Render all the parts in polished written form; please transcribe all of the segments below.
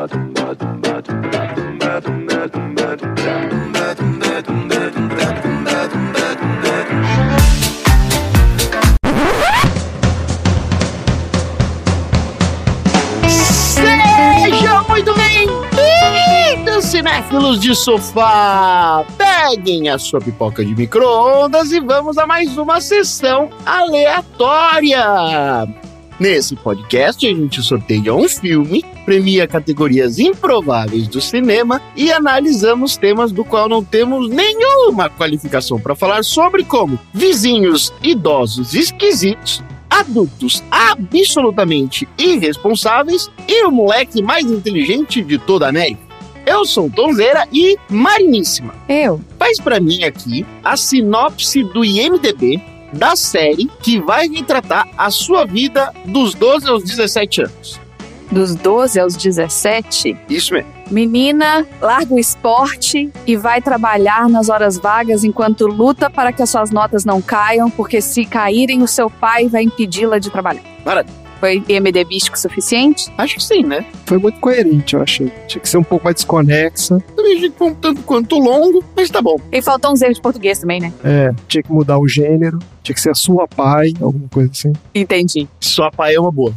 Sejam muito bem-vindos, cinéfilos de sofá! Peguem a sua pipoca de micro-ondas e vamos a mais uma sessão aleatória! Nesse podcast, a gente sorteia um filme, premia categorias improváveis do cinema e analisamos temas do qual não temos nenhuma qualificação para falar sobre, como vizinhos idosos esquisitos, adultos absolutamente irresponsáveis e o moleque mais inteligente de toda a América. Eu sou Tonzeira e Mariníssima. Faz pra mim aqui a sinopse do IMDb da série que vai retratar a sua vida dos 12 aos 17 anos. Dos 12 aos 17? Isso mesmo. Menina larga o esporte e vai trabalhar nas horas vagas enquanto luta para que as suas notas não caiam, porque se caírem o seu pai vai impedi-la de trabalhar. Maravilha. Foi IMDbístico o suficiente? Acho que sim, né? Foi muito coerente, eu achei. Tinha que ser um pouco mais desconexa. Também achei que foi um tanto quanto longo, mas tá bom. E faltou uns erros de português também, né? Tinha que mudar o gênero. Tinha que ser a sua pai, alguma coisa assim. Entendi. Sua pai é uma boa.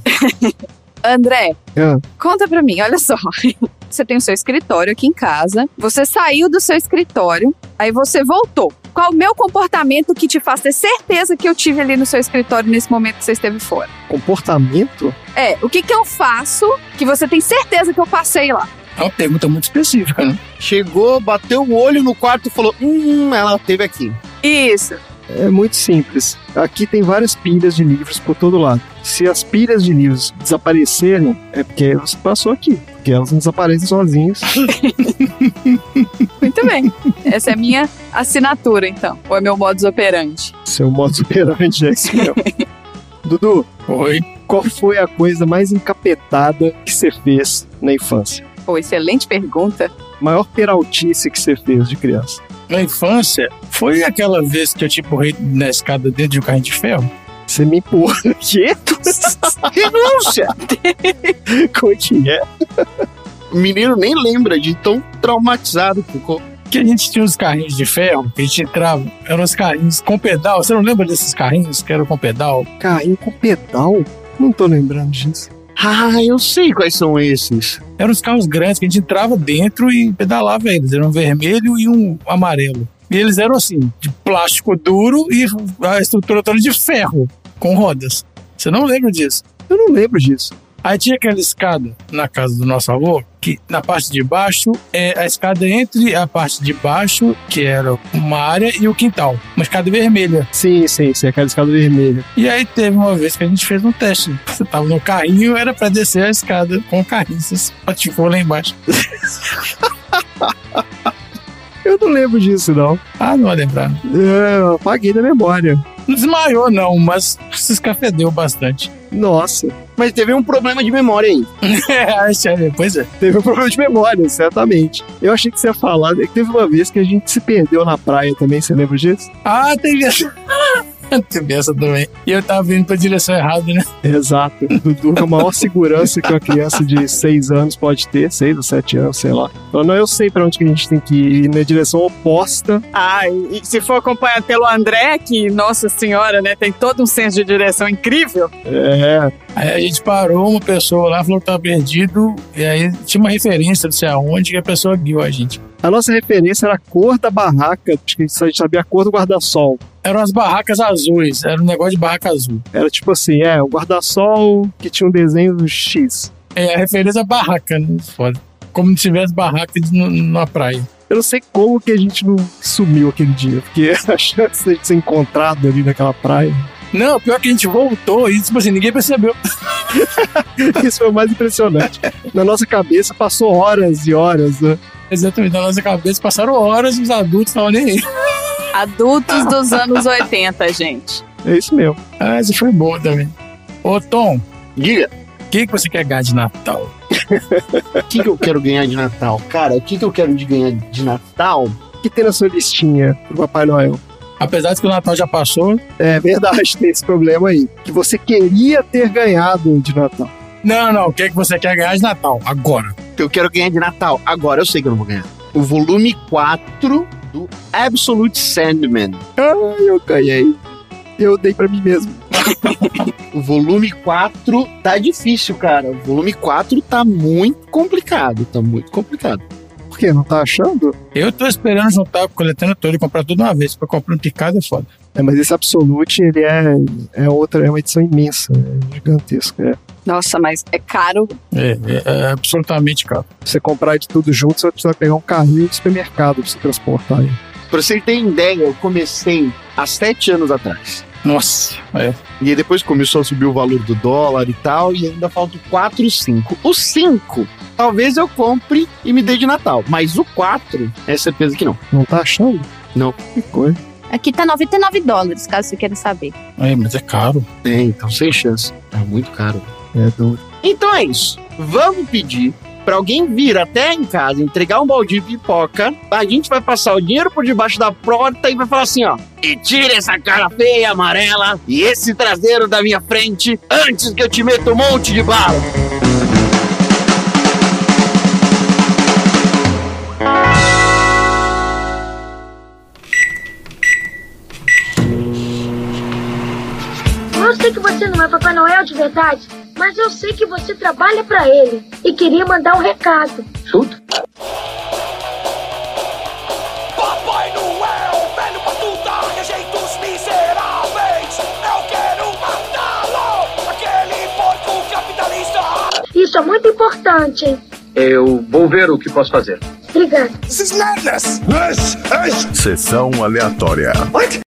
André, conta pra mim, olha só. Você tem o seu escritório aqui em casa, você saiu do seu escritório, aí você voltou. Qual o meu comportamento que te faz ter certeza que eu tive ali no seu escritório nesse momento que você esteve fora? Comportamento? O que eu faço que você tem certeza que eu passei lá? É uma pergunta muito específica, né? Chegou, bateu o olho no quarto e falou, ela esteve aqui. Isso. É muito simples. Aqui tem várias pilhas de livros por todo lado. Se as pilhas de livros desaparecerem, é porque você passou aqui. Porque elas não desaparecem sozinhas. Muito bem. Essa é a minha assinatura, então. Ou é meu modus operandi? Seu modus operandi é esse mesmo. Dudu. Oi. Qual foi a coisa mais encapetada que você fez na infância? Pô, excelente pergunta. Maior peraltice que você fez de criança? Na infância, foi aquela vez que eu te empurrei na escada dentro de um carrinho de ferro? Você me empurra. Quê? Renúncia! Como é que é? O menino nem lembra de tão traumatizado que ficou. Que a gente tinha uns carrinhos de ferro, que a gente entrava, eram uns carrinhos com pedal. Você não lembra desses carrinhos que eram com pedal? Carrinho com pedal? Não tô lembrando disso. Ah, eu sei quais são esses. Eram uns carros grandes que a gente entrava dentro e pedalava eles. Era um vermelho e um amarelo. E eles eram assim, de plástico duro e a estrutura toda de ferro, com rodas. Você não lembra disso? Eu não lembro disso. Aí tinha aquela escada na casa do nosso avô, que na parte de baixo, a escada entre a parte de baixo, que era uma área, e o quintal. Uma escada vermelha. Sim, aquela escada vermelha. E aí teve uma vez que a gente fez um teste. Você tava no carrinho, era pra descer a escada com o carrinho. Você patifou lá embaixo. Eu não lembro disso, não. Ah, não vai lembrar. Eu apaguei da memória. Não desmaiou, não, mas se escafedeu bastante. Nossa. Mas teve um problema de memória aí. Pois é. Teve um problema de memória, certamente. Eu achei que você ia falar. Teve uma vez que a gente se perdeu na praia também, você lembra disso? Ah, teve essa. Teve essa também. E eu tava vindo pra direção errada, né? Exato. Dudu com a maior segurança que uma criança de 6 anos pode ter, 6 ou 7 anos, sei lá. Falando, não, eu sei pra onde que a gente tem que ir, na direção oposta. Ah, e se for acompanhado pelo André, que, nossa senhora, né, tem todo um senso de direção incrível. Aí a gente parou, uma pessoa lá falou que tava perdido, e aí tinha uma referência, não sei aonde, que a pessoa guiou a gente. A nossa referência era a cor da barraca, acho que a gente sabia a cor do guarda-sol. Eram as barracas azuis, era um negócio de barraca azul. Era tipo assim, o guarda-sol que tinha um desenho do X. A referência à barraca, né? Foda. Como se tivesse barraca numa praia. Eu não sei como que a gente não sumiu aquele dia, porque a chance de ser encontrado ali naquela praia... Não, pior que a gente voltou e, tipo assim, ninguém percebeu. Isso foi o mais impressionante. Na nossa cabeça passou horas e horas, né? Exatamente, na nossa cabeça passaram horas e os adultos estavam nem aí. Adultos dos anos 80, gente. É isso mesmo. Ah, essa foi boa também. Ô, Tom. Diga. O que você quer ganhar de Natal? O que eu quero ganhar de Natal? Cara, o que eu quero ganhar de Natal? O que tem na sua listinha pro Papai Noel? Apesar de que o Natal já passou. É verdade, tem esse problema aí. Que você queria ter ganhado de Natal. Não. O que você quer ganhar de Natal? Agora. que eu quero ganhar de Natal. Agora eu sei que eu não vou ganhar. O volume 4 do Absolute Sandman. Ai, eu ganhei. Eu dei pra mim mesmo. O volume 4 tá difícil, cara. O volume 4 tá muito complicado. Por quê? Não tá achando? Eu tô esperando juntar, coletando todo e comprar tudo de uma vez. Pra comprar um picado é foda. Mas esse Absolute, ele é uma edição imensa, gigantesca. Nossa, mas é caro. É absolutamente caro. Você comprar de tudo junto, você vai pegar um carrinho de supermercado pra você transportar. Pra você ter ideia, eu comecei há 7 anos atrás. Nossa, E aí depois começou a subir o valor do dólar e tal, e ainda falta o 4 e o 5. O 5, talvez eu compre e me dê de Natal, mas o 4, é certeza que não. Não tá achando? Não. Que coisa. Aqui tá $99, caso você queira saber. Mas é caro. É, então sem chance. É muito caro. É duro. Então é isso. Vamos pedir pra alguém vir até em casa, entregar um balde de pipoca, a gente vai passar o dinheiro por debaixo da porta e vai falar assim, ó: e tira essa cara feia, amarela, e esse traseiro da minha frente, antes que eu te meta um monte de bala. Eu sei que você não é Papai Noel de verdade, mas eu sei que você trabalha pra ele e queria mandar um recado. Chuta. Papai Noel, velho pra tu dar rejeitos miseráveis. Eu quero matá-lo, aquele porco capitalista. Isso é muito importante, hein? Eu vou ver o que posso fazer. Obrigada. This is madness. Sessão aleatória. What?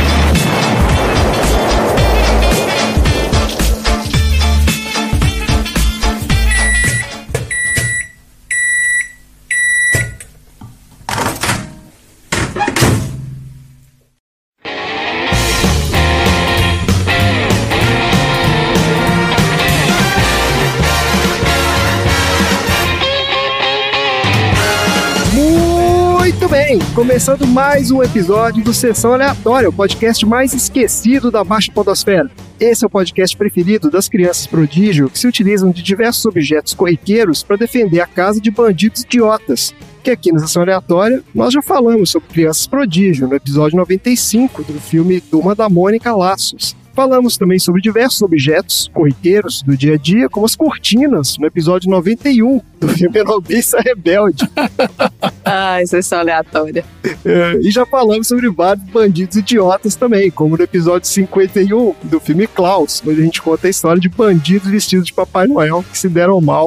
Começando mais um episódio do Sessão Aleatória, o podcast mais esquecido da Baixa Podosfera. Esse é o podcast preferido das crianças prodígio que se utilizam de diversos objetos corriqueiros para defender a casa de bandidos idiotas. Que aqui na Sessão Aleatória nós já falamos sobre crianças prodígio no episódio 95 do filme Turma da Mônica Laços. Falamos também sobre diversos objetos corriqueiros do dia a dia, como as cortinas, no episódio 91 do filme Noviça Rebelde. Ai, sessão aleatória. E já falamos sobre vários bandidos idiotas também, como no episódio 51 do filme Klaus, onde a gente conta a história de bandidos vestidos de Papai Noel que se deram mal.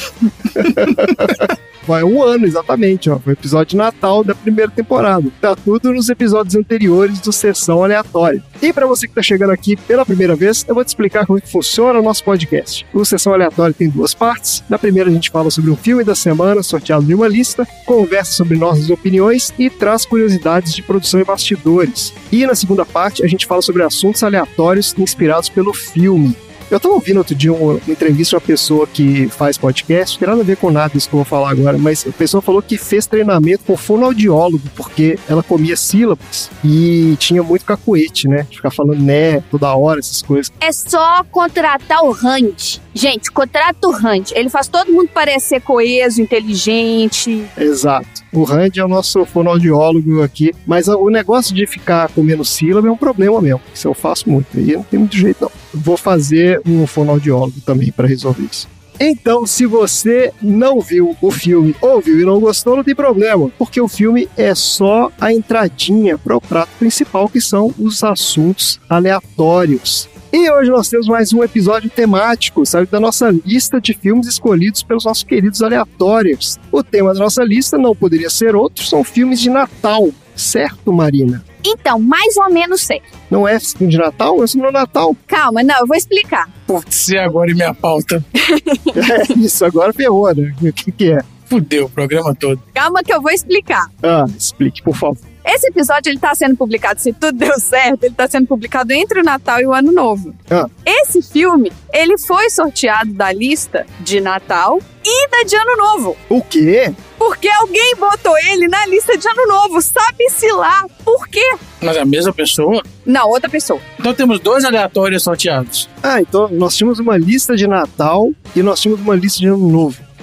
Vai um ano, exatamente, ó. Foi o episódio de Natal da primeira temporada. Tá tudo nos episódios anteriores do Sessão Aleatória. E pra você que tá chegando aqui pela primeira vez, eu vou te explicar como é que funciona o nosso podcast. O Sessão Aleatória tem 2 partes. Na primeira a gente fala sobre um filme da semana, sorteado de uma lista, conversa sobre nossas opiniões e traz curiosidades de produção e bastidores. E na segunda parte a gente fala sobre assuntos aleatórios inspirados pelo filme. Eu tava ouvindo outro dia uma entrevista de uma pessoa que faz podcast, não tem nada a ver com nada isso que eu vou falar agora, mas a pessoa falou que fez treinamento com fonoaudiólogo, porque ela comia sílabas e tinha muito cacuete, né? De ficar falando né toda hora, essas coisas. É só contratar o Randy. Gente, contrata o Randy. Ele faz todo mundo parecer coeso, inteligente. Exato. O Randy é o nosso fonoaudiólogo aqui, mas o negócio de ficar comendo sílaba é um problema mesmo. Isso eu faço muito, aí não tem muito jeito não. Vou fazer um fonoaudiólogo também para resolver isso. Então, se você não viu o filme, ou viu e não gostou, não tem problema, porque o filme é só a entradinha para o prato principal, que são os assuntos aleatórios. E hoje nós temos mais um episódio temático, sabe, da nossa lista de filmes escolhidos pelos nossos queridos aleatórios. O tema da nossa lista não poderia ser outro, são filmes de Natal, certo, Marina? Então, mais ou menos sei. Não é filme de Natal? É filme de Natal. Calma, não, eu vou explicar. Pode ser agora em minha pauta. É isso, agora ferrou, né? O que é? Fudeu o programa todo. Calma que eu vou explicar. Explique, por favor. Esse episódio, ele tá sendo publicado, se tudo deu certo, ele tá sendo publicado entre o Natal e o Ano Novo. Esse filme, ele foi sorteado da lista de Natal e da de Ano Novo. O quê? Porque alguém botou ele na lista de Ano Novo, sabe-se lá por quê? Mas é a mesma pessoa? Não, outra pessoa. Então temos 2 aleatórios sorteados. Então nós tínhamos uma lista de Natal e nós tínhamos uma lista de Ano Novo.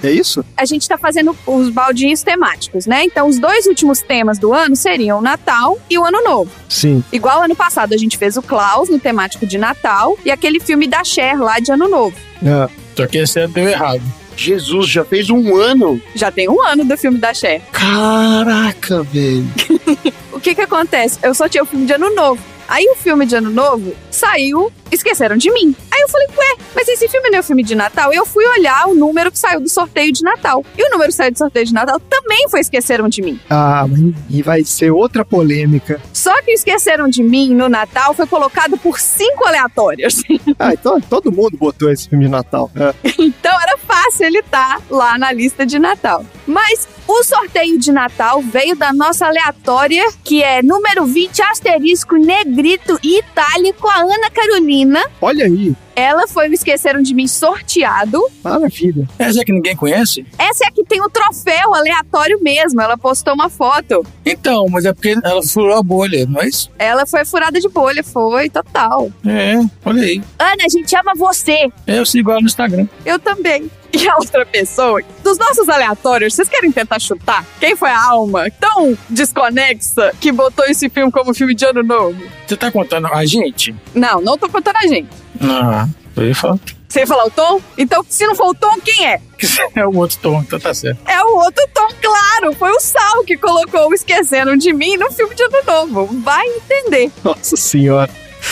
É isso? A gente tá fazendo os baldinhos temáticos, né? Então, os 2 últimos temas do ano seriam o Natal e o Ano Novo. Sim. Igual ano passado, a gente fez o Klaus no temático de Natal e aquele filme da Cher lá de Ano Novo. Só que esse ano deu errado. Jesus, já fez um ano? Já tem um ano do filme da Cher. Caraca, velho. O que acontece? Eu só tinha o filme de Ano Novo. Aí o filme de Ano Novo saiu, Esqueceram de Mim. Aí eu falei, ué, mas esse filme não é o filme de Natal? Eu fui olhar o número que saiu do sorteio de Natal. E o número que saiu do sorteio de Natal também foi Esqueceram de Mim. Ah, e vai ser outra polêmica. Só que Esqueceram de Mim no Natal foi colocado por 5 aleatórios. Então todo mundo botou esse filme de Natal. Então era fácil ele estar lá na lista de Natal. Mas o sorteio de Natal veio da nossa aleatória, que é número 20, asterisco, negrito e itálico, a Ana Carolina. Olha aí. Ela foi o Esqueceram de Mim sorteado. Maravilha. Essa é que ninguém conhece? Essa é a que tem o troféu aleatório mesmo. Ela postou uma foto. Então, mas é porque ela furou a bolha, não é isso? Ela foi furada de bolha, foi, total. É, olha aí. Ana, a gente ama você. Eu sigo ela no Instagram. Eu também. E a outra pessoa, dos nossos aleatórios, vocês querem tentar chutar? Quem foi a alma tão desconexa que botou esse filme como filme de Ano Novo? Você tá contando a gente? Não tô contando a gente. Ah, eu ia falar. Você ia falar o Tom? Então, se não for o Tom, quem é? É o outro Tom, então tá certo. É o outro Tom, claro. Foi o Sal que colocou o Esqueceram de Mim no filme de Ano Novo. Vai entender. Nossa senhora.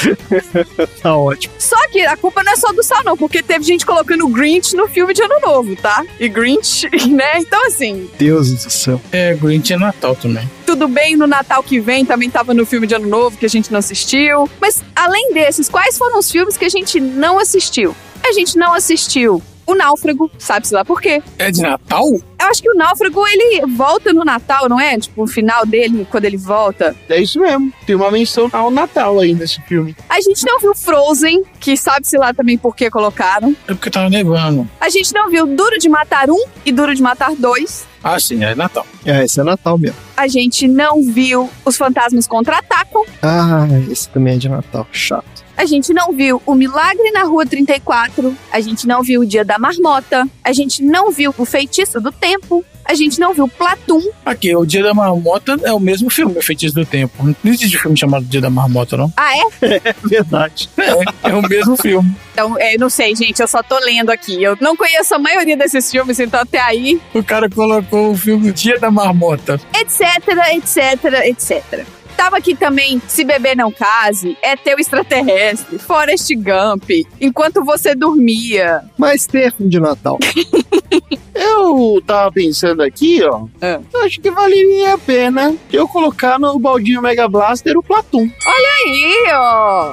Tá ótimo. Só que a culpa não é só do Sal, não, porque teve gente colocando o Grinch no filme de Ano Novo, tá? E Grinch, né? Então, assim... Deus do céu. É, Grinch é Natal também. Tudo bem, no Natal que vem também tava no filme de Ano Novo, que a gente não assistiu. Mas, além desses, quais foram os filmes que a gente não assistiu? A gente não assistiu O Náufrago, sabe-se lá por quê? É de Natal? Eu acho que o Náufrago, ele volta no Natal, não é? Tipo, o final dele, quando ele volta. É isso mesmo. Tem uma menção ao Natal aí nesse filme. A gente não viu Frozen, que sabe-se lá também por que colocaram. É porque tava nevando. A gente não viu Duro de Matar 1 e Duro de Matar 2. Ah, sim, é Natal. É, esse é Natal mesmo. A gente não viu Os Fantasmas Contra-Atacam. Ah, esse também é de Natal. Chato. A gente não viu O Milagre na Rua 34. A gente não viu O Dia da Marmota. A gente não viu O Feitiço do Tempo. A gente não viu Platum. Aqui, O Dia da Marmota é o mesmo filme, O Feitiço do Tempo. Não existe filme chamado Dia da Marmota, não? Ah, é? É verdade. É o mesmo filme. Então, não sei, gente, eu só tô lendo aqui. Eu não conheço a maioria desses filmes, então até aí... O cara colocou o filme Dia da Marmota. Etc, etc, etc. Tava aqui também Se Beber Não Case, É Teu Extraterrestre, Forrest Gump, Enquanto Você Dormia. Mas tem filme de Natal. Eu tava pensando aqui, ó. Eu acho que valeria a pena eu colocar no baldinho Mega Blaster o Platum. Olha aí, ó.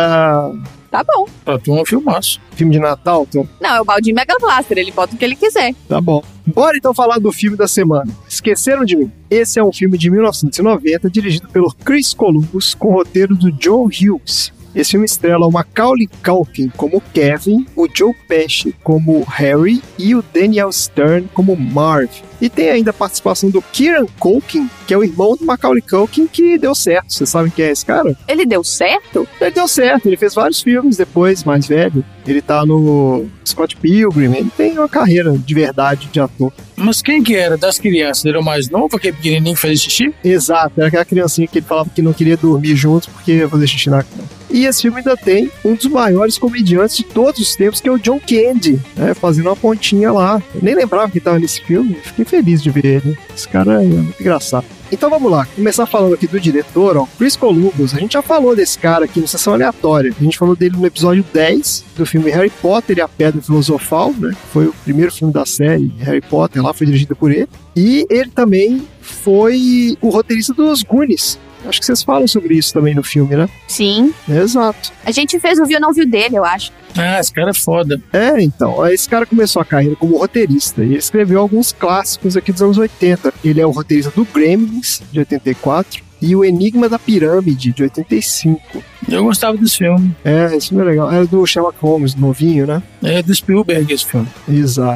Tá bom. Platum é um filmaço. Filme de Natal, Tom? Não, é o baldinho Mega Blaster, ele bota o que ele quiser. Tá bom. Bora então falar do filme da semana. Esqueceram de Mim. Esse é um filme de 1990, dirigido pelo Chris Columbus, com roteiro do John Hughes. Esse filme estrela o Macaulay Culkin como Kevin, o Joe Pesci como Harry e o Daniel Stern como Marv. E tem ainda a participação do Kieran Culkin, que é o irmão do Macaulay Culkin, que deu certo. Vocês sabem quem é esse cara? Ele deu certo? Ele deu certo, ele fez vários filmes depois, mais velho. Ele tá no Scott Pilgrim, ele tem uma carreira de verdade de ator. Mas quem que era das crianças? Ele era o mais novo, aquele pequenininho que fazia xixi? Exato, era aquela criancinha que ele falava que não queria dormir juntos porque ia fazer xixi na cama. E esse filme ainda tem um dos maiores comediantes de todos os tempos, que é o John Candy, né, fazendo uma pontinha lá. Eu nem lembrava que ele tava nesse filme, fiquei feliz de ver ele. Esse cara é muito engraçado. Então vamos lá, começar falando aqui do diretor, ó, Chris Columbus. A gente já falou desse cara aqui no Sessão Aleatória. A gente falou dele no episódio 10 do filme Harry Potter e a Pedra Filosofal, né? Foi o primeiro filme da série Harry Potter, lá foi dirigido por ele. E ele também foi o roteirista dos Goonies. Acho que vocês falam sobre isso também no filme, né? Sim. Exato. A gente fez o Viu Não Viu dele, eu acho. Ah, esse cara é foda. É, então, esse cara começou a carreira como roteirista e ele escreveu alguns clássicos aqui dos anos 80. Ele é o roteirista do Gremlins, de 84, e o Enigma da Pirâmide, de 85. Eu gostava desse filme. É, esse filme é legal. É do Sherlock Holmes, novinho, né? É do Spielberg esse filme. Exato.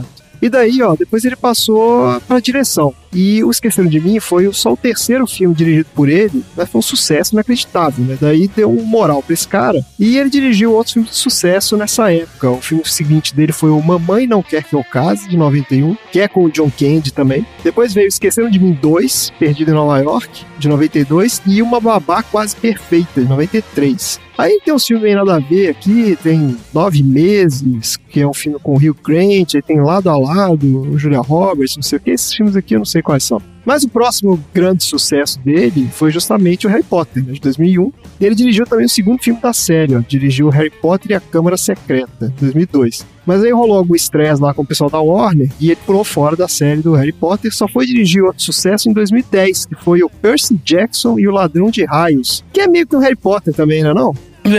E daí, depois ele passou pra direção. E O Esqueceram de Mim foi só o terceiro filme dirigido por ele, mas foi um sucesso inacreditável, né? Daí deu um moral pra esse cara. E ele dirigiu outros filmes de sucesso nessa época. O filme seguinte dele foi o Mamãe Não Quer Que Eu Case, de 91, que é com o John Candy também. Depois veio Esqueceram de Mim 2, Perdido em Nova York, de 92, e Uma Babá Quase Perfeita, de 93. Aí tem um filme meio nada a ver aqui, tem 9 Meses, que é um filme com o Hugh Grant, aí tem Lado a Lado, Julia Roberts, não sei o que, esses filmes aqui eu não sei quais são. Mas o próximo grande sucesso dele foi justamente o Harry Potter, né, de 2001. E ele dirigiu também o segundo filme da série, dirigiu Harry Potter e a Câmara Secreta, de 2002. Mas aí rolou algum estresse lá com o pessoal da Warner e ele pulou fora da série do Harry Potter, só foi dirigir outro sucesso em 2010, que foi o Percy Jackson e o Ladrão de Raios, que é meio que um Harry Potter também, né, não?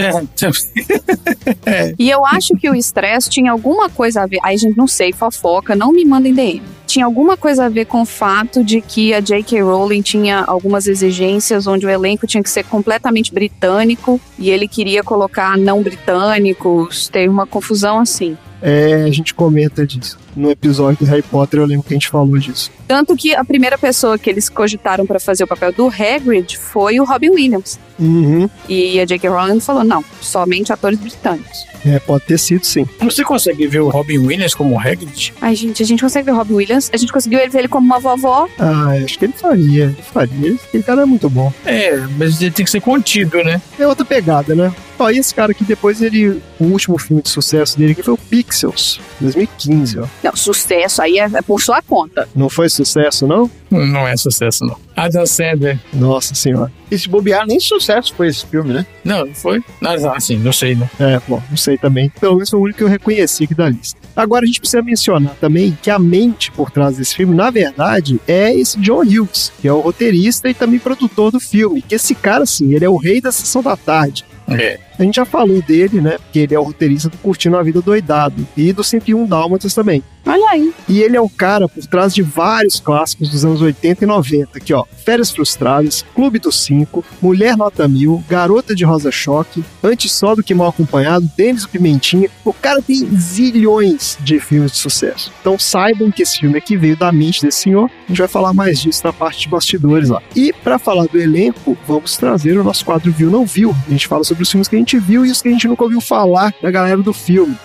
E eu acho que o estresse tinha alguma coisa a ver, aí gente, não sei, fofoca, não me mandem DM. Tinha alguma coisa a ver com o fato de que a J.K. Rowling tinha algumas exigências onde o elenco tinha que ser completamente britânico e ele queria colocar não britânicos, teve uma confusão assim. A gente comenta disso. No episódio do Harry Potter eu lembro que a gente falou disso. Tanto que a primeira pessoa que eles cogitaram pra fazer o papel do Hagrid foi o Robin Williams. Uhum. E a J.K. Rowling falou, não, somente atores britânicos. Pode ter sido, sim. Você consegue ver o Robin Williams como Hagrid? Ai, gente, a gente consegue ver o Robin Williams, a gente conseguiu ver ele como uma vovó. Acho que ele faria. Aquele cara é muito bom. Mas ele tem que ser contido, né? É outra pegada, né? E esse cara aqui, depois o último filme de sucesso dele aqui foi o Pixels, 2015, Não, sucesso aí é por sua conta. Não foi sucesso, não? Não é sucesso, não. Adam Sandler. Nossa senhora. E se bobear, nem sucesso foi esse filme, né? Não foi? Assim, não sei, né? Não sei também. Pelo menos foi o único que eu reconheci aqui da lista. Agora a gente precisa mencionar também que a mente por trás desse filme, na verdade, é esse John Hughes, que é o roteirista e também produtor do filme. Que esse cara, assim, ele é o rei da sessão da tarde. A gente já falou dele, né? Porque ele é o roteirista do Curtindo a Vida Doidado e do 101 Dálmatas também. Olha aí. E ele é o cara por trás de vários clássicos dos anos 80 e 90. Aqui, Férias Frustradas, Clube dos 5, Mulher Nota 1000, Garota de Rosa Choque, Antes Só do Que Mal Acompanhado, Denis o Pimentinha. O cara tem zilhões de filmes de sucesso. Então saibam que esse filme aqui veio da mente desse senhor. A gente vai falar mais disso na parte de bastidores lá. E para falar do elenco, vamos trazer o nosso quadro Viu Não Viu. A gente fala sobre os filmes que a gente viu e os que a gente nunca ouviu falar da galera do filme.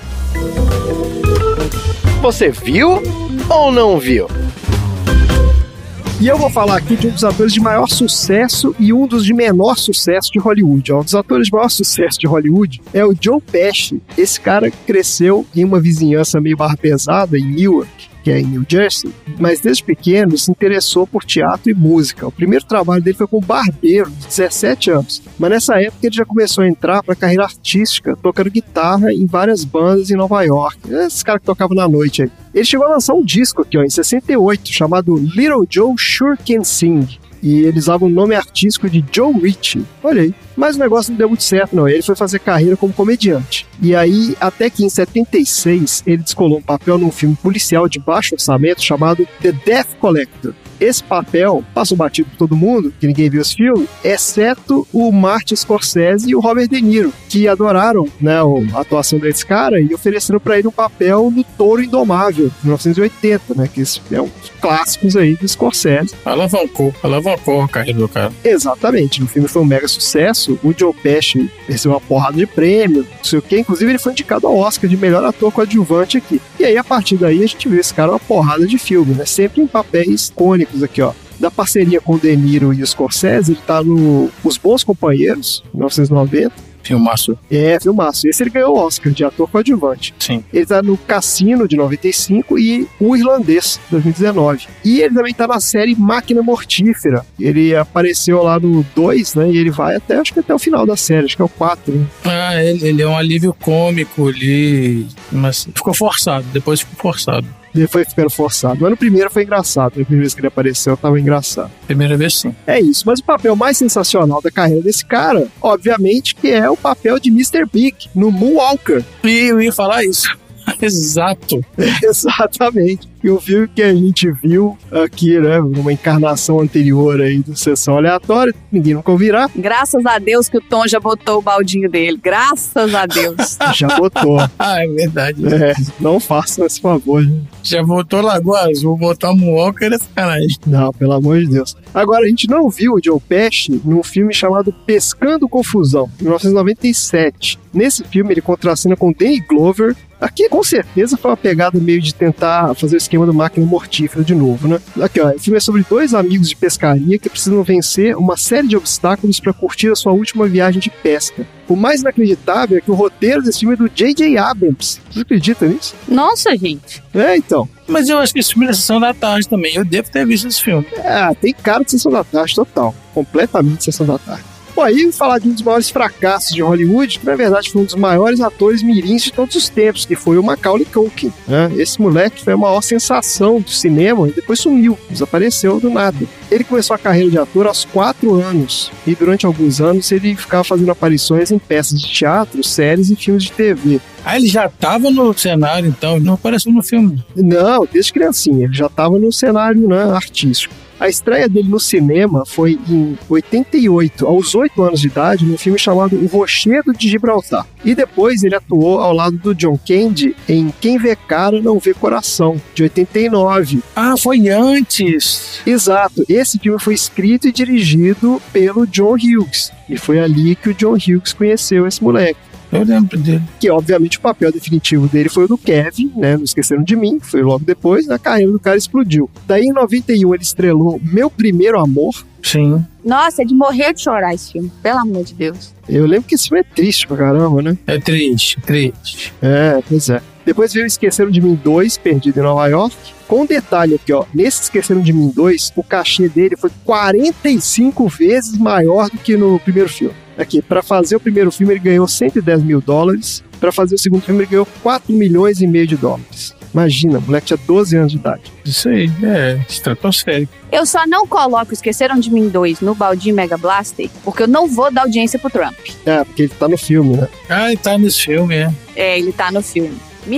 Você viu ou não viu? E eu vou falar aqui de um dos atores de maior sucesso e um dos de menor sucesso de Hollywood. Um dos atores de maior sucesso de Hollywood é o Joe Pesci. Esse cara cresceu em uma vizinhança meio barra pesada em Newark, que é em New Jersey, mas desde pequeno se interessou por teatro e música. O primeiro trabalho dele foi como barbeiro, de 17 anos. Mas nessa época ele já começou a entrar para a carreira artística, tocando guitarra em várias bandas em Nova York. Esses caras que tocavam na noite aí. Ele chegou a lançar um disco aqui, em 68, chamado Little Joe Sure Can Sing. E eles usavam o nome artístico de Joe Ritchie. Olha aí. Mas o negócio não deu muito certo, não. Ele foi fazer carreira como comediante. E aí, até que em 76, ele descolou um papel num filme policial de baixo orçamento chamado The Death Collector. Esse papel passou batido por todo mundo, que ninguém viu esse filme, exceto o Martin Scorsese e o Robert De Niro, que adoraram, né, a atuação desse cara e ofereceram para ele um papel no Touro Indomável, de 1980, né, que é um dos clássicos aí do Scorsese. Alavancou a carreira do cara. Exatamente, o filme foi um mega sucesso, o Joe Pesci recebeu uma porrada de prêmio, não sei o que, inclusive ele foi indicado ao Oscar de melhor ator coadjuvante aqui. E aí, a partir daí, a gente viu esse cara uma porrada de filme, né, sempre em papéis icônicos aqui, da parceria com o De Niro e o Scorsese, ele tá no Os Bons Companheiros, 1990. Filmaço. Filmaço. Esse ele ganhou o Oscar de ator coadjuvante. Sim. Ele tá no Cassino, de 95, e O Irlandês, 2019. E ele também tá na série Máquina Mortífera. Ele apareceu lá no 2, né? E ele vai acho que até o final da série, acho que é o 4. Né? Ele é um alívio cômico ali, mas ficou forçado, depois ficou forçado. Ele foi ficando forçado. Mas no primeiro foi engraçado. A primeira vez que ele apareceu, tava engraçado. Primeira vez, sim. É isso. Mas o papel mais sensacional da carreira desse cara, obviamente, que é o papel de Mr. Big no Moonwalker. E eu ia falar isso. Exato. Exatamente. E o filme que a gente viu aqui, né, numa encarnação anterior aí do Sessão Aleatória, ninguém nunca ouvirá. Graças a Deus que o Tom já botou o baldinho dele. Graças a Deus. Já botou. Ah, é verdade. Não façam esse favor, gente. Já botou Lagoa Azul, botar Moonwalker é sacanagem. Não, pelo amor de Deus. Agora, a gente não viu o Joe Pesci num filme chamado Pescando Confusão, em 1997. Nesse filme, ele contracena com Danny Glover. Aqui, com certeza, foi uma pegada meio de tentar fazer o esquema do Máquina Mortífera de novo, né? Aqui, ó, o filme é sobre dois amigos de pescaria que precisam vencer uma série de obstáculos para curtir a sua última viagem de pesca. O mais inacreditável é que o roteiro desse filme é do J.J. Abrams. Você acredita nisso? Nossa, gente. Então. Mas eu acho que esse filme é Sessão da Tarde também. Eu devo ter visto esse filme. Tem cara de Sessão da Tarde total. Completamente Sessão da Tarde. Bom, aí falar de um dos maiores fracassos de Hollywood, que na verdade foi um dos maiores atores mirins de todos os tempos, que foi o Macaulay Culkin, né? Esse moleque foi a maior sensação do cinema e depois sumiu, desapareceu do nada. Ele começou a carreira de ator aos 4 anos e durante alguns anos ele ficava fazendo aparições em peças de teatro, séries e filmes de TV. Ah, ele já estava no cenário, então, não apareceu no filme? Não, desde criancinha, ele já estava no cenário, né, artístico. A estreia dele no cinema foi em 88, aos 8 anos de idade, num filme chamado O Rochedo de Gibraltar. E depois ele atuou ao lado do John Candy em Quem Vê Cara Não Vê Coração, de 89. Ah, foi antes! Exato. Esse filme foi escrito e dirigido pelo John Hughes. E foi ali que o John Hughes conheceu esse moleque. Eu lembro dele. Que, obviamente, o papel definitivo dele foi o do Kevin, né? Não Esqueceram de Mim, foi logo depois, a carreira do cara explodiu. Daí, em 91, ele estrelou Meu Primeiro Amor. Sim. Nossa, é de morrer de chorar esse filme, pelo amor de Deus. Eu lembro que esse filme é triste pra caramba, né? É triste. Pois é. Depois veio Esqueceram de Mim 2, Perdido em Nova York. Com um detalhe aqui, ó. Nesse Esqueceram de Mim 2, o cachê dele foi 45 vezes maior do que no primeiro filme. Aqui, pra fazer o primeiro filme ele ganhou $110 mil. Pra fazer o segundo filme ele ganhou $4,5 milhões. Imagina, o moleque tinha 12 anos de idade. Isso aí, estratosférico. Eu só não coloco Esqueceram de Mim 2 no baldinho Mega Blaster, porque eu não vou dar audiência pro Trump. Porque ele tá no filme, né? Ah, ele tá nesse filme, ele tá no filme. Me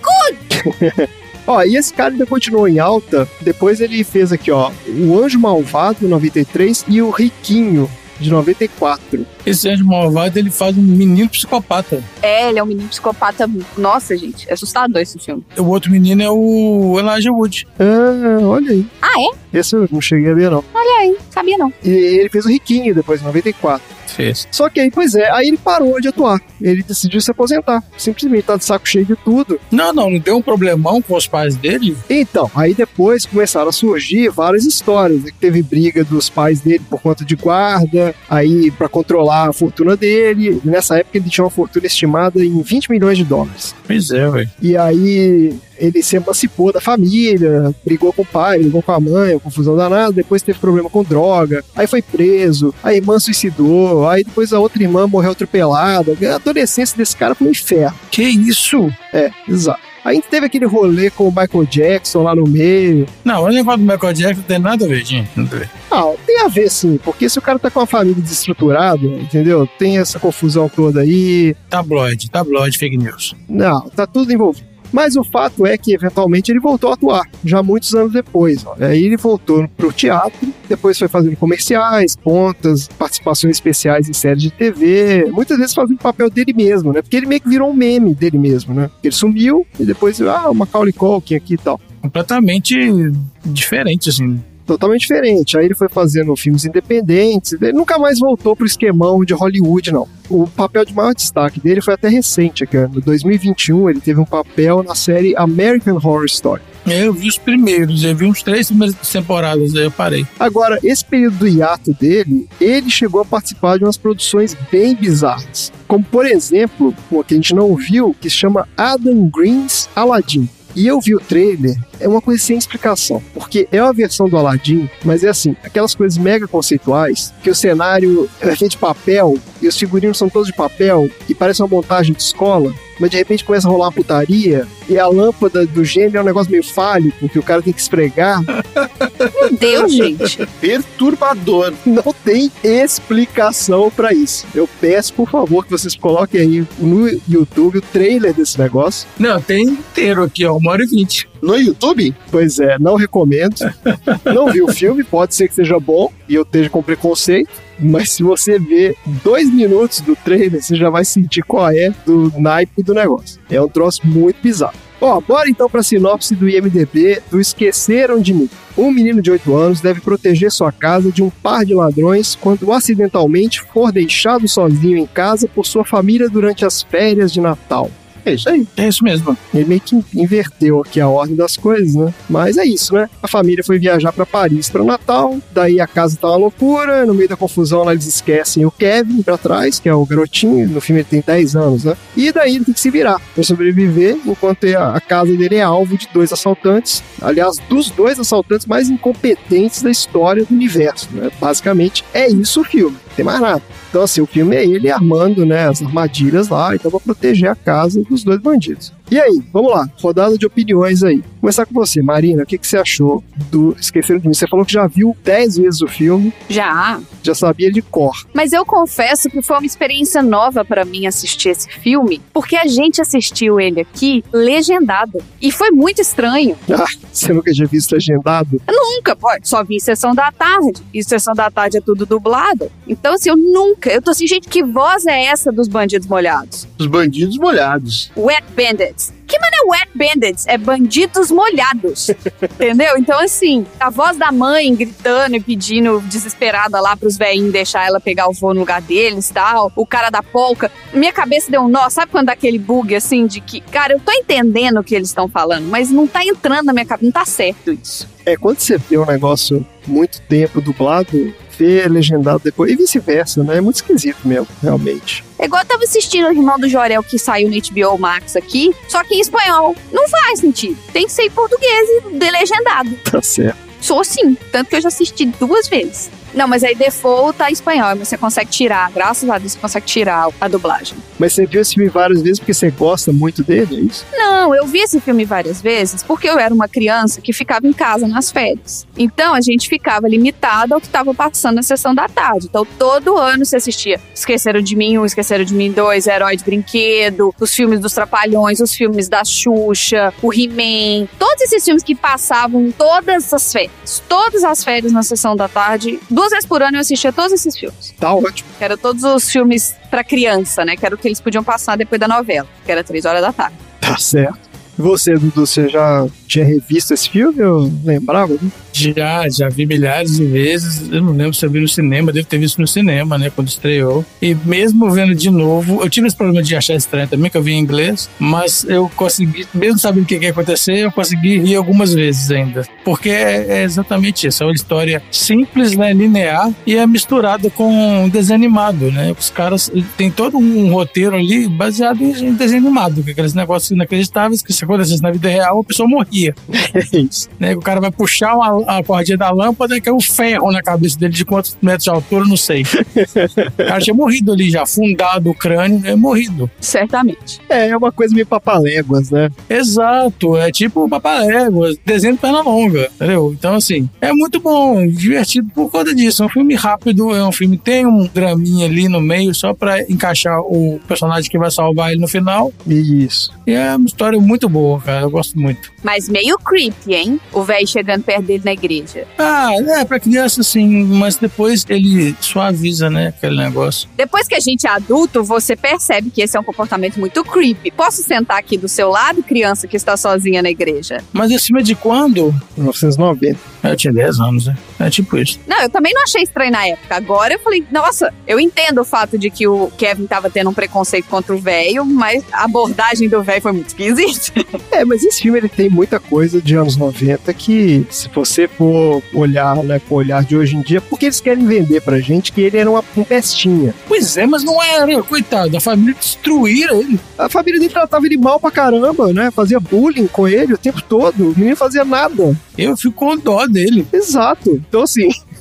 recuso! E esse cara ainda continuou em alta. Depois ele fez aqui, ó, O Anjo Malvado, 93, e O Riquinho, de 94. Esse Anjo Malvado, ele faz um menino psicopata. Ele é um menino psicopata. Nossa, gente, é assustador esse filme. O outro menino é o Elijah Wood. Olha aí. Ah, é? Esse eu não cheguei a ver, não. Olha aí, sabia não. E ele fez O Riquinho depois, em 94. Fez. Só que aí, aí ele parou de atuar. Ele decidiu se aposentar. Simplesmente tá de saco cheio de tudo. Não deu um problemão com os pais dele? Então, aí depois começaram a surgir várias histórias, né? Que teve briga dos pais dele por conta de guarda, aí pra controlar a fortuna dele. Nessa época ele tinha uma fortuna estimada em $20 milhões. Pois é, velho. E aí ele se emancipou da família, brigou com o pai, brigou com a mãe, uma confusão danada, depois teve problema com droga, aí foi preso, a irmã suicidou, aí depois a outra irmã morreu atropelada. A adolescência desse cara foi um inferno. Que isso? Exato. Aí teve aquele rolê com o Michael Jackson lá no meio. Não, o negócio do Michael Jackson não tem nada a ver, gente. Não tem a ver. Não, tem a ver sim, porque se o cara tá com uma família desestruturada, entendeu? Tem essa confusão toda aí. Tabloide, fake news. Não, tá tudo envolvido. Mas o fato é que, eventualmente, ele voltou a atuar, já muitos anos depois. Aí ele voltou pro teatro, depois foi fazendo comerciais, pontas, participações especiais em séries de TV, muitas vezes fazendo o papel dele mesmo, né? Porque ele meio que virou um meme dele mesmo, né? Ele sumiu e depois, o Macaulay Culkin aqui e tal. Completamente diferente, assim. Totalmente diferente. Aí ele foi fazendo filmes independentes, ele nunca mais voltou pro esquemão de Hollywood, não. O papel de maior destaque dele foi até recente, aqui, no 2021 ele teve um papel na série American Horror Story. Eu vi os primeiros, eu vi uns 3 primeiras temporadas, aí eu parei. Agora, esse período do hiato dele, ele chegou a participar de umas produções bem bizarras. Como, por exemplo, uma que a gente não viu, que se chama Adam Green's Aladdin. E eu vi o trailer, é uma coisa sem explicação, porque é uma versão do Aladdin, mas é assim, aquelas coisas mega conceituais, que o cenário é feito de papel, e os figurinos são todos de papel, e parece uma montagem de escola, mas de repente começa a rolar uma putaria, e a lâmpada do gênio é um negócio meio fálico, que o cara tem que esfregar. Meu Deus, gente. Perturbador. Não tem explicação pra isso. Eu peço, por favor, que vocês coloquem aí no YouTube o trailer desse negócio. Não, tem inteiro aqui, ó, 1h20. No YouTube? Pois é, não recomendo. Não vi o filme, pode ser que seja bom e eu esteja com preconceito, mas se você ver 2 minutos do trailer, você já vai sentir qual é do naipe do negócio. É um troço muito bizarro. Ó, bora então pra sinopse do IMDb do Esqueceram de Mim. Um menino de 8 anos deve proteger sua casa de um par de ladrões quando acidentalmente for deixado sozinho em casa por sua família durante as férias de Natal. É isso aí. É isso mesmo. Ele meio que inverteu aqui a ordem das coisas, né? Mas é isso, né? A família foi viajar pra Paris para o Natal, daí a casa tá uma loucura, no meio da confusão lá eles esquecem o Kevin pra trás, que é o garotinho, no filme ele tem 10 anos, né? E daí ele tem que se virar pra sobreviver, enquanto a casa dele é alvo de 2 assaltantes, aliás, dos 2 assaltantes mais incompetentes da história do universo, né? Basicamente é isso o filme, não tem mais nada. Então, assim, o filme é ele armando, né, as armadilhas lá, então pra proteger a casa dos 2 bandidos. E aí, vamos lá, rodada de opiniões aí. Vou começar com você, Marina, o que você achou do Esqueceram de Mim? Você falou que já viu 10 vezes o filme. Já sabia de cor. Mas eu confesso que foi uma experiência nova pra mim assistir esse filme, porque a gente assistiu ele aqui legendado. E foi muito estranho. Ah, você nunca tinha visto legendado? Eu nunca, só vi Sessão da Tarde. E Sessão da Tarde é tudo dublado. Então, assim, eu tô assim, gente, que voz é essa dos bandidos molhados? Os bandidos molhados. Wet Bandits. Que mano é Wet Bandits? É bandidos molhados. Entendeu? Então, assim, a voz da mãe gritando e pedindo desesperada lá pros velhinhos deixar ela pegar o voo no lugar deles e tal. O cara da polca. Minha cabeça deu um nó. Sabe quando dá aquele bug, assim, de que, cara, eu tô entendendo o que eles estão falando, mas não tá entrando na minha cabeça. Não tá certo isso. É, quando você vê um negócio muito tempo dublado, ver legendado depois, e vice-versa, né? É muito esquisito mesmo, realmente. É igual eu tava assistindo o Irmão do Jorel, que saiu no HBO Max aqui, só que em espanhol. Não faz sentido. Tem que ser em português e legendado. Tá certo. Sou sim, tanto que eu já assisti 2 vezes. Não, mas aí default tá em espanhol, mas você consegue tirar, graças a Deus você consegue tirar a dublagem. Mas você viu esse filme várias vezes porque você gosta muito dele, é isso? Não, eu vi esse filme várias vezes porque eu era uma criança que ficava em casa nas férias. Então a gente ficava limitada ao que estava passando na Sessão da Tarde. Então todo ano você assistia Esqueceram de Mim 1, Esqueceram de Mim 2, Herói de Brinquedo, os filmes dos Trapalhões, os filmes da Xuxa, o He-Man. Todos esses filmes que passavam todas as férias na Sessão da Tarde. 2 vezes por ano eu assistia todos esses filmes. Tá ótimo. Que eram todos os filmes pra criança, né? Que era o que eles podiam passar depois da novela, que era 3 horas da tarde. Tá certo. E você, Dudu, você já tinha revisto esse filme? Eu lembrava, né? Já vi milhares de vezes. Eu não lembro se eu vi no cinema, devo ter visto no cinema, né, quando estreou. E mesmo vendo de novo, eu tive esse problema de achar estranho também, que eu vi em inglês, mas eu consegui, mesmo sabendo o que ia acontecer, eu consegui rir algumas vezes ainda. Porque é exatamente isso, é uma história simples, né, linear, e é misturada com desenho animado, né? Os caras tem todo um roteiro ali baseado em desenho animado, que aqueles negócios inacreditáveis que se acontecesse na vida real, a pessoa morria. É isso. Né? O cara vai puxar a cordinha da lâmpada e cai um ferro na cabeça dele de quantos metros de altura, não sei. O cara tinha morrido ali já, afundado o crânio, morrido. Certamente. É uma coisa meio papaléguas, né? Exato, é tipo papaléguas, desenho de perna longa, entendeu? Então, assim, é muito bom, divertido por conta disso. É um filme rápido, é um filme que tem um draminha ali no meio só pra encaixar o personagem que vai salvar ele no final. Isso. E é uma história muito boa, cara, eu gosto muito. Mas meio creepy, hein? O velho chegando perto dele na igreja. Ah, pra criança sim, mas depois ele suaviza, né, aquele negócio. Depois que a gente é adulto, você percebe que esse é um comportamento muito creepy. Posso sentar aqui do seu lado, criança que está sozinha na igreja? Mas esse filme é de quando? 1990. Eu tinha 10 anos, né? É tipo isso. Não, eu também não achei estranho na época. Agora eu falei, nossa, eu entendo o fato de que o Kevin tava tendo um preconceito contra o velho, mas a abordagem do velho foi muito esquisita. É, mas esse filme ele tem muita coisa de anos 90 que, se você for olhar, né, com o olhar de hoje em dia, porque eles querem vender pra gente que ele era um pestinha. Pois é, mas não era, coitado, a família destruíra ele. A família dele tratava ele mal pra caramba, né, fazia bullying com ele o tempo todo, o menino fazia nada. Eu fico com dó dele. Exato. Então, assim,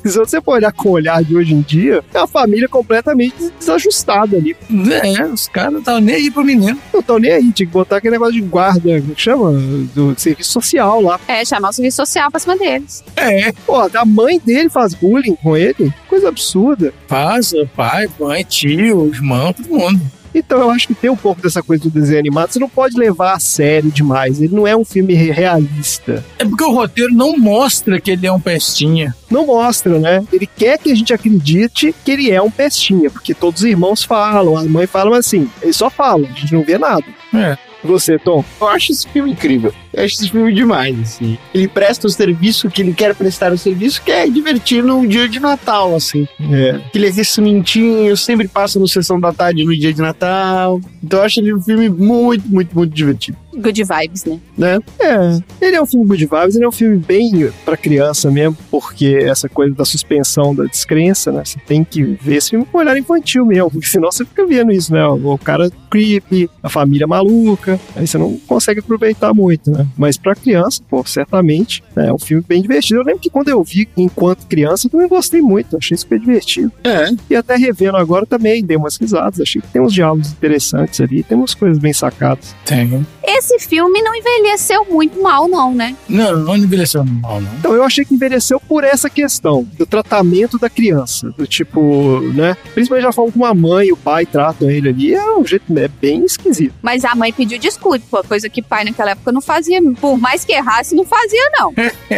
Se você for olhar com o olhar de hoje em dia, é uma família completamente desajustada ali. Os caras não estavam nem aí pro menino. Não estão nem aí, tinha que botar aquele negócio de guarda, como que chama? Do serviço social lá. Chamar o serviço social pra cima deles. Pô, a mãe dele faz bullying com ele. Coisa absurda. Faz, pai, mãe, tio, irmão, todo mundo. Então eu acho que tem um pouco dessa coisa do desenho animado. Você não pode levar a sério demais. Ele não é um filme realista. É porque o roteiro não mostra que ele é um pestinha. Não mostra, né? Ele quer que a gente acredite que ele é um pestinha, porque todos os irmãos falam, a mãe fala, mas assim, eles só falam, a gente não vê nada. Você, Tom? Eu acho esse filme incrível. Eu acho esse filme demais, assim. Ele presta o serviço que ele quer prestar o serviço, que é divertir num dia de Natal, assim. Ele é ressumintinho, sempre passa no Sessão da Tarde no dia de Natal. Então eu acho ele um filme muito, muito, muito divertido. Good vibes, né? Ele é um filme good vibes, ele é um filme bem pra criança mesmo, porque essa coisa da suspensão da descrença, né? Você tem que ver esse filme com olhar infantil mesmo, porque senão você fica vendo isso, né? O cara creepy, a família maluca, aí você não consegue aproveitar muito, né? Mas pra criança, pô, certamente, é um filme bem divertido. Eu lembro que quando eu vi enquanto criança, eu também gostei muito, achei super divertido. E até revendo agora também, dei umas risadas, achei que tem uns diálogos interessantes ali, tem umas coisas bem sacadas. Tem. Esse filme não envelheceu muito mal, não, né? Não envelheceu mal, não. Então, eu achei que envelheceu por essa questão do tratamento da criança, do tipo, né? Principalmente a forma como a mãe e o pai tratam ele ali, é um jeito bem esquisito. Mas a mãe pediu desculpa, coisa que pai naquela época não fazia. Por mais que errasse, não fazia, não.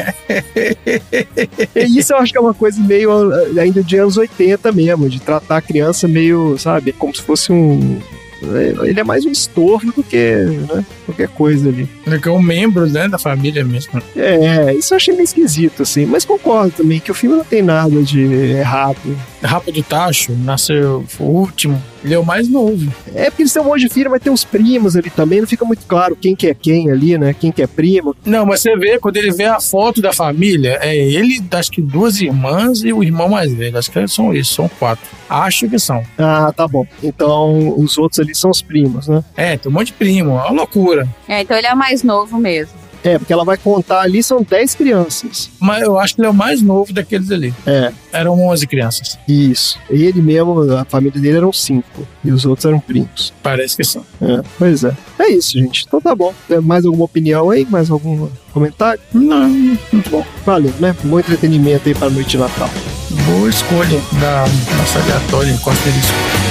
E isso eu acho que é uma coisa meio ainda de anos 80 mesmo, de tratar a criança meio, sabe, como se fosse um... Ele é mais um estorvo do que, né, qualquer coisa ali. Ele é um membro, né, da família mesmo. Isso eu achei meio esquisito, assim. Mas concordo também que o filme não tem nada de errado. Rapa do Tacho nasceu, foi o último. Ele é o mais novo. É porque eles têm um monte de filho, mas tem uns primos ali também. Não fica muito claro quem que é quem ali, né? Quem que é primo. Não, mas você vê, quando ele vê a foto da família, é ele, acho que 2 irmãs e o irmão mais velho. Acho que são isso, são 4. Acho que são. Ah, tá bom. Então, os outros ali são os primos, né? Tem um monte de primo. É uma loucura. Então ele é mais novo mesmo. Porque ela vai contar ali, são 10 crianças. Mas eu acho que ele é o mais novo daqueles ali. Eram 11 crianças. Isso. Ele mesmo, a família dele eram 5. E os outros eram primos. Parece que são. Pois é. É isso, gente. Então tá bom. Mais alguma opinião aí? Mais algum comentário? Não, muito bom. Valeu, né? Bom entretenimento aí para a noite de Natal. Boa escolha da nossa aleatória em Costa de Risco.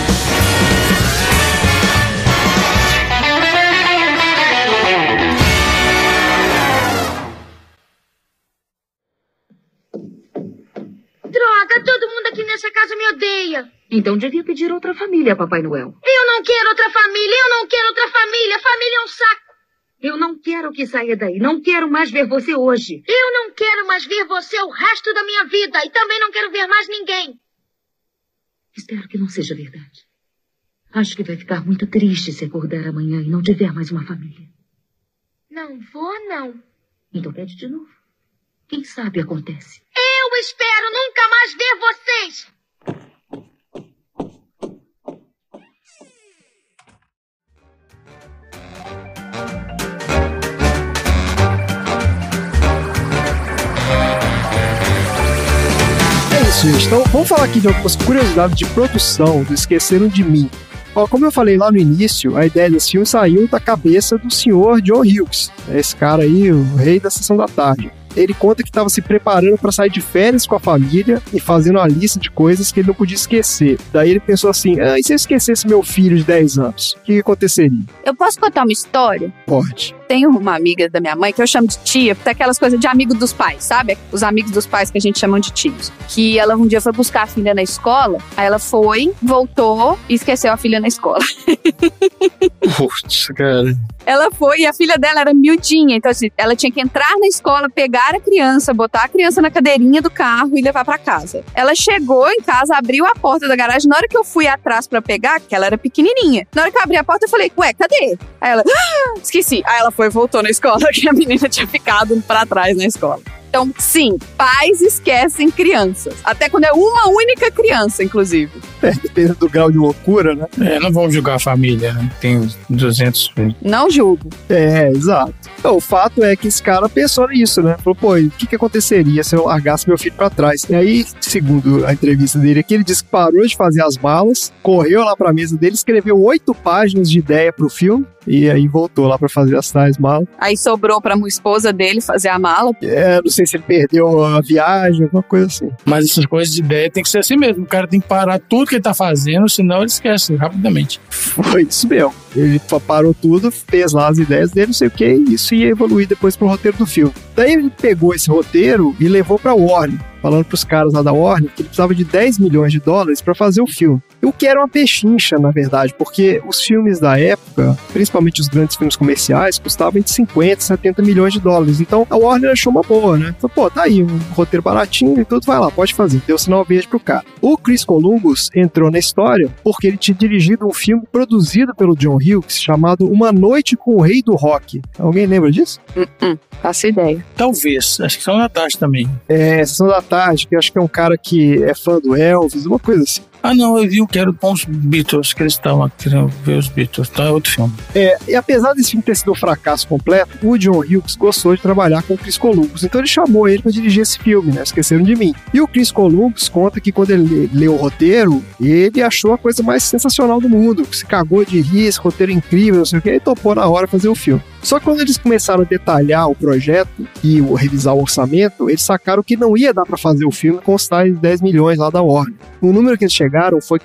Droga, todo mundo aqui nessa casa me odeia. Então devia pedir outra família, Papai Noel. Eu não quero outra família, eu não quero outra família. Família é um saco. Eu não quero que saia daí. Não quero mais ver você hoje. Eu não quero mais ver você o resto da minha vida. E também não quero ver mais ninguém. Espero que não seja verdade. Acho que vai ficar muito triste se acordar amanhã e não tiver mais uma família. Não vou, não. Então pede de novo. Quem sabe acontece. Eu espero nunca mais ver vocês. É isso, gente. Então vamos falar aqui de algumas curiosidades de produção do Esqueceram de Mim. Como eu falei lá no início, a ideia desse filme saiu da cabeça do senhor John Hughes. Esse cara aí, o rei da Sessão da Tarde. Ele conta que estava se preparando para sair de férias com a família e fazendo uma lista de coisas que ele não podia esquecer. Daí ele pensou assim, e se eu esquecesse meu filho de 10 anos? O que aconteceria? Eu posso contar uma história? Pode. Tem uma amiga da minha mãe que eu chamo de tia, porque é aquelas coisas de amigo dos pais, sabe? Os amigos dos pais que a gente chama de tios. Que ela um dia foi buscar a filha na escola, aí ela foi, voltou e esqueceu a filha na escola. Putz, cara. Ela foi e a filha dela era miudinha, então assim, ela tinha que entrar na escola, pegar a criança, botar a criança na cadeirinha do carro e levar pra casa. Ela chegou em casa, abriu a porta da garagem, na hora que eu fui atrás pra pegar, que ela era pequenininha, na hora que eu abri a porta eu falei, ué, cadê? Aí ela, esqueci. Aí ela foi e voltou na escola, que a menina tinha ficado pra trás na escola. Então, sim, pais esquecem crianças. Até quando é uma única criança, inclusive. Depende do grau de loucura, né? Não vamos julgar a família, né? Tem 200 filhos. Não julgo. Exato. Então, o fato é que esse cara pensou nisso, né? Falou, pô, o que aconteceria se eu largasse meu filho pra trás? E aí, segundo a entrevista dele aqui, ele disse que parou de fazer as malas, correu lá pra mesa dele, escreveu 8 páginas de ideia pro filme, e aí voltou lá pra fazer as tais malas. Aí sobrou pra esposa dele fazer a mala. Não sei se ele perdeu a viagem, alguma coisa assim. Mas essas coisas de ideia tem que ser assim mesmo. O cara tem que parar tudo que ele tá fazendo, senão ele esquece rapidamente. Foi isso mesmo. Ele parou tudo, fez lá as ideias dele, não sei o que, e isso ia evoluir depois pro roteiro do filme. Daí ele pegou esse roteiro e levou pra Warner, falando pros caras lá da Warner que ele precisava de $10 milhões pra fazer o filme. O que era uma pechincha, na verdade, porque os filmes da época, principalmente os grandes filmes comerciais, custavam entre 50 e 70 milhões de dólares. Então a Warner achou uma boa, né? Falou, pô, tá aí, um roteiro baratinho e tudo, vai lá, pode fazer. Deu sinal verde pro cara. O Chris Columbus entrou na história porque ele tinha dirigido um filme produzido pelo John Hughes chamado Uma Noite com o Rei do Rock. Alguém lembra disso? Faço ideia. Talvez. Acho que Sessão da Tarde também. Sessão da Tarde, que acho que é um cara que é fã do Elvis, uma coisa assim. Ah, não, eu vi o que era com os Beatles, que eles estavam querendo ver os Beatles. Então é outro filme. E apesar desse filme ter sido um fracasso completo, o John Hughes gostou de trabalhar com o Chris Columbus. Então ele chamou ele para dirigir esse filme, né? Esqueceram de Mim. E o Chris Columbus conta que quando ele leu o roteiro, ele achou a coisa mais sensacional do mundo. Se cagou de rir, esse roteiro é incrível, não sei o que, e topou na hora fazer o filme. Só que quando eles começaram a detalhar o projeto e revisar o orçamento, eles sacaram que não ia dar para fazer o filme com os tais 10 milhões lá da Warner. O número que eles chegaram foi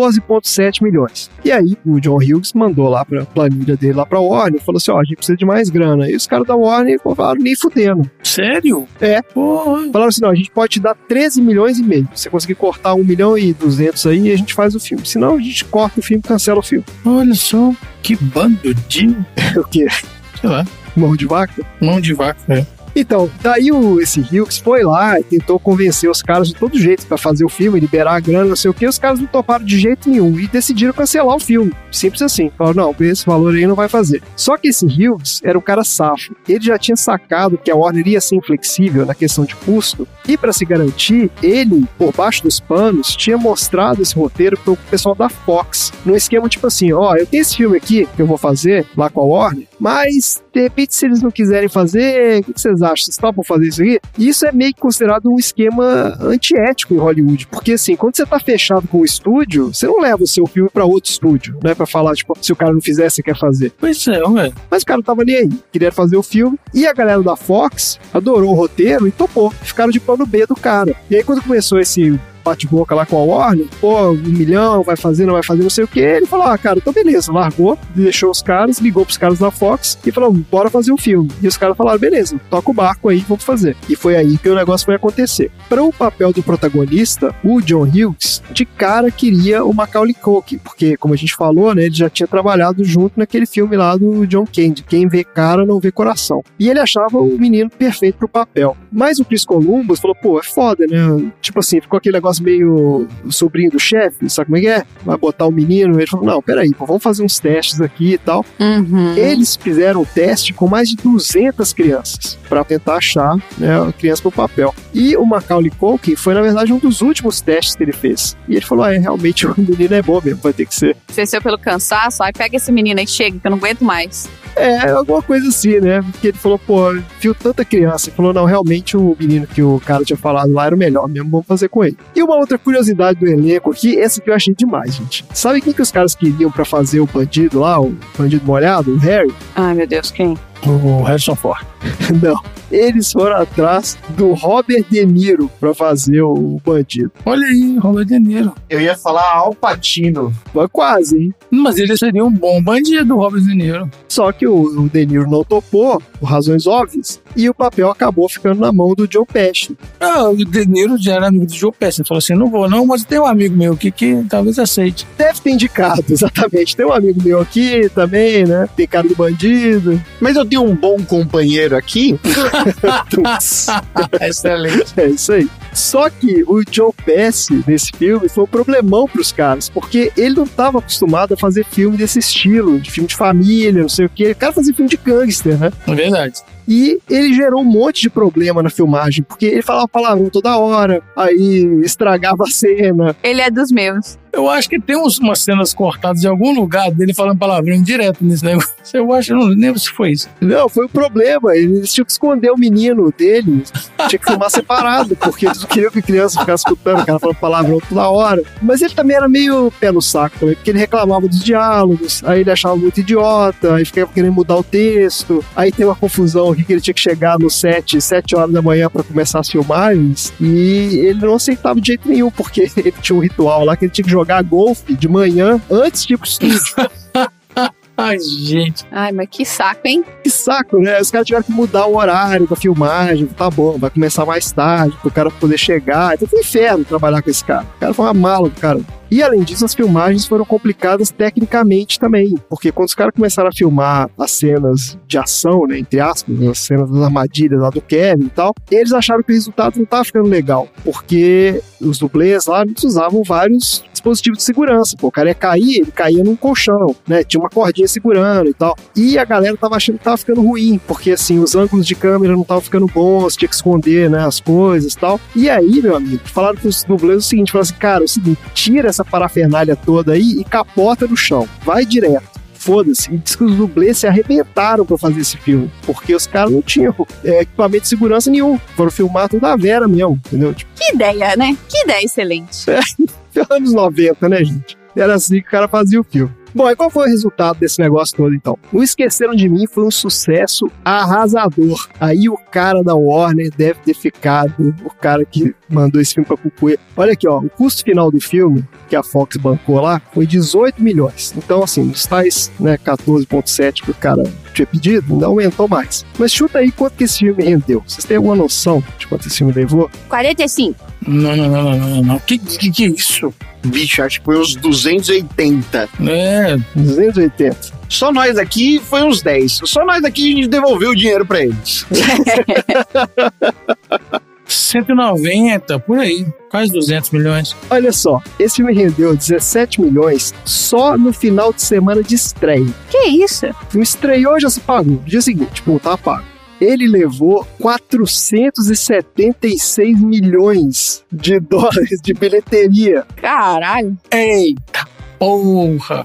14,7 milhões. E aí o John Hughes mandou lá pra planilha dele lá pra Warner e falou assim, a gente precisa de mais grana. E os caras da Warner falaram, nem fudendo. Sério? Porra. Falaram assim, não, a gente pode te dar 13 milhões e meio. Se você conseguir cortar 1 milhão e 200 aí, a gente faz o filme. Senão a gente corta o filme e cancela o filme. Olha só, que bando de... O quê? Sei lá. Mão de vaca? Mão de vaca, Então, daí esse Hughes foi lá e tentou convencer os caras de todo jeito pra fazer o filme, liberar a grana, não sei o que, os caras não toparam de jeito nenhum e decidiram cancelar o filme. Simples assim. Falaram, não, esse valor aí não vai fazer. Só que esse Hughes era um cara safo. Ele já tinha sacado que a Warner ia ser inflexível na questão de custo e pra se garantir, ele, por baixo dos panos, tinha mostrado esse roteiro pro pessoal da Fox, num esquema tipo assim, eu tenho esse filme aqui que eu vou fazer lá com a Warner, mas de repente se eles não quiserem fazer, o que vocês acham? Vocês topam fazer isso aqui? E isso é meio que considerado um esquema antiético em Hollywood, porque assim, quando você tá fechado com o estúdio, você não leva o seu filme pra outro estúdio, né, pra falar, tipo, se o cara não fizer, você quer fazer. Pois é, ué. Mas o cara não tava nem aí, queria fazer o filme, e a galera da Fox adorou o roteiro e topou, ficaram de plano B do cara. E aí quando começou esse bate-boca lá com a Warner, 1 milhão, vai fazer, não vai fazer, não sei o que. Ele falou, cara, então beleza, largou, deixou os caras, ligou pros caras da Fox e falou, bora fazer o filme. E os caras falaram, beleza, toca o barco aí, vamos fazer. E foi aí que o negócio foi acontecer. Para o papel do protagonista, o John Hughes, de cara queria o Macaulay Culkin, porque, como a gente falou, né, ele já tinha trabalhado junto naquele filme lá do John Candy, Quem Vê Cara Não Vê Coração. E ele achava o menino perfeito pro papel. Mas o Chris Columbus falou, é foda, né? Tipo assim, ficou aquele negócio meio sobrinho do chefe, sabe como é que é? Vai botar o menino, ele falou, não, peraí, vamos fazer uns testes aqui e tal. Eles fizeram o teste com mais de 200 crianças, pra tentar achar, né, a criança pro papel. E o Macaulay Culkin foi, na verdade, um dos últimos testes que ele fez. E ele falou, realmente o menino é bom mesmo, vai ter que ser. Venceu pelo cansaço, aí pega esse menino aí, chega, que eu não aguento mais. Alguma coisa assim, né? Porque ele falou, viu tanta criança. Ele falou, não, realmente o menino que o cara tinha falado lá era o melhor mesmo, vamos fazer com ele. E uma outra curiosidade do elenco aqui, essa que eu achei demais, gente. Sabe quem que os caras queriam pra fazer o bandido lá, o bandido molhado, o Harry? Ai, meu Deus, quem? O Harrison Ford. Não. Eles foram atrás do Robert De Niro pra fazer o bandido. Olha aí, Robert De Niro. Eu ia falar Al Pacino. Foi quase, hein? Mas ele seria um bom bandido, Robert De Niro. Só que o De Niro não topou, por razões óbvias, e o papel acabou ficando na mão do Joe Pesci. O De Niro já era amigo do Joe Pesci. Ele falou assim, não vou não, mas tem um amigo meu aqui que talvez aceite. Deve ter indicado, exatamente. Tem um amigo meu aqui também, né? Tem cara do bandido. Mas eu tenho um bom companheiro aqui. Excelente. É isso aí. Só que o Joe Pesci, nesse filme, foi um problemão pros caras, porque ele não estava acostumado a fazer filme desse estilo, de filme de família, não sei o quê. O cara fazia filme de gangster, né? É verdade. E ele gerou um monte de problema na filmagem, porque ele falava palavrão toda hora, aí estragava a cena. Ele é dos meus. Eu acho que tem umas cenas cortadas em algum lugar dele falando palavrão direto nesse negócio. Eu acho, eu não lembro se foi isso. Não, foi um problema. Eles tinham que esconder o menino dele. Tinha que filmar separado, porque eles não queriam que a criança ficasse escutando o cara falando palavrão toda hora. Mas ele também era meio pé no saco também, porque ele reclamava dos diálogos, aí ele achava muito idiota, aí ficava querendo mudar o texto, aí tem uma confusão aqui que ele tinha que chegar no set 7 horas da manhã pra começar as filmagens, e ele não aceitava de jeito nenhum, porque ele tinha um ritual lá que ele tinha que jogar golfe de manhã antes de ir pro estúdio. Ai, gente. Ai, mas que saco, hein? Que saco, né? Os caras tiveram que mudar o horário da filmagem. Tá bom, vai começar mais tarde pro cara poder chegar. Então foi um inferno trabalhar com esse cara. O cara foi uma mala do cara. E além disso, as filmagens foram complicadas tecnicamente também, porque quando os caras começaram a filmar as cenas de ação, né, entre aspas, as cenas das armadilhas lá do Kevin e tal, eles acharam que o resultado não tava ficando legal, porque os dublês lá eles usavam vários dispositivos de segurança. Pô, o cara ia cair, ele caía num colchão, né, tinha uma cordinha segurando e tal, e a galera tava achando que tava ficando ruim, porque assim, os ângulos de câmera não estavam ficando bons, tinha que esconder, né, as coisas e tal. E aí, meu amigo, falaram pros dublês o seguinte, falaram assim, cara, é o seguinte, tira essa parafernália toda aí e capota no chão. Vai direto. Foda-se. E diz que os dublês se arrebentaram pra fazer esse filme. Porque os caras não tinham equipamento de segurança nenhum. Foram filmar tudo à vera mesmo, entendeu? Tipo, que ideia, né? Que ideia excelente. Anos 90, né, gente? Era assim que o cara fazia o filme. Bom, e qual foi o resultado desse negócio todo, então? O Esqueceram de Mim foi um sucesso arrasador. Aí o cara da Warner deve ter ficado, o cara que mandou esse filme pra Cucuê. Olha aqui, ó, o custo final do filme, que a Fox bancou lá, foi 18 milhões. Então, assim, dos tais, né, 14,7 que o cara tinha pedido, ainda aumentou mais. Mas chuta aí quanto que esse filme rendeu. Vocês têm alguma noção de quanto esse filme levou? 45. Não. Que é isso? Bicho, acho que foi uns 280. 280. Só nós aqui foi uns 10. Só nós aqui a gente devolveu o dinheiro pra eles. 190, por aí. Quase 200 milhões. Olha só, esse filme rendeu 17 milhões só no final de semana de estreia. Que isso? O filme estreou e já se pagou. No dia seguinte, pô, tá pago. Ele levou 476 milhões de dólares de bilheteria. Caralho. Eita porra.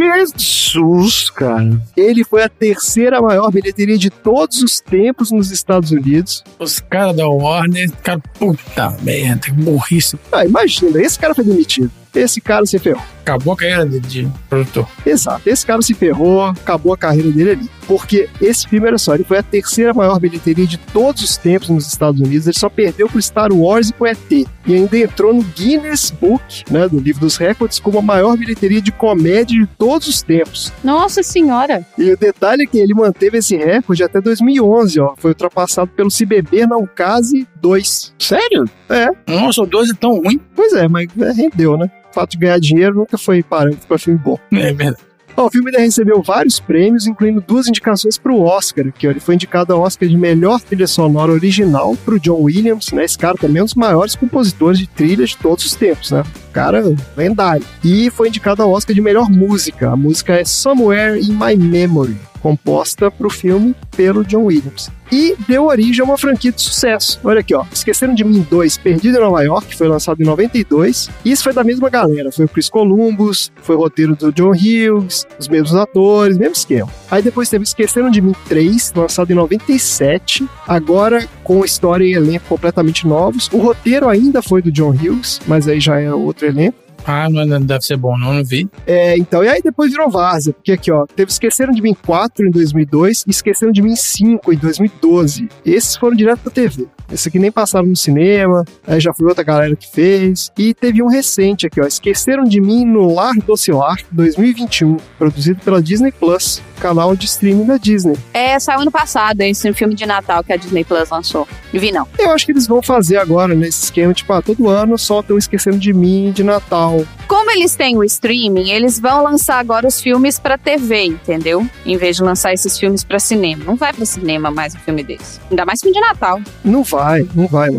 Jesus, cara. Ele foi a terceira maior bilheteria de todos os tempos nos Estados Unidos. Os caras da Warner, cara, puta merda, que burrice. Imagina, esse cara foi demitido. Esse cara se ferrou. Acabou a carreira dele de produtor. Exato, esse cara se ferrou, acabou a carreira dele ali. Porque esse filme, olha só, ele foi a terceira maior bilheteria de todos os tempos nos Estados Unidos. Ele só perdeu pro Star Wars e pro ET. E ainda entrou no Guinness Book, né, do livro dos recordes, como a maior bilheteria de comédia de todos os tempos. Nossa senhora! E o detalhe é que ele manteve esse recorde até 2011, ó. Foi ultrapassado pelo Se Beber Não Case 2. Sério? É. Nossa, o 2 é tão ruim. Pois é, mas rendeu, né? O fato de ganhar dinheiro nunca foi parâmetro para filme bom. É verdade. O filme ainda recebeu vários prêmios, incluindo 2 indicações para o Oscar, que ele foi indicado ao Oscar de melhor trilha sonora original para o John Williams, né? Esse cara também é um dos maiores compositores de trilhas de todos os tempos, né? Cara lendário. E foi indicado ao Oscar de melhor música. A música é Somewhere in My Memory, composta para o filme pelo John Williams. E deu origem a uma franquia de sucesso. Olha aqui, ó. Esqueceram de Mim 2, Perdido em Nova York, que foi lançado em 92. E isso foi da mesma galera. Foi o Chris Columbus, foi o roteiro do John Hughes, os mesmos atores, mesmo esquema. Aí depois teve Esqueceram de Mim 3, lançado em 97. Agora com história e elenco completamente novos. O roteiro ainda foi do John Hughes, mas aí já é outro elenco. Ah, não deve ser bom, não vi. Então, e aí depois virou várzea, porque aqui, ó, teve Esqueceram de Mim 4 em 2002 e Esqueceram de Mim 5 em 2012. Esses foram direto pra TV. Esse aqui nem passaram no cinema, aí já foi outra galera que fez. E teve um recente aqui, ó, Esqueceram de Mim no Lar Docilar, 2021, produzido pela Disney Plus, canal de streaming da Disney. Saiu ano passado, esse filme de Natal que a Disney Plus lançou. Não vi, não. Eu acho que eles vão fazer agora, nesse esquema, tipo, todo ano soltam Esquecendo de Mim de Natal. Como eles têm o streaming, eles vão lançar agora os filmes pra TV, entendeu? Em vez de lançar esses filmes pra cinema. Não vai pra cinema mais um filme desse. Ainda mais filme de Natal. Não vai mais.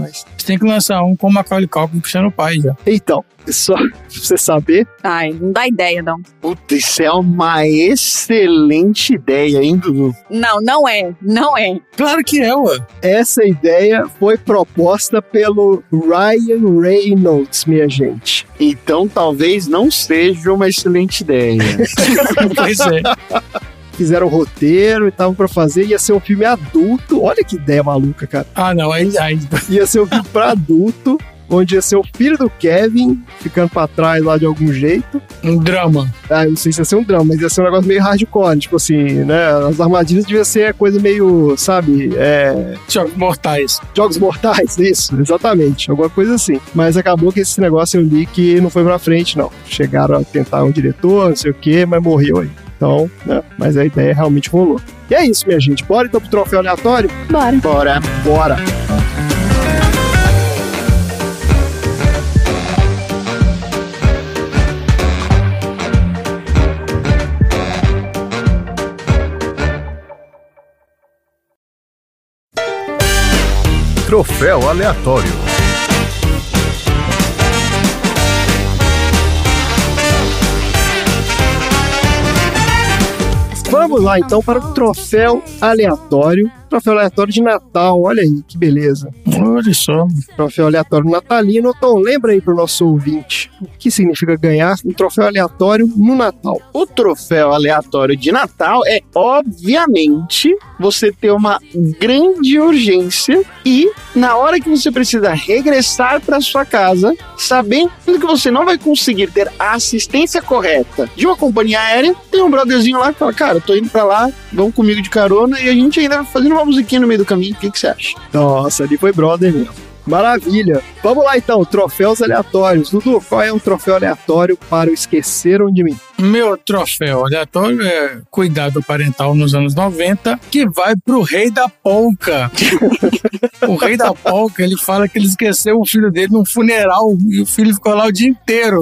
tem que lançar um com o Macaulay Culkin puxando o pai já. Então, só pra você saber... Ai, não dá ideia, não. Puta, isso é uma excelente ideia, hein, Dudu? Não, não é. Não é. Claro que é, ué. Essa ideia foi proposta pelo Ryan Reynolds, minha gente. Então talvez não seja uma excelente ideia. Pois é. Fizeram o roteiro e estavam pra fazer, ia ser um filme adulto. Olha que ideia maluca, cara. Ah, não, aí... Ia ser um filme pra adulto, onde ia ser o filho do Kevin ficando pra trás lá de algum jeito. Um drama. Ah, eu não sei se ia ser um drama, mas ia ser um negócio meio hardcore, tipo assim, né? As armadilhas deviam ser coisa meio, sabe, Jogos Mortais. Jogos Mortais, isso, exatamente, alguma coisa assim. Mas acabou que esse negócio eu li que não foi pra frente, não. Chegaram a tentar um diretor, não sei o quê, mas morreu aí. Então, né? Mas a ideia realmente rolou. E é isso, minha gente. Bora então pro troféu aleatório? Bora. Bora. Bora. Troféu aleatório. Vamos lá então para o troféu aleatório. Troféu aleatório de Natal, olha aí, que beleza. Olha só. Troféu aleatório natalino. Tom, lembra aí para o nosso ouvinte o que significa ganhar um troféu aleatório no Natal. O troféu aleatório de Natal é, obviamente, você ter uma grande urgência e, na hora que você precisa regressar para sua casa, sabendo que você não vai conseguir ter a assistência correta de uma companhia aérea, tem um brotherzinho lá que fala, cara, eu tô indo pra lá, vão comigo de carona e a gente ainda vai fazendo uma musiquinha no meio do caminho. O que você acha? Nossa, ali foi brother mesmo. Maravilha. Vamos lá então, troféus aleatórios. Dudu, qual é o troféu aleatório para o Esqueceram de Mim? Meu troféu aleatório é cuidado parental nos anos 90, que vai pro Rei da Polka. O Rei da Polka, ele fala que ele esqueceu o filho dele num funeral e o filho ficou lá o dia inteiro.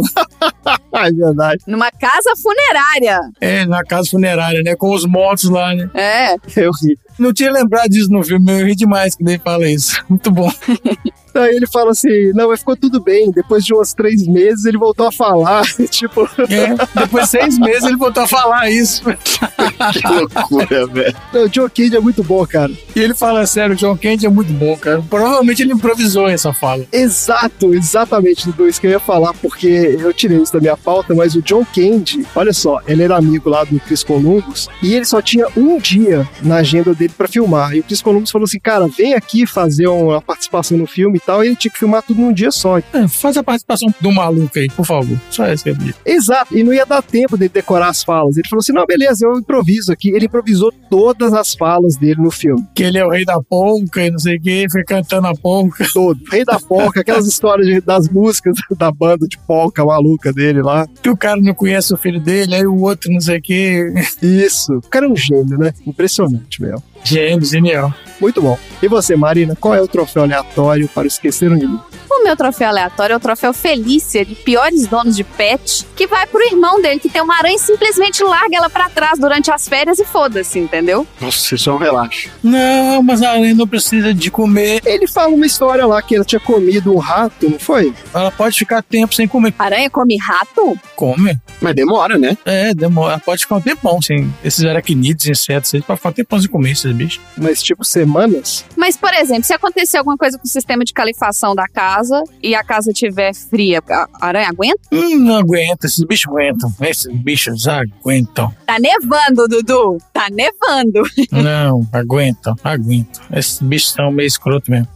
É verdade. Numa casa funerária. É, na casa funerária, né? Com os mortos lá, né? É. Eu ri. Não tinha lembrado disso no filme, eu ri demais que ele fala isso. Muito bom. Aí ele fala assim, não, mas ficou tudo bem. Depois de uns 3 meses, ele voltou a falar. Tipo... depois de 6 meses, ele voltou a falar isso. Que loucura, velho. O John Candy é muito bom, cara. E ele fala sério, o John Candy é muito bom, cara. Provavelmente ele improvisou essa fala. Exatamente, Dudu, isso que eu ia falar, porque eu tirei isso da minha pauta, mas o John Candy, olha só, ele era amigo lá do Chris Columbus, e ele só tinha um dia na agenda dele pra filmar. E o Chris Columbus falou assim, cara, vem aqui fazer uma participação no filme e tal, e ele tinha que filmar tudo num dia só. Faz a participação do maluco aí, por favor. Só essa que eu vi. Exato, e não ia dar tempo dele decorar as falas. Ele falou assim, não, beleza, eu improviso aqui. Ele improvisou todas as falas dele no filme. Que ele é o rei da polca e não sei o que, foi cantando a polca. Todo, rei da polca, aquelas histórias das músicas da banda de polca maluca dele lá. Que o cara não conhece o filho dele, aí o outro não sei o que. Isso, o cara é um gênio, né? Impressionante, mesmo. Genial. Muito bom. E você, Marina, qual é o troféu aleatório para Esqueceram de Mim? O meu troféu aleatório é o troféu Felícia, de piores donos de pet, que vai pro irmão dele, que tem uma aranha e simplesmente larga ela pra trás durante as férias e foda-se, entendeu? Nossa, isso é um relaxo. Não, mas a aranha não precisa de comer. Ele fala uma história lá que ela tinha comido um rato, não foi? Ela pode ficar tempo sem comer. Aranha come rato? Come. Mas demora, né? É, demora. Ela pode ficar um tempão sem esses aracnídeos, insetos, pode ficar um tempão sem comer esses bichos. Mas tipo semanas? Mas, por exemplo, se acontecer alguma coisa com o sistema de calefação da casa e a casa estiver fria, a aranha aguenta? Não aguenta, esses bichos aguentam. Esses bichos aguentam. Tá nevando, Dudu. Tá nevando. Não, aguentam. Esses bichos são meio escroto mesmo.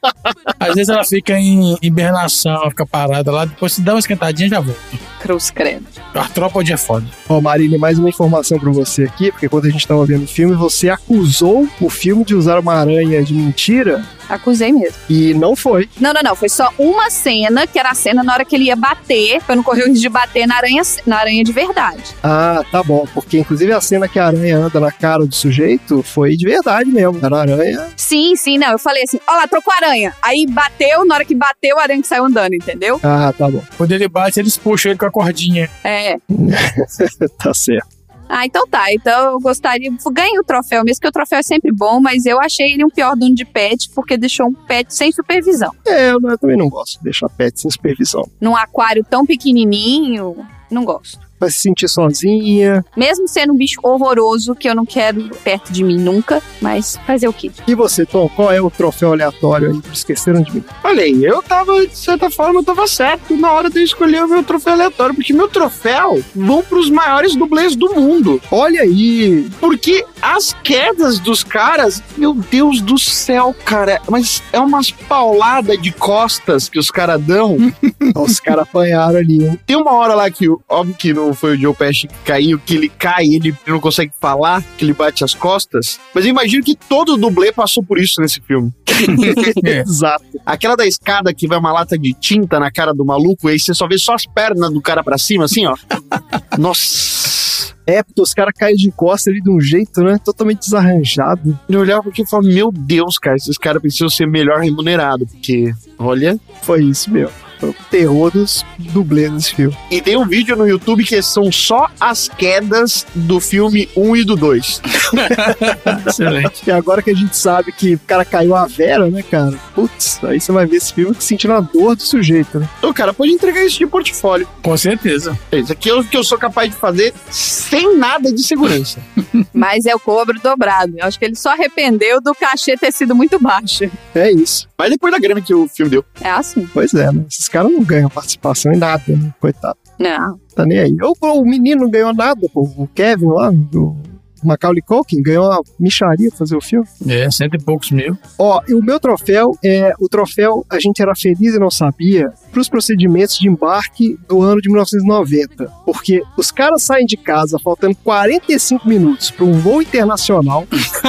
Às vezes ela fica em hibernação, fica parada lá, depois se dá uma esquentadinha já volta. Cruz credo. Artrópode é foda. Ó, Marina, mais uma informação pra você aqui, porque quando a gente tava vendo o filme, você acusou o filme de usar uma aranha de mentira. Acusei mesmo. E não foi. Não. Foi só uma cena, que era a cena na hora que ele ia bater, pra não correr o risco de bater na aranha de verdade. Ah, tá bom. Porque, inclusive, a cena que a aranha anda na cara do sujeito foi de verdade mesmo. Era a aranha. Sim, não. Eu falei assim, ó lá, trocou a aranha. Aí bateu, na hora que bateu, a aranha que saiu andando, entendeu? Ah, tá bom. Quando ele bate, eles puxam ele com a cordinha. É. Tá certo. Ah, então tá. Então eu gostaria... Ganhe o troféu mesmo, que o troféu é sempre bom, mas eu achei ele um pior dono de pet, porque deixou um pet sem supervisão. Eu também não gosto de deixar pet sem supervisão. Num aquário tão pequenininho, não gosto. Vai se sentir sozinha. Mesmo sendo um bicho horroroso, que eu não quero perto de mim nunca, mas fazer o quê? E você, Tom, qual é o troféu aleatório aí? Esqueceram de mim. Olha aí, eu tava, de certa forma, eu tava certo na hora de eu escolher o meu troféu aleatório, porque meu troféu vão pros maiores dublês do mundo. Olha aí! Porque as quedas dos caras, meu Deus do céu, cara, mas é umas pauladas de costas que os caras dão. Os caras apanharam ali, hein? Tem uma hora lá que, óbvio que não foi o Joe Pesci que caiu, que ele cai, ele não consegue falar, que ele bate as costas, mas eu imagino que todo dublê passou por isso nesse filme. Exato. Aquela da escada que vai uma lata de tinta na cara do maluco, e aí você só vê só as pernas do cara pra cima, assim, ó. Nossa. É, porque os caras caem de costas ali de um jeito, né? Totalmente desarranjado. Eu olhava porque eu falava, meu Deus, cara, esses caras precisam ser melhor remunerados, porque, olha... Foi isso mesmo. O terror dos dublês desse filme. E tem um vídeo no YouTube que são só as quedas do filme 1 e do 2. Excelente. E agora que a gente sabe que o cara caiu a Vera, né, cara? Putz, aí você vai ver esse filme sentindo a dor do sujeito, né? O cara pode entregar isso de portfólio. Com certeza. Isso aqui é o que eu sou capaz de fazer sem nada de segurança. Mas é o cobro dobrado. Eu acho que ele só arrependeu do cachê ter sido muito baixo. É isso. Mas depois da grana que o filme deu. É assim. Pois é, né? Esses caras não ganham participação em nada, né? Coitado. Não. Tá nem aí. O menino não ganhou nada, pô. O Kevin lá, do Macaulay Culkin, ganhou uma micharia pra fazer o filme. 100 e poucos mil. Ó, e o meu troféu é o troféu A Gente Era Feliz e Não Sabia pros procedimentos de embarque do ano de 1990. Porque os caras saem de casa faltando 45 minutos para um voo internacional,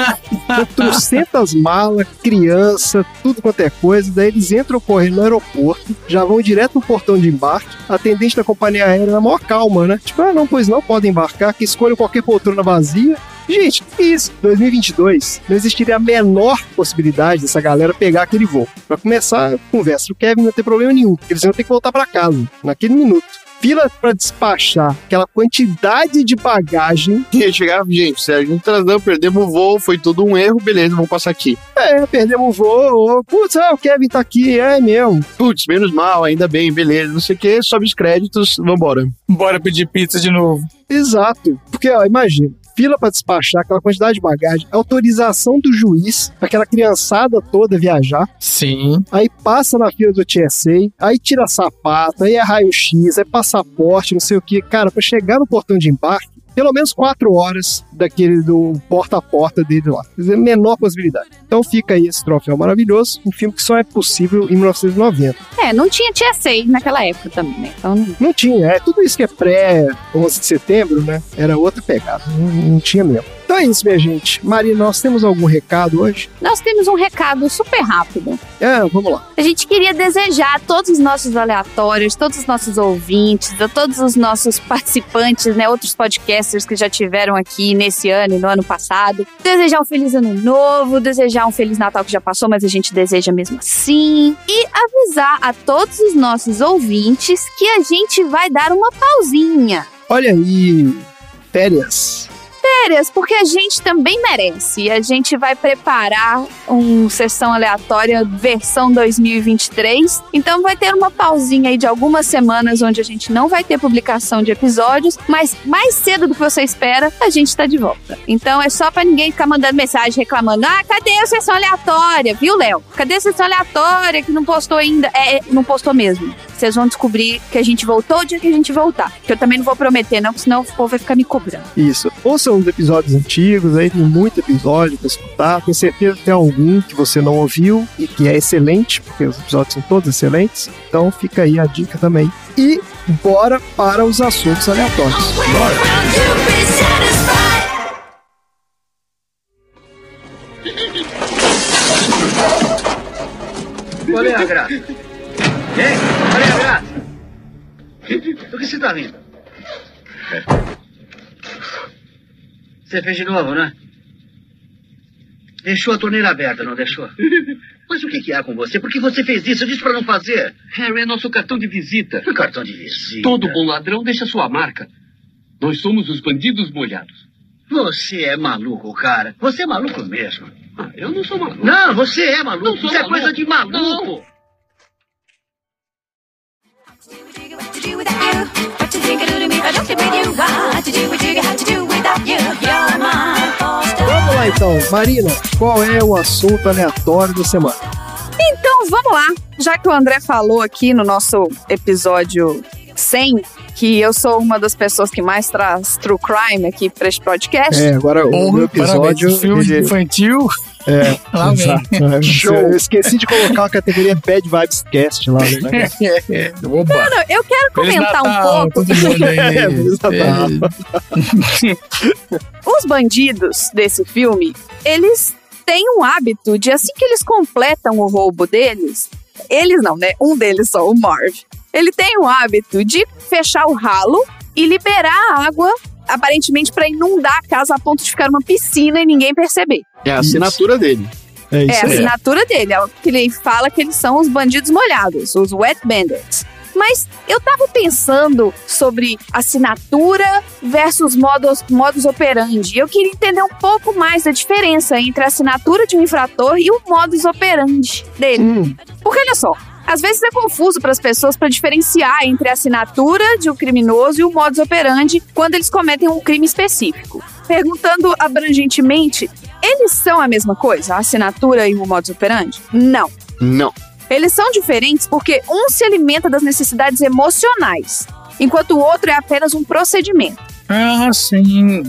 com trocentas malas, criança, tudo quanto é coisa. Daí eles entram correndo no aeroporto, já vão direto no portão de embarque. A atendente da companhia aérea na maior calma, né? Tipo, não, pois não, podem embarcar, que escolham qualquer poltrona vazia. Gente, que isso? 2022, não existiria a menor possibilidade dessa galera pegar aquele voo. Pra começar a conversa, o Kevin não ia ter problema nenhum, porque eles iam ter que voltar pra casa, naquele minuto. Fila pra despachar aquela quantidade de bagagem. E chegava, gente, se a gente perdemos o voo, foi tudo um erro, beleza, vamos passar aqui. Perdemos o voo, putz, o Kevin tá aqui, é mesmo. Putz, menos mal, ainda bem, beleza, não sei o que, sobe os créditos, vambora. Bora pedir pizza de novo. Exato, porque, ó, imagina. Fila para despachar aquela quantidade de bagagem, autorização do juiz para aquela criançada toda viajar. Sim. Aí passa na fila do TSA, aí tira sapato, aí é raio-x, é passaporte, não sei o que. Cara, para chegar no portão de embarque, pelo menos 4 horas daquele do porta a porta dele lá. Quer dizer, menor possibilidade. Então fica aí esse troféu maravilhoso, um filme que só é possível em 1990. Não tinha TSA naquela época também, né? Então não tinha, tudo isso que é pré-11 de setembro, né? Era outra pegada, não tinha mesmo. Então é isso, minha gente. Maria, nós temos algum recado hoje? Nós temos um recado super rápido. Vamos lá. A gente queria desejar a todos os nossos aleatórios, todos os nossos ouvintes, a todos os nossos participantes, né, outros podcasters que já tiveram aqui nesse ano e no ano passado, desejar um feliz ano novo, desejar um feliz Natal que já passou, mas a gente deseja mesmo assim, e avisar a todos os nossos ouvintes que a gente vai dar uma pausinha. Olha aí, férias, porque a gente também merece. A gente vai preparar uma sessão aleatória versão 2023. Então vai ter uma pausinha aí de algumas semanas onde a gente não vai ter publicação de episódios, mas mais cedo do que você espera, a gente tá de volta. Então é só pra ninguém ficar mandando mensagem reclamando: cadê a sessão aleatória? Viu, Léo? Cadê a sessão aleatória que não postou ainda? Não postou mesmo. Vocês vão descobrir que a gente voltou o dia que a gente voltar. Que eu também não vou prometer, não, porque senão o povo vai ficar me cobrando. Isso. Ouçam os episódios antigos, aí tem muito episódio pra escutar. Tenho certeza que tem algum que você não ouviu e que é excelente, porque os episódios são todos excelentes. Então fica aí a dica também. E bora para os assuntos aleatórios. Bora! Qual é a graça? Ei, qual é a graça? Do que você tá rindo? Você fez de novo, né? Deixou a torneira aberta, não deixou? Mas o que há com você? Por que você fez isso? Eu disse pra não fazer. Harry, é nosso cartão de visita. Que cartão de visita? Todo bom ladrão deixa sua marca. Nós somos os bandidos molhados. Você é maluco, cara. Você é maluco mesmo. Eu não sou maluco. Não, você é maluco. Isso é coisa de maluco. Vamos lá então, Marina, qual é o assunto aleatório da semana? Então, vamos lá. Já que o André falou aqui no nosso episódio 100, que eu sou uma das pessoas que mais traz true crime aqui para este podcast. Agora o episódio... Filme infantil... lá vem. Show. Eu esqueci de colocar a categoria Bad Vibes Cast lá. Né? Não, eu quero comentar um pouco. Os bandidos desse filme, eles têm um hábito de, assim que eles completam o roubo deles, eles não, né? Um deles só, o Marv. Ele tem o hábito de fechar o ralo e liberar a água, aparentemente para inundar a casa a ponto de ficar uma piscina e ninguém perceber. É a assinatura dele. É a assinatura dele. É o que ele fala que eles são os bandidos molhados, os wet bandits. Mas eu tava pensando sobre assinatura versus modus operandi. Eu queria entender um pouco mais da diferença entre a assinatura de um infrator e o modus operandi dele. Porque olha só, às vezes é confuso para as pessoas para diferenciar entre a assinatura de um criminoso e o modus operandi quando eles cometem um crime específico. Perguntando abrangentemente, eles são a mesma coisa, a assinatura e o modus operandi? Não. Não. Eles são diferentes porque um se alimenta das necessidades emocionais, enquanto o outro é apenas um procedimento. Ah, sim.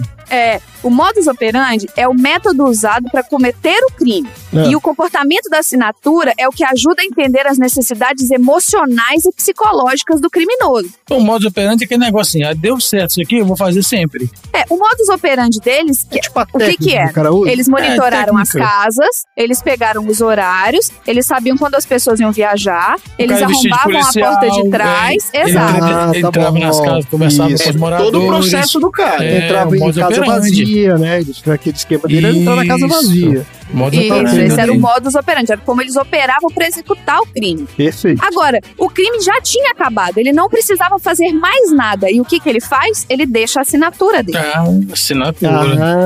O modus operandi é o método usado para cometer o crime. E o comportamento da assinatura é o que ajuda a entender as necessidades emocionais e psicológicas do criminoso. O modus operandi é aquele negocinho, deu certo isso aqui, eu vou fazer sempre. O modus operandi deles, o que é? Eles monitoraram as casas, eles pegaram os horários, eles sabiam quando as pessoas iam viajar, eles arrombavam a porta de trás. Exato. Entrava nas casas, conversava com os moradores. Todo o processo do cara. Entrava em casa vazia, né? Aquele esquema dele era entrar na casa vazia. Esse era o modus operandi, era como eles operavam para executar o crime. Perfeito. Agora, o crime já tinha acabado, ele não precisava fazer mais nada. E o que ele faz? Ele deixa a assinatura dele. Assinatura.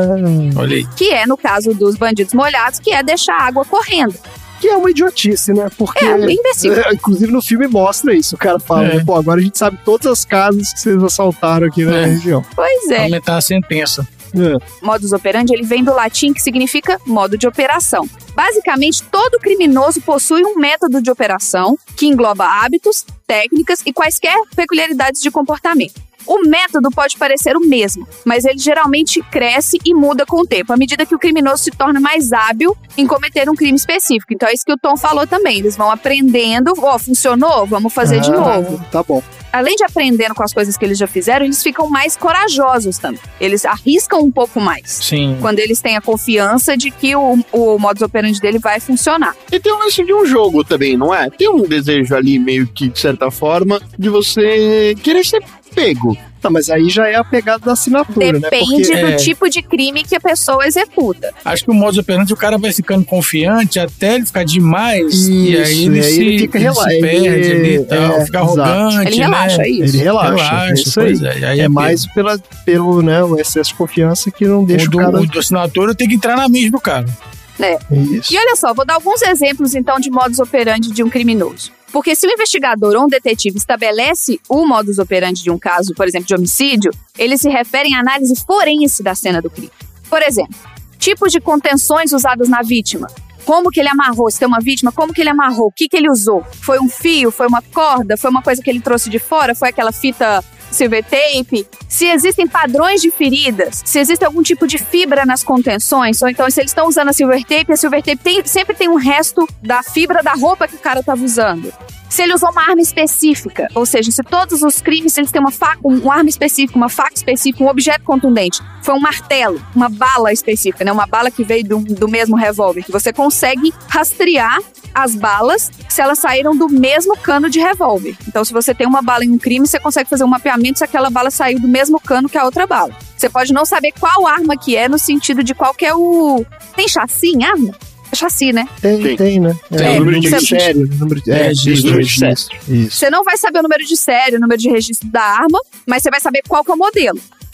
Olha aí. Que é, no caso dos bandidos molhados, que é deixar a água correndo. Que é uma idiotice, né? Porque, bem imbecil. Inclusive no filme mostra isso. O cara fala, pô, agora a gente sabe todas as casas que vocês assaltaram aqui na região. Pois é. Aumentar a sentença. Modus operandi, ele vem do latim que significa modo de operação. Basicamente, todo criminoso possui um método de operação que engloba hábitos, técnicas e quaisquer peculiaridades de comportamento. O método pode parecer o mesmo, mas ele geralmente cresce e muda com o tempo, à medida que o criminoso se torna mais hábil em cometer um crime específico. Então é isso que o Tom falou também, eles vão aprendendo, funcionou, vamos fazer de novo. Tá bom. Além de aprendendo com as coisas que eles já fizeram, eles ficam mais corajosos também. Eles arriscam um pouco mais. Sim. Quando eles têm a confiança de que o modus operandi dele vai funcionar. E tem um lance de um jogo também, não é? Tem um desejo ali, meio que, de certa forma, de você querer ser pego. Tá, mas aí já é a pegada da assinatura, Depende do tipo de crime que a pessoa executa. Acho que o modus operandi, o cara vai ficando confiante até ele ficar demais. Isso, e aí ele se perde ali e tal, fica arrogante. Ele relaxa, é isso. Ele relaxa. Isso aí. Aí é mais pelo o excesso de confiança que não deixa o cara... O do assinatura tem que entrar na mente do cara. Isso. E olha só, vou dar alguns exemplos então de modus operandi de um criminoso. Porque se o investigador ou um detetive estabelece o modus operandi de um caso, por exemplo, de homicídio, eles se referem à análise forense da cena do crime. Por exemplo, tipos de contenções usadas na vítima. Como que ele amarrou? Se tem uma vítima, como que ele amarrou? O que ele usou? Foi um fio? Foi uma corda? Foi uma coisa que ele trouxe de fora? Foi aquela fita silver tape? Se existem padrões de feridas, se existe algum tipo de fibra nas contenções, ou então se eles estão usando a silver tape sempre tem um resto da fibra da roupa que o cara estava usando. Se ele usou uma arma específica, ou seja, se todos os crimes eles têm uma arma específica, uma faca específica, um objeto contundente, foi um martelo, uma bala específica, né? Uma bala que veio do mesmo revólver, que você consegue rastrear as balas se elas saíram do mesmo cano de revólver. Então, se você tem uma bala em um crime, você consegue fazer um mapeamento se aquela bala saiu do mesmo cano que a outra bala. Você pode não saber qual arma que é, no sentido de qual que é o... Tem chassi em arma? É chassi, né? Tem, né? Tem o número de série. Número de registro. Isso. Você não vai saber o número de série, o número de registro da arma, mas você vai saber qual que é o modelo.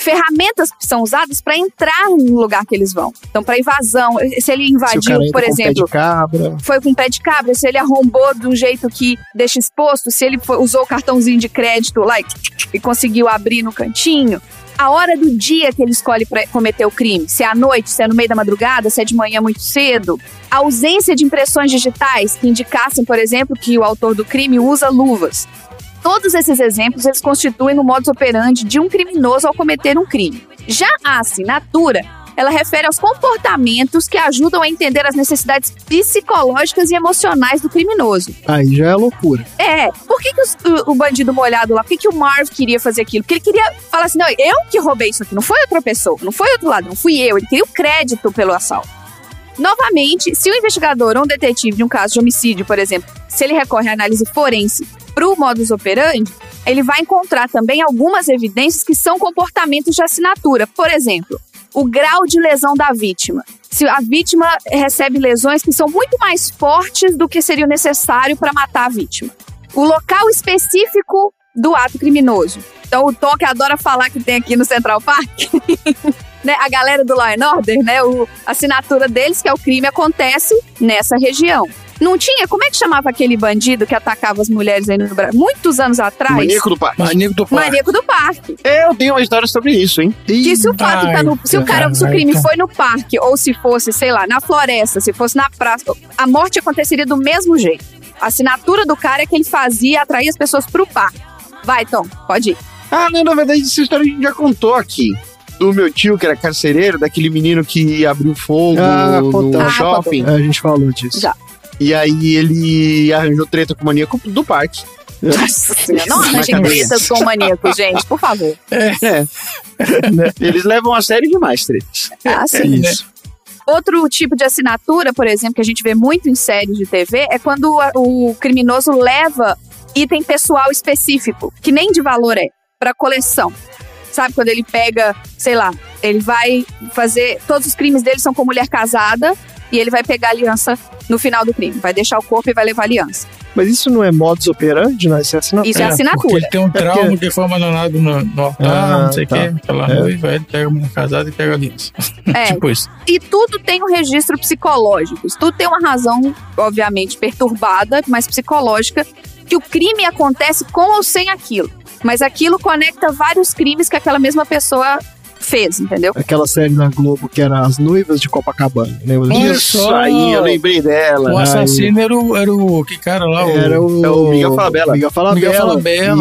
ferramentas que são usadas para entrar no lugar que eles vão. Então, para invasão, se ele invadiu, por exemplo, pé de cabra. foi com pé de cabra, se ele arrombou de um jeito que deixa exposto, se ele usou o cartãozinho de crédito lá e conseguiu abrir no cantinho. A hora do dia que ele escolhe para cometer o crime, se é à noite, se é no meio da madrugada, se é de manhã muito cedo. A ausência de impressões digitais que indicassem, por exemplo, que o autor do crime usa luvas. Todos esses exemplos, eles constituem o modus operandi de um criminoso ao cometer um crime. Já a assinatura, ela refere aos comportamentos que ajudam a entender as necessidades psicológicas e emocionais do criminoso. Aí já é loucura. Por que o bandido molhado lá, por que o Marv queria fazer aquilo? Porque ele queria falar assim, não, eu que roubei isso aqui, não foi outra pessoa, não foi outro lado, não fui eu, ele queria o crédito pelo assalto. Novamente, se o investigador ou um detetive de um caso de homicídio, por exemplo, se ele recorre à análise forense para o modus operandi, ele vai encontrar também algumas evidências que são comportamentos de assinatura. Por exemplo, o grau de lesão da vítima. Se a vítima recebe lesões que são muito mais fortes do que seria necessário para matar a vítima. O local específico do ato criminoso. Então, o Tom que adora falar que tem aqui no Central Park, né, a galera do Law & Order, né, a assinatura deles, que é o crime, acontece nessa região. Não tinha? Como é que chamava aquele bandido que atacava as mulheres aí no Brasil? Muitos anos atrás. Maníaco do Parque. Maníaco do Parque. Eu tenho uma história sobre isso, hein? Que se o fato tá no, se o crime foi no parque, ou se fosse, sei lá, na floresta, se fosse na praça, a morte aconteceria do mesmo jeito. A assinatura do cara é que ele fazia atrair as pessoas pro parque. Vai, Tom, pode ir. Não, na verdade, essa história a gente já contou aqui. Do meu tio, que era carcereiro, daquele menino que abriu fogo no shopping. A gente falou disso. Já. E aí ele arranjou treta com o maníaco do parque. Nossa senhora, não arranjem tretas com o maníaco, gente, por favor. Eles levam a sério demais tretas. Sim. Isso. Outro tipo de assinatura, por exemplo, que a gente vê muito em séries de TV, é quando o criminoso leva item pessoal específico, que nem de valor é, para coleção. Sabe, quando ele pega, sei lá, ele vai fazer... Todos os crimes dele são com mulher casada e ele vai pegar a aliança no final do crime. Vai deixar o corpo e vai levar a aliança. Mas isso não é modus operandi, não? Isso é assinatura. Isso é assinatura. Porque ele tem um trauma que foi abandonado no altar, não sei o quê. Aquela noiva, ele pega a mulher casada e pega a aliança. Tipo isso. E tudo tem um registro psicológico. Tudo tem uma razão, obviamente, perturbada, mas psicológica, que o crime acontece com ou sem aquilo. Mas aquilo conecta vários crimes que aquela mesma pessoa fez, entendeu? Aquela série na Globo que era As Noivas de Copacabana, lembra disso? Isso aí, eu lembrei dela. O assassino era o que cara lá? Era o Miguel Falabella. Miguel Falabella.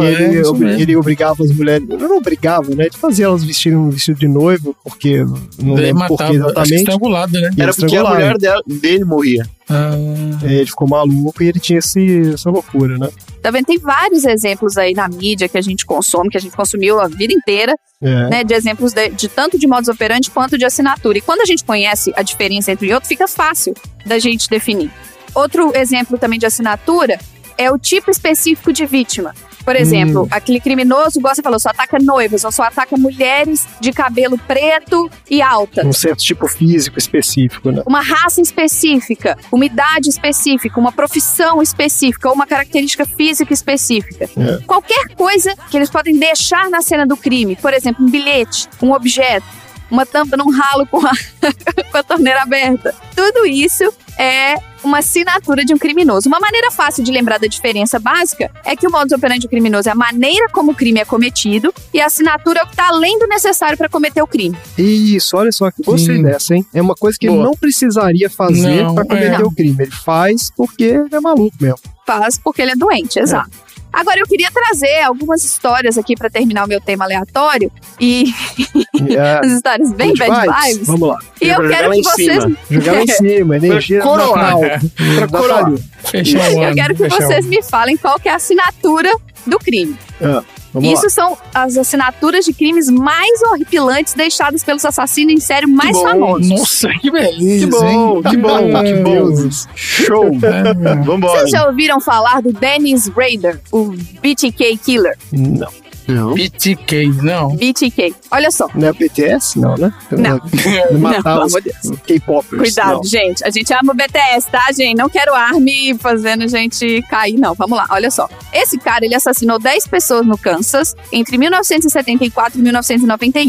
Ele obrigava as mulheres, não obrigava, né? Ele fazia elas vestirem um vestido de noivo, porque não lembro por que exatamente. Estrangulado, né? Era porque a mulher dele morria. Ele ficou maluco e ele tinha essa loucura, né? Tá vendo? Tem vários exemplos aí na mídia que a gente consome, que a gente consumiu a vida inteira, né? De exemplos de tanto de modus operandi quanto de assinatura. E quando a gente conhece a diferença entre um e outro, fica fácil da gente definir. Outro exemplo também de assinatura é o tipo específico de vítima. Por exemplo, aquele criminoso, igual você falou, só ataca noivas ou só ataca mulheres de cabelo preto e alta. Um certo tipo físico específico, né? Uma raça específica, uma idade específica, uma profissão específica ou uma característica física específica. Qualquer coisa que eles podem deixar na cena do crime, por exemplo, um bilhete, um objeto, uma tampa num ralo com a torneira aberta. Tudo isso é uma assinatura de um criminoso. Uma maneira fácil de lembrar da diferença básica é que o modus operandi do criminoso é a maneira como o crime é cometido e a assinatura é o que está além do necessário para cometer o crime. Isso, olha só que gostei dessa, hein? É uma coisa que ele não precisaria fazer para cometer o crime. Ele faz porque ele é maluco mesmo. Faz porque ele é doente, exato. Agora, eu queria trazer algumas histórias aqui para terminar o meu tema aleatório e as histórias bem bad vibes. Vamos lá. E eu quero que vocês... Jogar lá em cima, energia coroar. Eu quero que vocês me falem qual que é a assinatura do crime. Isso são as assinaturas de crimes mais horripilantes deixadas pelos assassinos em série mais famosos. Nossa, que beleza, que bom. Show. Vambora. Vocês já ouviram falar do Dennis Rader, o BTK Killer? Não. BTK, não. BTK. Olha só. Não é o BTS, não, né? Não. Matar os K-popers. Cuidado, gente. A gente ama o BTS, tá, gente? Não quero ARMY fazendo a gente cair, não. Vamos lá, olha só. Esse cara, ele assassinou 10 pessoas no Kansas entre 1974 e 1991.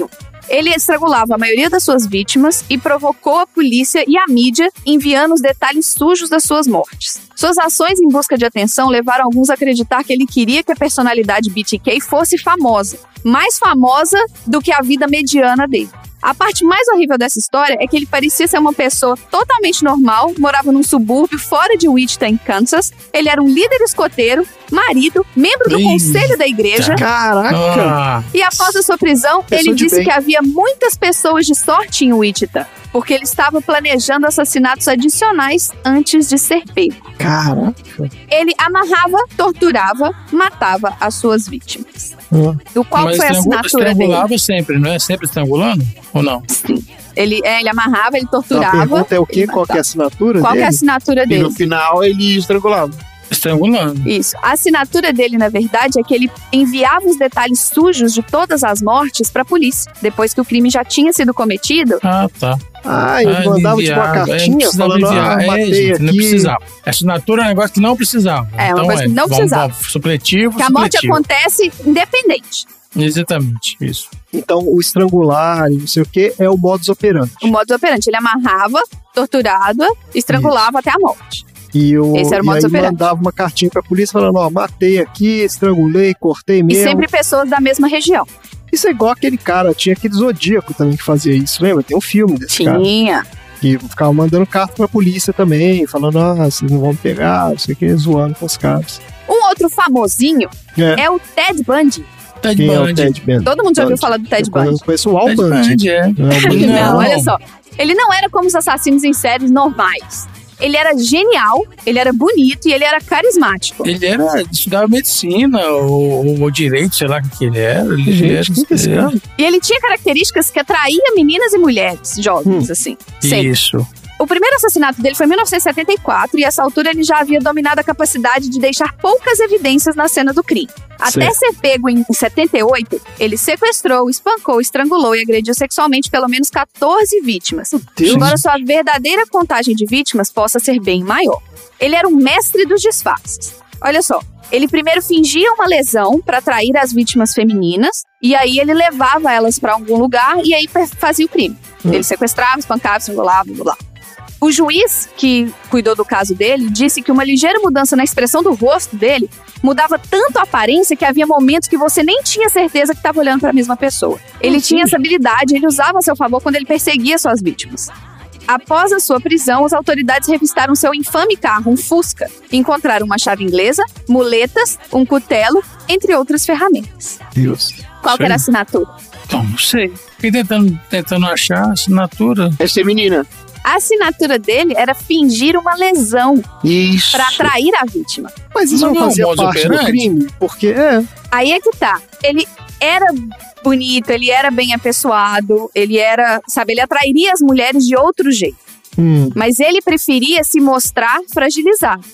Ele estrangulava a maioria das suas vítimas e provocou a polícia e a mídia enviando os detalhes sujos das suas mortes. Suas ações em busca de atenção levaram alguns a acreditar que ele queria que a personalidade BTK fosse famosa, mais famosa do que a vida mediana dele. A parte mais horrível dessa história é que ele parecia ser uma pessoa totalmente normal, morava num subúrbio fora de Wichita, em Kansas. Ele era um líder escoteiro, marido, membro do conselho da igreja. Caraca! E após a sua prisão, ele disse que havia muitas pessoas de sorte em Wichita, porque ele estava planejando assassinatos adicionais antes de ser pego. Caraca! Ele amarrava, torturava, matava as suas vítimas. Qual foi a assinatura dele? Estrangulava sempre, não é? Sempre estrangulando? Ou não? Sim. Ele amarrava, ele torturava. A pergunta é o quê? Qual que é a assinatura Qual dele? que é a assinatura dele? E no final ele estrangulava. Estrangulando. Isso. A assinatura dele, na verdade, é que ele enviava os detalhes sujos de todas as mortes pra polícia, depois que o crime já tinha sido cometido. Ah, tá. Ele mandava tipo uma cartinha falando, matei aqui. Não precisava. A assinatura é um negócio que não precisava. Uma coisa que não precisava. Supletivo, que a morte acontece independente. Exatamente, isso. Então, o estrangular e não sei o que é o modus operandi. O modus operandi. Ele amarrava, torturava, estrangulava até a morte. Esse era o modus operandi. Mandava uma cartinha pra polícia falando, matei aqui, estrangulei, cortei mesmo. E sempre pessoas da mesma região. Isso é igual aquele cara, tinha aquele Zodíaco também que fazia isso, lembra? Tem um filme desse cara. Tinha. Que ficava mandando carta pra polícia também, falando, vocês não vão me pegar, não sei o que, zoando com os caras. Um outro famosinho é o Ted Bundy. Quem é o Ted Bundy? Todo mundo já ouviu falar do Ted Bundy. Eu conheço o Al Bundy. Não, olha só. Ele não era como os assassinos em séries normais. Ele era genial, ele era bonito e ele era carismático. Ele estudava medicina ou direito, sei lá o que ele era. E ele tinha características que atraía meninas e mulheres jovens, assim. Sempre. Isso. O primeiro assassinato dele foi em 1974 e, a essa altura, ele já havia dominado a capacidade de deixar poucas evidências na cena do crime. Até ser pego em 78, ele sequestrou, espancou, estrangulou e agrediu sexualmente pelo menos 14 vítimas. Embora sua verdadeira contagem de vítimas possa ser bem maior. Ele era um mestre dos disfarces. Olha só, ele primeiro fingia uma lesão para atrair as vítimas femininas e aí ele levava elas para algum lugar e aí fazia o crime. Ele sequestrava, espancava, estrangulava, blá blá. O juiz que cuidou do caso dele disse que uma ligeira mudança na expressão do rosto dele mudava tanto a aparência que havia momentos que você nem tinha certeza que estava olhando para a mesma pessoa. Ele tinha essa habilidade, ele usava a seu favor quando ele perseguia suas vítimas. Após a sua prisão, as autoridades revistaram seu infame carro, um Fusca, e encontraram uma chave inglesa, muletas, um cutelo, entre outras ferramentas. Deus. Qual que era a assinatura? Não sei. Fiquei tentando achar a assinatura. É ser menina. A assinatura dele era fingir uma lesão para atrair a vítima. Mas isso não fazia parte do crime? Porque Aí é que tá. Ele era bonito, ele era bem apessoado, ele era, ele atrairia as mulheres de outro jeito. Mas ele preferia se mostrar fragilizado.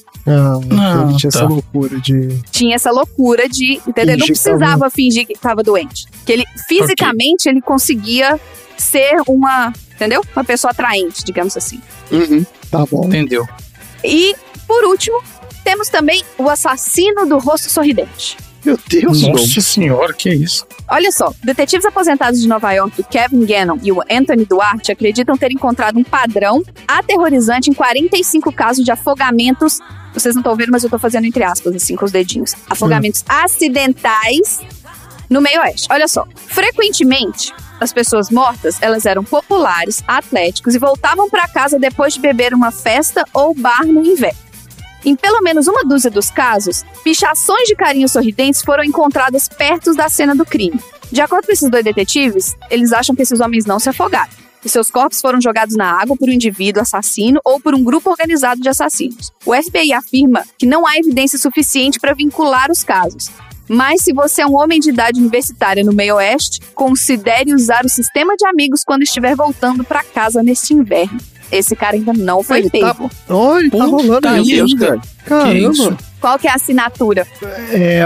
Ele tinha essa loucura de... Tinha essa loucura de... Entendeu? Ele não precisava fingir que estava doente. Que ele, fisicamente, ele conseguia ser uma... Entendeu? Uma pessoa atraente, digamos assim. Tá bom. Entendeu. E, por último, temos também o assassino do rosto sorridente. Meu Deus, Nossa senhora, que é isso? Olha só, detetives aposentados de Nova York, o Kevin Gannon e o Anthony Duarte, acreditam ter encontrado um padrão aterrorizante em 45 casos de afogamentos. Vocês não estão vendo, mas eu tô fazendo entre aspas, assim, com os dedinhos. Afogamentos acidentais no meio oeste. Olha só, frequentemente... As pessoas mortas, elas eram populares, atléticos e voltavam para casa depois de beber uma festa ou bar no inverno. Em pelo menos uma dúzia dos casos, pichações de carinhos sorridentes foram encontradas perto da cena do crime. De acordo com esses dois detetives, eles acham que esses homens não se afogaram. E seus corpos foram jogados na água por um indivíduo assassino ou por um grupo organizado de assassinos. O FBI afirma que não há evidência suficiente para vincular os casos. Mas se você é um homem de idade universitária no meio oeste, considere usar o sistema de amigos quando estiver voltando para casa neste inverno. Esse cara ainda não foi pego. Ele tá rolando aí, cara. Caramba. Qual que é a assinatura? É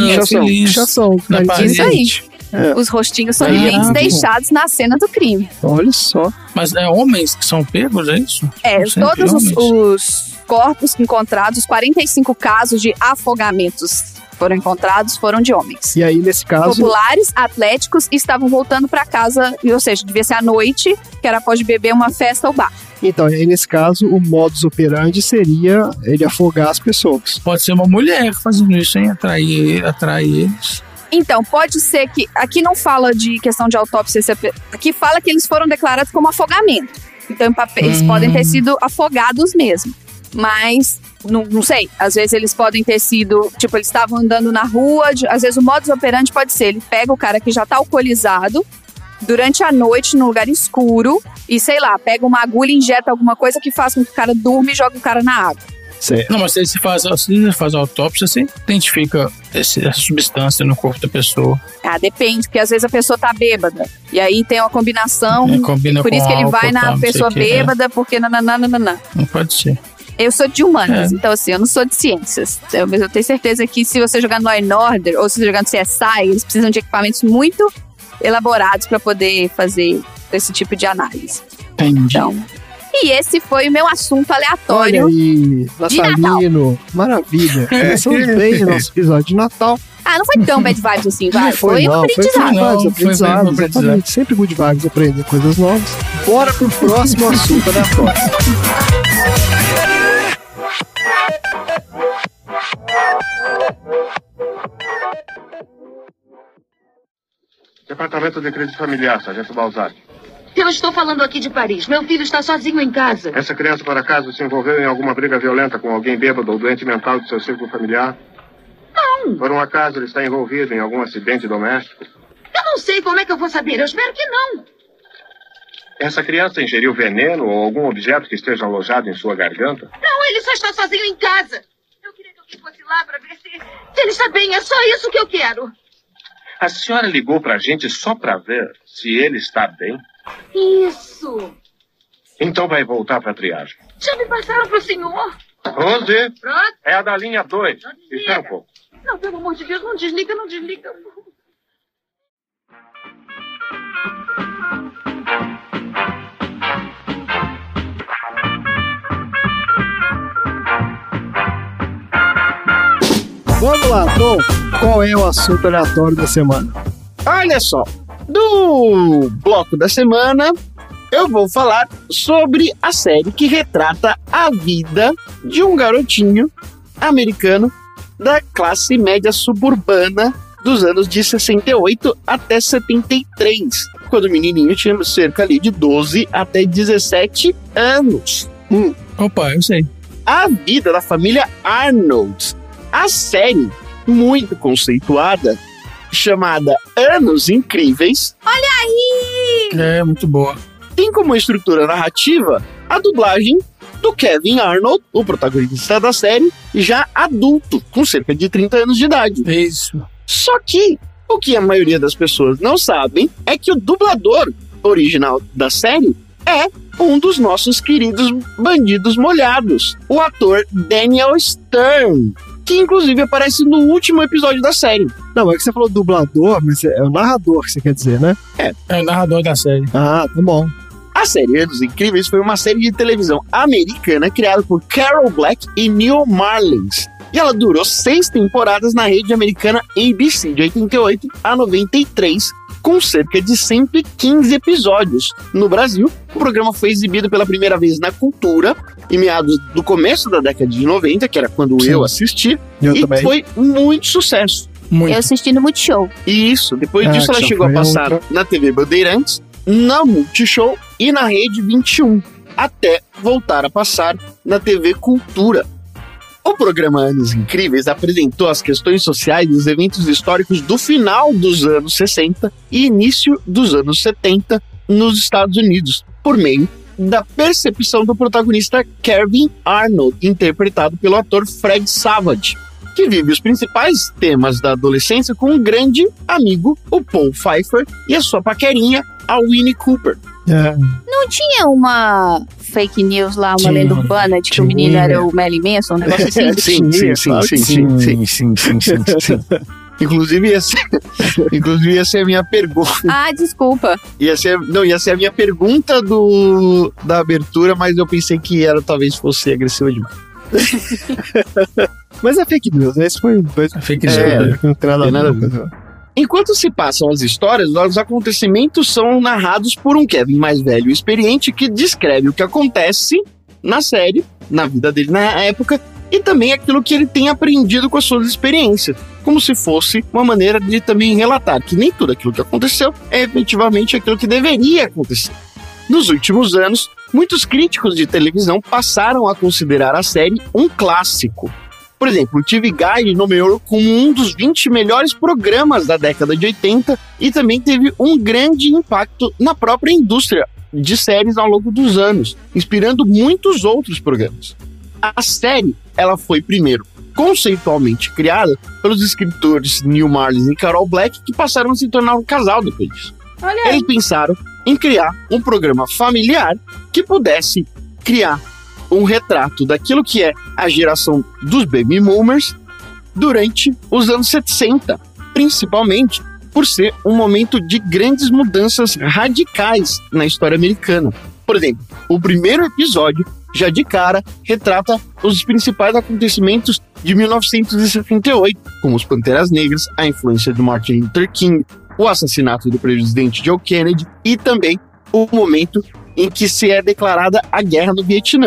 o pichação. Isso aí. Os rostinhos sorridentes deixados na cena do crime. Olha só. Mas é homens que são pegos, é isso? Todos os corpos encontrados, 45 casos de afogamentos foram encontrados foram de homens. E aí, nesse caso... Populares, atléticos, estavam voltando pra casa, ou seja, devia ser à noite, que era após beber uma festa ou bar. Então, e aí, nesse caso, o modus operandi seria ele afogar as pessoas. Pode ser uma mulher fazendo isso, hein? Atrair eles. Então, pode ser que... Aqui não fala de questão de autópsia, aqui fala que eles foram declarados como afogamento. Então, eles podem ter sido afogados mesmo. Mas, não sei, às vezes eles podem ter sido, tipo, eles estavam andando na rua, às vezes o modus operandi pode ser, ele pega o cara que já tá alcoolizado, durante a noite, num lugar escuro, e sei lá, pega uma agulha e injeta alguma coisa que faça com que o cara durma e joga o cara na água. Certo. Não, mas se você faz a autópsia, você identifica essa substância no corpo da pessoa. Ah, depende, porque às vezes a pessoa tá bêbada. E aí tem uma combinação, combina por isso com que ele álcool, vai na pessoa bêbada, porque nananana. Não pode ser. Eu sou de humanas, então assim, eu não sou de ciências. Mas eu tenho certeza que se você jogar no Law & Order ou se você jogar no CSI, eles precisam de equipamentos muito elaborados para poder fazer esse tipo de análise. Entendi. Então, e esse foi o meu assunto aleatório. Olha aí, natalino, maravilha. Começamos bem o nosso episódio de Natal. Ah, não foi tão bad vibes assim, vai. Foi um aprendizado. Aprendizado, exatamente. Sempre good vibes, aprender coisas novas. Bora pro próximo assunto aleatório. Departamento de Crise Familiar, Sargento Balzac. Eu estou falando aqui de Paris. Meu filho está sozinho em casa. Essa criança, por acaso, se envolveu em alguma briga violenta com alguém bêbado ou doente mental do seu círculo familiar? Não. Por um acaso, ele está envolvido em algum acidente doméstico? Eu não sei como é que eu vou saber. Eu espero que não. Essa criança ingeriu veneno ou algum objeto que esteja alojado em sua garganta? Não, ele só está sozinho em casa. Eu queria que alguém fosse lá para ver se ele está bem. É só isso que eu quero. A senhora ligou pra gente só pra ver se ele está bem? Isso. Então vai voltar pra triagem. Já me passaram pro senhor. Rose, Pronto. é a da linha 2. Espera um pouco. Não, pelo amor de Deus, não desliga, não desliga. Vamos lá, Tom. Qual é o assunto aleatório da semana? Olha só, do bloco da semana, eu vou falar sobre a série que retrata a vida de um garotinho americano da classe média suburbana dos anos de 68 até 73, quando o menininho tinha cerca ali de 12 até 17 anos. Opa, eu sei. A vida da família Arnold. A série, muito conceituada, chamada Anos Incríveis. Olha aí! É, muito boa. Tem como estrutura narrativa a dublagem do Kevin Arnold, o protagonista da série, já adulto, com cerca de 30 anos de idade. Isso. Só que o que a maioria das pessoas não sabem é que o dublador original da série é um dos nossos queridos bandidos molhados, o ator Daniel Stern, que inclusive aparece no último episódio da série. Não, é que você falou dublador, mas é o narrador que você quer dizer, né? É o narrador da série. Ah, tá bom. A série Anos Incríveis foi uma série de televisão americana criada por Carol Black e Neil Marlins. E ela durou 6 temporadas na rede americana ABC, de 88 a 93, com cerca de 115 episódios. No Brasil, o programa foi exibido pela primeira vez na Cultura, em meados do começo da década de 90, que era quando eu assisti, eu e também. foi muito sucesso. Eu assisti no Multishow. E isso, depois disso ela chegou a passar na TV Bandeirantes, na Multishow e na Rede 21, até voltar a passar na TV Cultura. O programa Anos Incríveis apresentou as questões sociais e os eventos históricos do final dos anos 60 e início dos anos 70 nos Estados Unidos, por meio da percepção do protagonista Kevin Arnold, interpretado pelo ator Fred Savage, que vive os principais temas da adolescência com um grande amigo, o Paul Pfeiffer, e a sua paquerinha, a Winnie Cooper. Não tinha uma fake news lá, uma lenda urbana de que o menino era o Marilyn Manson, um negócio assim? Sim. Inclusive ia ser a minha pergunta. Ah, desculpa. Ia ser a minha pergunta da abertura, mas eu pensei que talvez fosse agressiva demais. Mas é fake news, esse foi... É fake news. Não tem nada a ver. Enquanto se passam as histórias, os acontecimentos são narrados por um Kevin mais velho e experiente que descreve o que acontece na série, na vida dele na época, e também aquilo que ele tem aprendido com as suas experiências, como se fosse uma maneira de também relatar que nem tudo aquilo que aconteceu é efetivamente aquilo que deveria acontecer. Nos últimos anos, muitos críticos de televisão passaram a considerar a série um clássico. Por exemplo, o TV Guide nomeou como um dos 20 melhores programas da década de 80 e também teve um grande impacto na própria indústria de séries ao longo dos anos, inspirando muitos outros programas. A série, ela foi primeiro conceitualmente criada pelos escritores Neil Marlin e Carol Black, que passaram a se tornar um casal depois disso. Eles pensaram em criar um programa familiar que pudesse criar um retrato daquilo que é a geração dos Baby Boomers durante os anos 60, principalmente por ser um momento de grandes mudanças radicais na história americana. Por exemplo, o primeiro episódio, já de cara, retrata os principais acontecimentos de 1968, como os Panteras Negras, a influência de Martin Luther King, o assassinato do presidente John Kennedy e também o momento em que se é declarada a guerra no Vietnã.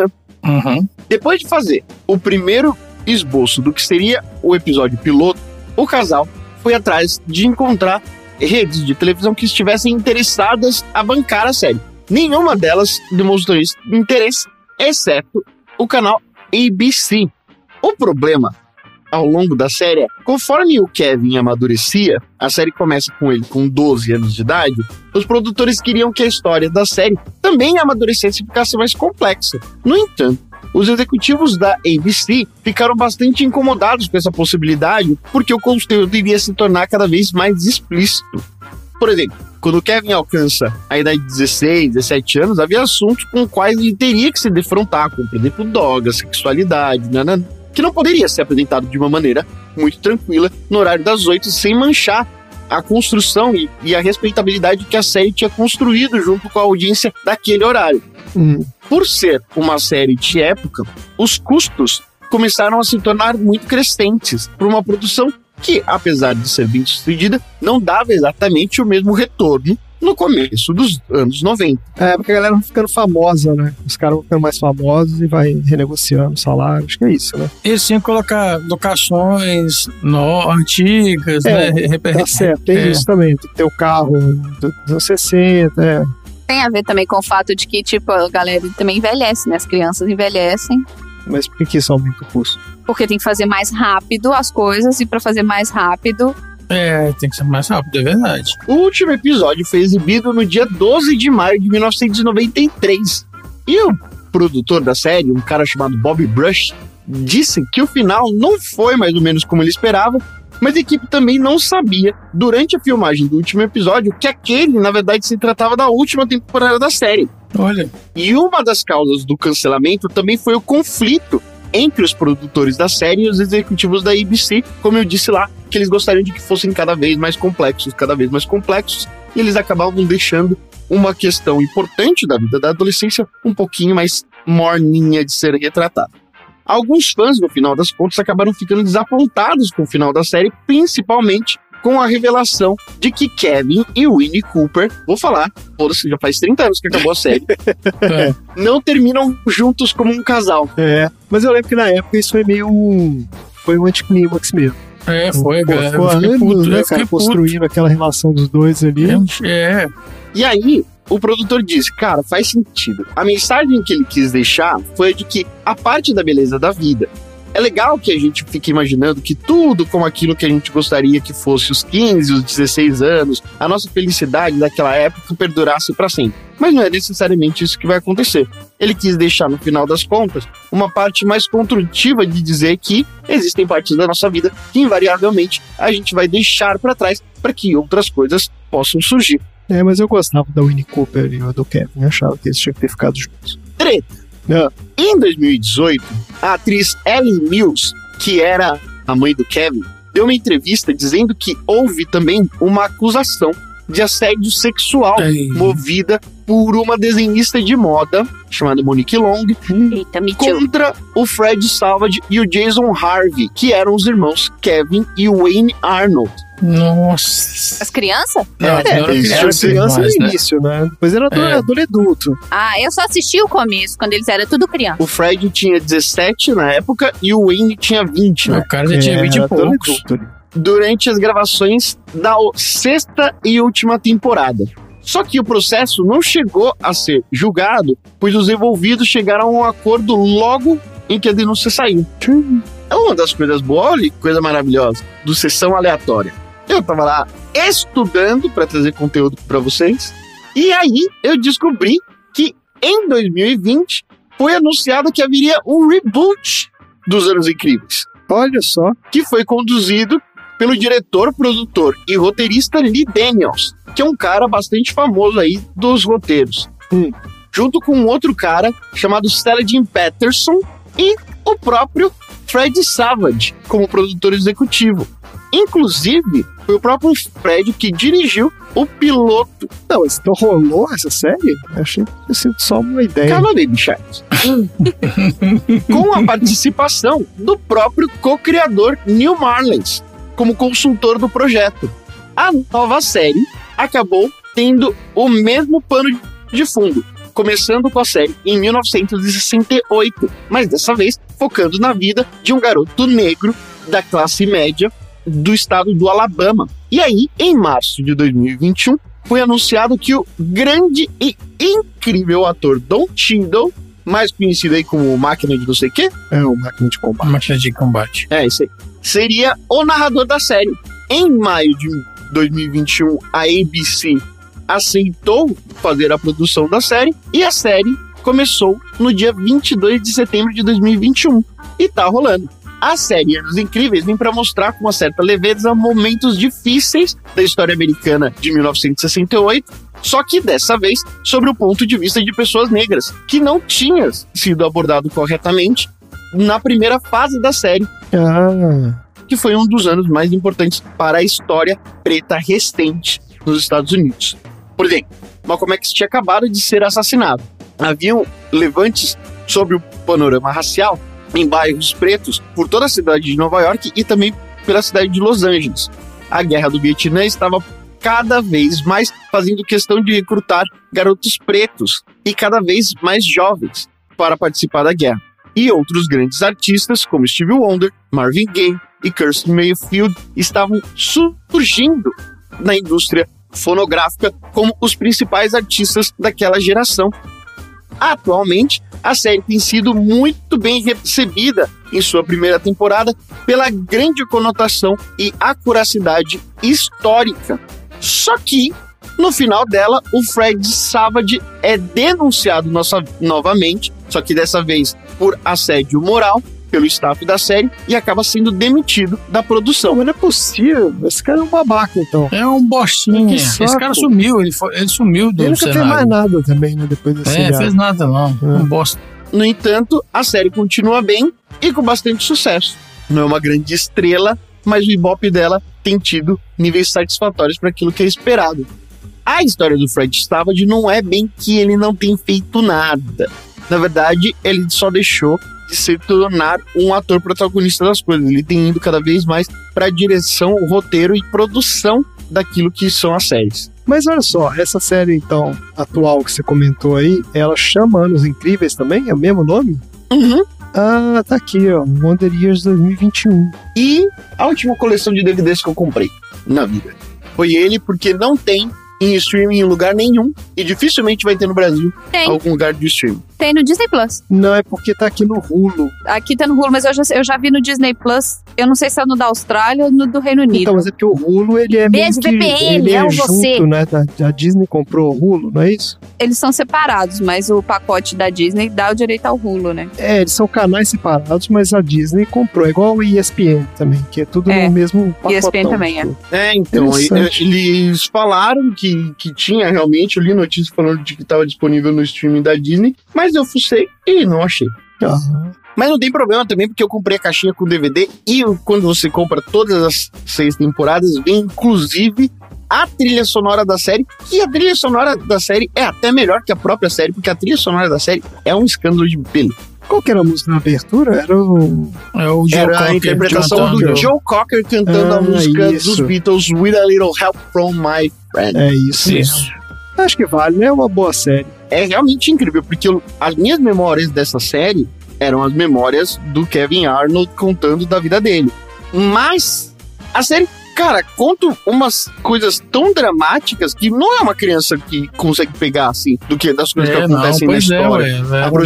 Depois de fazer o primeiro esboço do que seria o episódio piloto, o casal foi atrás de encontrar redes de televisão que estivessem interessadas a bancar a série. Nenhuma delas demonstrou interesse, exceto o canal ABC. O problema ao longo da série é, conforme o Kevin amadurecia, a série começa com ele com 12 anos de idade, os produtores queriam que a história da série também amadurecesse e ficasse mais complexa. No entanto, os executivos da ABC ficaram bastante incomodados com essa possibilidade, porque o conteúdo iria se tornar cada vez mais explícito. Por exemplo, quando o Kevin alcança a idade de 16, 17 anos, havia assuntos com os quais ele teria que se defrontar, como, por exemplo, drogas, sexualidade, que não poderia ser apresentado de uma maneira muito tranquila no horário das 8, sem manchar a construção e a respeitabilidade que a série tinha construído junto com a audiência daquele horário. Por ser uma série de época, os custos começaram a se tornar muito crescentes para uma produção que, apesar de ser bem sucedida, não dava exatamente o mesmo retorno no começo dos anos 90. Porque a galera vai ficando famosa, né? Os caras vão ficando mais famosos e vai renegociando o salário, acho que é isso, né? Eles tinham que colocar locações antigas, né? Tá certo, tem isso também. Tem que ter o carro dos anos 60, Tem a ver também com o fato de que, tipo, a galera também envelhece, né? As crianças envelhecem. Mas por que isso aumenta o custo? Porque tem que fazer mais rápido as coisas, e pra fazer mais rápido... tem que ser mais rápido, é verdade. O último episódio foi exibido no dia 12 de maio de 1993. E o produtor da série, um cara chamado Bob Brush, disse que o final não foi mais ou menos como ele esperava, mas a equipe também não sabia, durante a filmagem do último episódio, que aquele, na verdade, se tratava da última temporada da série. Olha. E uma das causas do cancelamento também foi o conflito entre os produtores da série e os executivos da ABC, como eu disse lá, que eles gostariam de que fossem cada vez mais complexos, e eles acabavam deixando uma questão importante da vida da adolescência um pouquinho mais morninha de ser retratada. Alguns fãs, no final das contas, acabaram ficando desapontados com o final da série, principalmente com a revelação de que Kevin e Winnie Cooper, vou falar, já faz 30 anos que acabou a série, não terminam juntos como um casal. Mas eu lembro que na época isso foi um anticlímax mesmo. Foi, galera. Ficou anos, né, cara, construindo aquela relação dos dois ali. E aí, o produtor disse, cara, faz sentido. A mensagem que ele quis deixar foi a de que a parte da beleza da vida, é legal que a gente fique imaginando que tudo como aquilo que a gente gostaria que fosse os 15, os 16 anos, a nossa felicidade daquela época perdurasse para sempre. Mas não é necessariamente isso que vai acontecer. Ele quis deixar, no final das contas, uma parte mais construtiva de dizer que existem partes da nossa vida que, invariavelmente, a gente vai deixar para trás para que outras coisas possam surgir. Mas eu gostava da Winnie Cooper e do Kevin. Eu achava que eles tinham que ter ficado juntos. Treta! Em 2018, a atriz Ellen Mills, que era a mãe do Kevin, deu uma entrevista dizendo que houve também uma acusação de assédio sexual movida por uma desenhista de moda chamada Monique Long contra o Fred Savage e o Jason Harvey, que eram os irmãos Kevin e Wayne Arnold. Nossa. As crianças? Era criança no início, né? Depois era adulto. Ah, eu só assisti o começo, quando eles eram tudo criança. O Fred tinha 17 na época e o Wayne tinha 20, né? O cara já tinha 20 e poucos. Durante as gravações da sexta e última temporada. Só que o processo não chegou a ser julgado, pois os envolvidos chegaram a um acordo logo em que a denúncia saiu. É uma das coisas boas, olha que coisa maravilhosa, do Sessão Aleatória. Eu tava lá estudando para trazer conteúdo para vocês, e aí eu descobri que em 2020 foi anunciado que haveria um reboot dos Anos Incríveis. Olha só. Que foi conduzido pelo diretor, produtor e roteirista Lee Daniels, que é um cara bastante famoso aí dos roteiros. Junto com um outro cara chamado Saladin Patterson e o próprio Fred Savage como produtor executivo. Inclusive, foi o próprio Fred que dirigiu o piloto. Não, mas então rolou essa série? Eu achei que tinha sido só uma ideia. Calma aí, bichados. Com a participação do próprio co-criador Neil Marlens como consultor do projeto. A nova série acabou tendo o mesmo pano de fundo, começando com a série em 1968, mas dessa vez focando na vida de um garoto negro da classe média do estado do Alabama. E aí, em março de 2021, foi anunciado que o grande e incrível ator Don Cheadle, mais conhecido aí como Máquina de não sei o quê, o Máquina de Combate. Máquina de Combate. É, isso aí. Seria o narrador da série. Em maio de 2021, a ABC aceitou fazer a produção da série e a série começou no dia 22 de setembro de 2021 e tá rolando. A série Anos Incríveis vem para mostrar com uma certa leveza momentos difíceis da história americana de 1968, só que dessa vez sobre o ponto de vista de pessoas negras, que não tinha sido abordado corretamente na primeira fase da série, que foi um dos anos mais importantes para a história preta recente nos Estados Unidos. Por exemplo, Malcolm X tinha acabado de ser assassinado. Haviam levantes sobre o panorama racial em bairros pretos por toda a cidade de Nova York e também pela cidade de Los Angeles. A Guerra do Vietnã estava cada vez mais fazendo questão de recrutar garotos pretos e cada vez mais jovens para participar da guerra. E outros grandes artistas, como Stevie Wonder, Marvin Gaye e Kirstie Mayfield, estavam surgindo na indústria fonográfica como os principais artistas daquela geração. Atualmente, a série tem sido muito bem recebida em sua primeira temporada pela grande conotação e acuracidade histórica. Só que, no final dela, o Fred Savage é denunciado novamente, só que dessa vez por assédio moral, pelo staff da série, e acaba sendo demitido da produção. Mas não é possível. Esse cara é um babaca, então. É um bostinha. Esse cara sumiu. Ele sumiu do cenário. Ele nunca fez mais nada também, né? Depois desse fez nada, não. Um bosta. No entanto, a série continua bem e com bastante sucesso. Não é uma grande estrela, mas o ibope dela tem tido níveis satisfatórios para aquilo que é esperado. A história do Fred Savage não é bem que ele não tem feito nada. Na verdade, ele só deixou de se tornar um ator protagonista das coisas. Ele tem ido cada vez mais para a direção, o roteiro e produção daquilo que são as séries. Mas olha só, essa série então atual que você comentou aí, ela chama Anos Incríveis também? É o mesmo nome? Uhum. Ah, tá aqui, ó, Wonder Years 2021. E a última coleção de DVDs que eu comprei na vida foi ele, porque não tem em streaming em lugar nenhum e dificilmente vai ter no Brasil algum lugar de streaming. Tem no Disney Plus. Não, é porque tá aqui no Hulu. Aqui tá no Hulu, mas eu já vi no Disney Plus. Eu não sei se é no da Austrália ou no do Reino Unido. Então, mas é porque o Hulu, ele é Beijo, meio que... VPN, ele é junto, você. Né? A Disney comprou o Hulu, não é isso? Eles são separados, mas o pacote da Disney dá o direito ao Hulu, né? É, eles são canais separados, mas a Disney comprou. É igual o ESPN também, que é tudo no mesmo pacotão. ESPN também então, eles falaram que tinha realmente, eu li notícia falando de que estava disponível no streaming da Disney, mas eu fucei e não achei. Mas não tem problema também, porque eu comprei a caixinha com DVD e quando você compra todas as 6 temporadas, vem inclusive a trilha sonora da série, e a trilha sonora da série é até melhor que a própria série, porque a trilha sonora da série é um escândalo de beleza. Qual que era a música na abertura? Era a interpretação do Joe Cocker cantando a música dos Beatles, With a Little Help from My Friend. É isso. Acho que vale, né? É uma boa série. É realmente incrível, porque as minhas memórias dessa série eram as memórias do Kevin Arnold contando da vida dele. Mas a série, cara, conta umas coisas tão dramáticas que não é uma criança que consegue pegar, assim, das coisas que acontecem na história.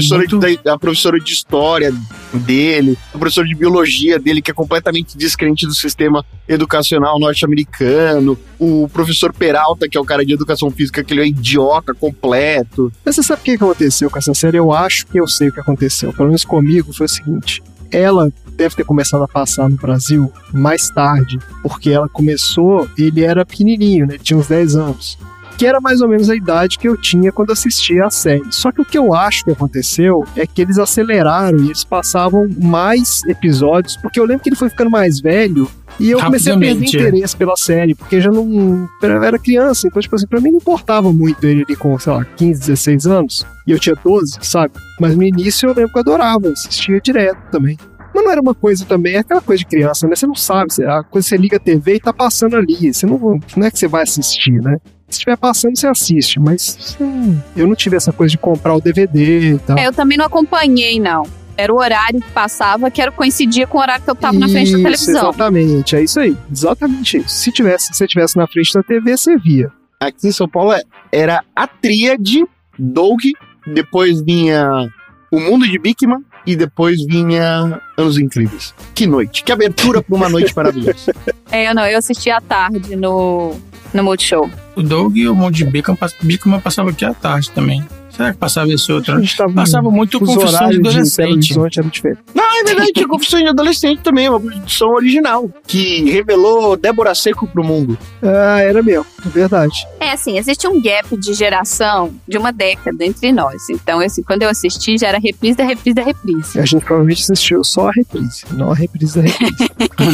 A professora de história dele, a professora de biologia dele, que é completamente descrente do sistema educacional norte-americano, o professor Peralta, que é o cara de educação física, que ele é um idiota completo. Mas você sabe o que aconteceu com essa série? Eu acho que eu sei o que aconteceu. Pelo menos comigo foi o seguinte: ela deve ter começado a passar no Brasil mais tarde, porque ela começou, ele era pequenininho, né? Ele tinha uns 10 anos, que era mais ou menos a idade que eu tinha quando assistia a série. Só que o que eu acho que aconteceu é que eles aceleraram e eles passavam mais episódios, porque eu lembro que ele foi ficando mais velho e eu comecei a perder interesse pela série, porque já não... Eu era criança, então, tipo assim, pra mim não importava muito ele ali com, sei lá, 15, 16 anos, e eu tinha 12, sabe? Mas no início eu lembro que eu adorava, assistia direto também. Mas não era uma coisa também, é aquela coisa de criança, né? Você não sabe, a coisa você liga a TV e tá passando ali, você não é que você vai assistir, né? Se estiver passando, você assiste, mas eu não tive essa coisa de comprar o DVD e tal. Eu também não acompanhei, não. Era o horário que passava, que coincidia com o horário que eu tava na frente da televisão. Exatamente, é isso aí. Exatamente isso. Se você estivesse na frente da TV, você via. Aqui em São Paulo era a tríade Doug, depois vinha O Mundo de Bikman e depois vinha Anos Incríveis. Que noite, que abertura pra uma noite maravilhosa. Eu assisti à tarde no Multishow. O Doug e o Mundo de Bikman passava aqui à tarde também. Será que passava esse outro? Passava muito Confissão de Adolescente. Não, é verdade, tinha Confissão de Adolescente também, uma produção original, que revelou Débora Seco pro mundo. Ah, era mesmo, é verdade. Assim, existe um gap de geração de uma década entre nós. Então, quando eu assisti, já era reprise da reprise da reprise. A gente provavelmente assistiu só a reprise, não a reprise da reprise.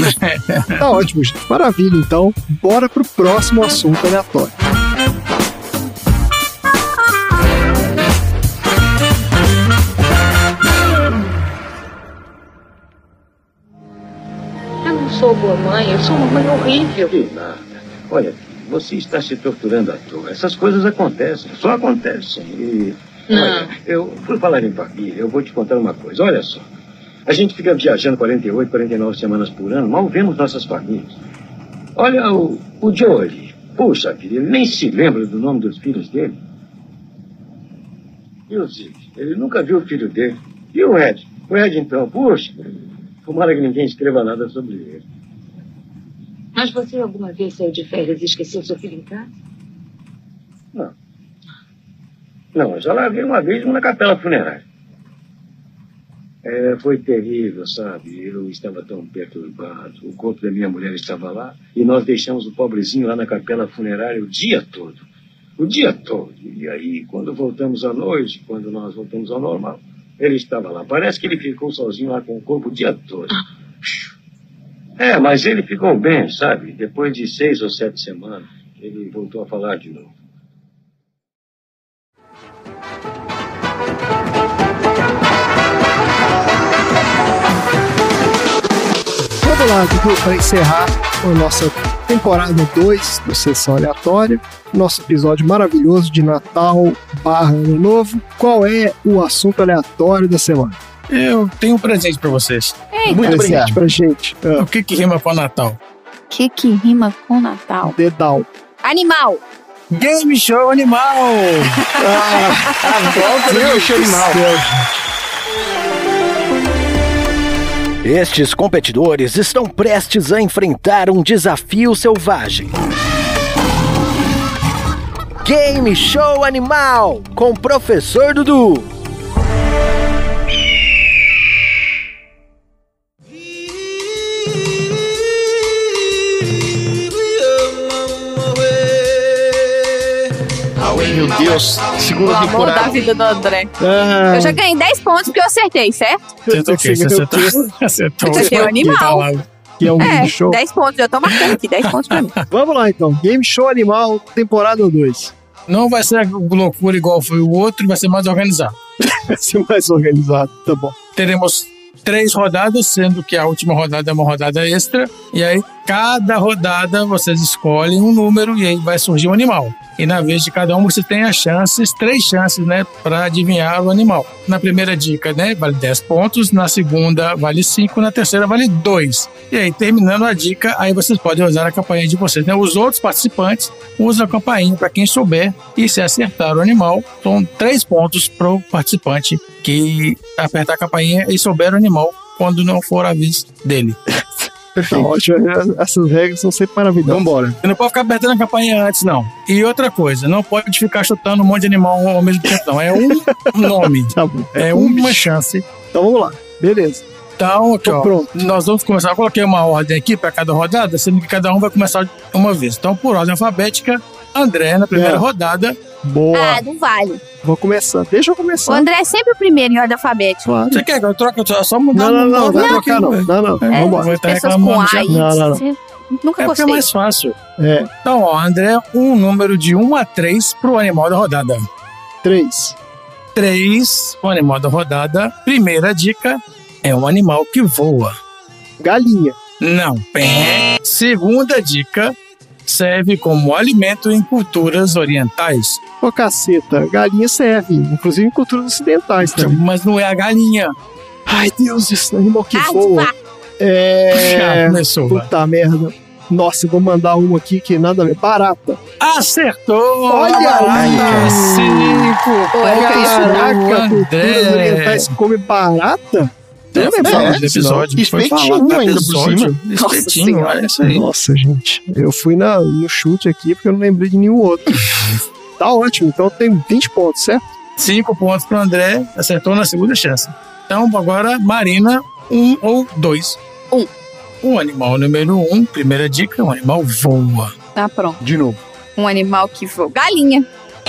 Tá ótimo, gente. Maravilha, então. Bora pro próximo assunto aleatório. Eu não sou boa mãe, eu sou uma mãe horrível. Que nada. Olha, você está se torturando à toa. Essas coisas acontecem, só acontecem. E... Olha, por falar em família, eu vou te contar uma coisa. Olha só, a gente fica viajando 48, 49 semanas por ano, mal vemos nossas famílias. Olha o Joey. Puxa vida, ele nem se lembra do nome dos filhos dele. E o Zig, ele nunca viu o filho dele. E o Ed? O Ed, então, puxa, tomara que ninguém escreva nada sobre ele. Mas você alguma vez saiu de férias e esqueceu seu filho em casa? Não. Não, eu já lavei uma vez na capela funerária. Foi terrível, sabe? Eu estava tão perturbado. O corpo da minha mulher estava lá e nós deixamos o pobrezinho lá na capela funerária o dia todo. O dia todo. E aí, quando voltamos à noite, quando nós voltamos ao normal, ele estava lá. Parece que ele ficou sozinho lá com o corpo o dia todo. Mas ele ficou bem, sabe? Depois de 6 ou 7 semanas, ele voltou a falar de novo. Vamos lá, Dudu, para encerrar a nossa temporada 2 do Sessão Aleatória, nosso episódio maravilhoso de Natal / Ano Novo. Qual é o assunto aleatório da semana? Eu tenho um presente pra vocês. Eita. Muito obrigado pra gente. O que rima com Natal? O que rima com Natal? Dedal. Animal. Game Show Animal. Volta do Game Show Animal. Estes competidores estão prestes a enfrentar um desafio selvagem. Game Show Animal com Professor Dudu. Meu Deus, segunda temporada. O amor da vida do André. Eu já ganhei 10 pontos porque eu acertei, certo? Acertou. Acertei o animal. Que é um game show. 10 pontos, eu tô marcando aqui, 10 pontos pra mim. Vamos lá, então. Game Show Animal, temporada 2. Não vai ser loucura igual foi o outro, vai ser mais organizado. Vai ser mais organizado, tá bom. Teremos 3 rodadas, sendo que a última rodada é uma rodada extra. E aí, cada rodada, vocês escolhem um número e aí vai surgir um animal. E na vez de cada um, você tem as chances, 3 chances, né, para adivinhar o animal. Na primeira dica, né, vale 10 pontos. Na segunda, vale 5. Na terceira, vale 2. E aí, terminando a dica, aí vocês podem usar a campainha de vocês, né? Os outros participantes usam a campainha para quem souber. E se acertar o animal, são 3 pontos para o participante que apertar a campainha e souber o animal quando não for a vez dele. Tá ótimo, essas regras são sempre maravilhosas. Vambora. Você não pode ficar apertando a campainha antes, não. E outra coisa, não pode ficar chutando um monte de animal ao mesmo tempo, não. É um nome. Tá bom. É uma chance. Então vamos lá. Beleza. Então, aqui, ó, pronto. nós vamos começar. Eu coloquei uma ordem aqui para cada rodada, sendo que cada um vai começar uma vez. Então, por ordem alfabética, André na primeira rodada. Boa. Ah, não vale. Vou começar. Deixa eu O começar. André é sempre o primeiro em ordem alfabética. Claro. Você quer que eu troque? Só mudar Não, o vai trocar não. Não. Vambora. Vai estar Pessoas com reclamando já. AIDS. Não. Nunca É porque gostei. é mais fácil. É. Então, ó, André, um número de 1 a 3 pro animal da rodada. 3. 3, o animal da rodada. Primeira dica, é um animal que voa. Galinha. Não, pé. Segunda dica, serve como alimento em culturas orientais. Ô, caceta. Galinha serve. Inclusive em culturas ocidentais também. Mas não é a galinha. Ai, Deus, esse animal que Ah, voa. Já começou. vai. Puta merda. Nossa, eu vou mandar uma aqui que nada a ver. Barata. Acertou! Olha aí! 5 Caraca, culturas orientais comem barata? Eu lembro É, do episódio. espetinho ainda por cima. Espetinho, olha isso aí. Nossa, gente. Eu fui no chute aqui porque eu não lembrei de nenhum outro. Tá ótimo. Então tem 20 pontos, certo? 5 pontos pro André, acertou na segunda chance. Então, agora, Marina, 1 ou 2. 1. O animal número 1, primeira dica, um animal voa. Tá pronto. De novo. Um animal que voa. Galinha.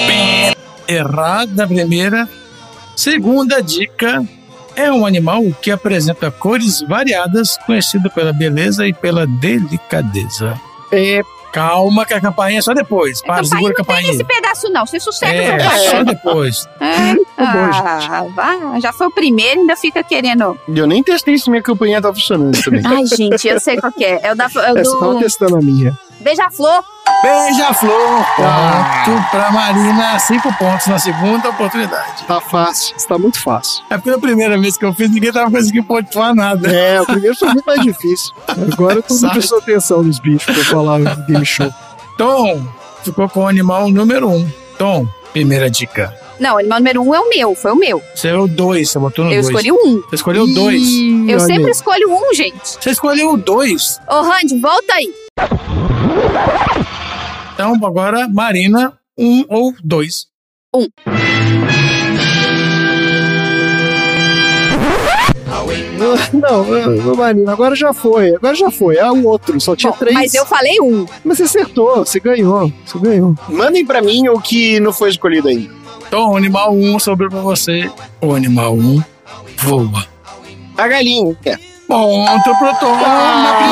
Errado na primeira. Segunda dica, é um animal que apresenta cores variadas, conhecido pela beleza e pela delicadeza. Calma que a campainha é só depois. Para, segura a Não tem campainha. esse pedaço, não. Você sossega É, essa parte. só depois. Já foi o primeiro, ainda fica querendo. Eu nem testei se minha campanha tá funcionando também. Ai, gente, eu sei qual que é. É o Você tava do testando a minha. Beija-Flor. Beija-flor, ponto pra Marina, 5 pontos na segunda oportunidade. Tá fácil. Está muito fácil. É porque a primeira vez que eu fiz, ninguém tava conseguindo pontuar nada. É, o primeiro foi muito mais difícil. Agora todo mundo prestou atenção nos bichos pra falar no game show. Tom, ficou com o animal número 1. Tom, primeira dica. Não, o animal número 1 é o meu, foi o meu. Você é o 2, você botou no 2. Eu escolhi o 1. Você escolheu o 2. Eu sempre escolho o 1, gente. Você escolheu o 2. Ô, Randy, volta aí. Então, agora, Marina, 1 ou 2. 1. Não, Marina, agora já foi. É o outro, só tinha 3. Mas eu falei 1. Mas você acertou, você ganhou. Mandem pra mim o que não foi escolhido ainda. Então, o animal 1 sobrou pra você. O animal 1 voa. A galinha. Ponto pro Tom na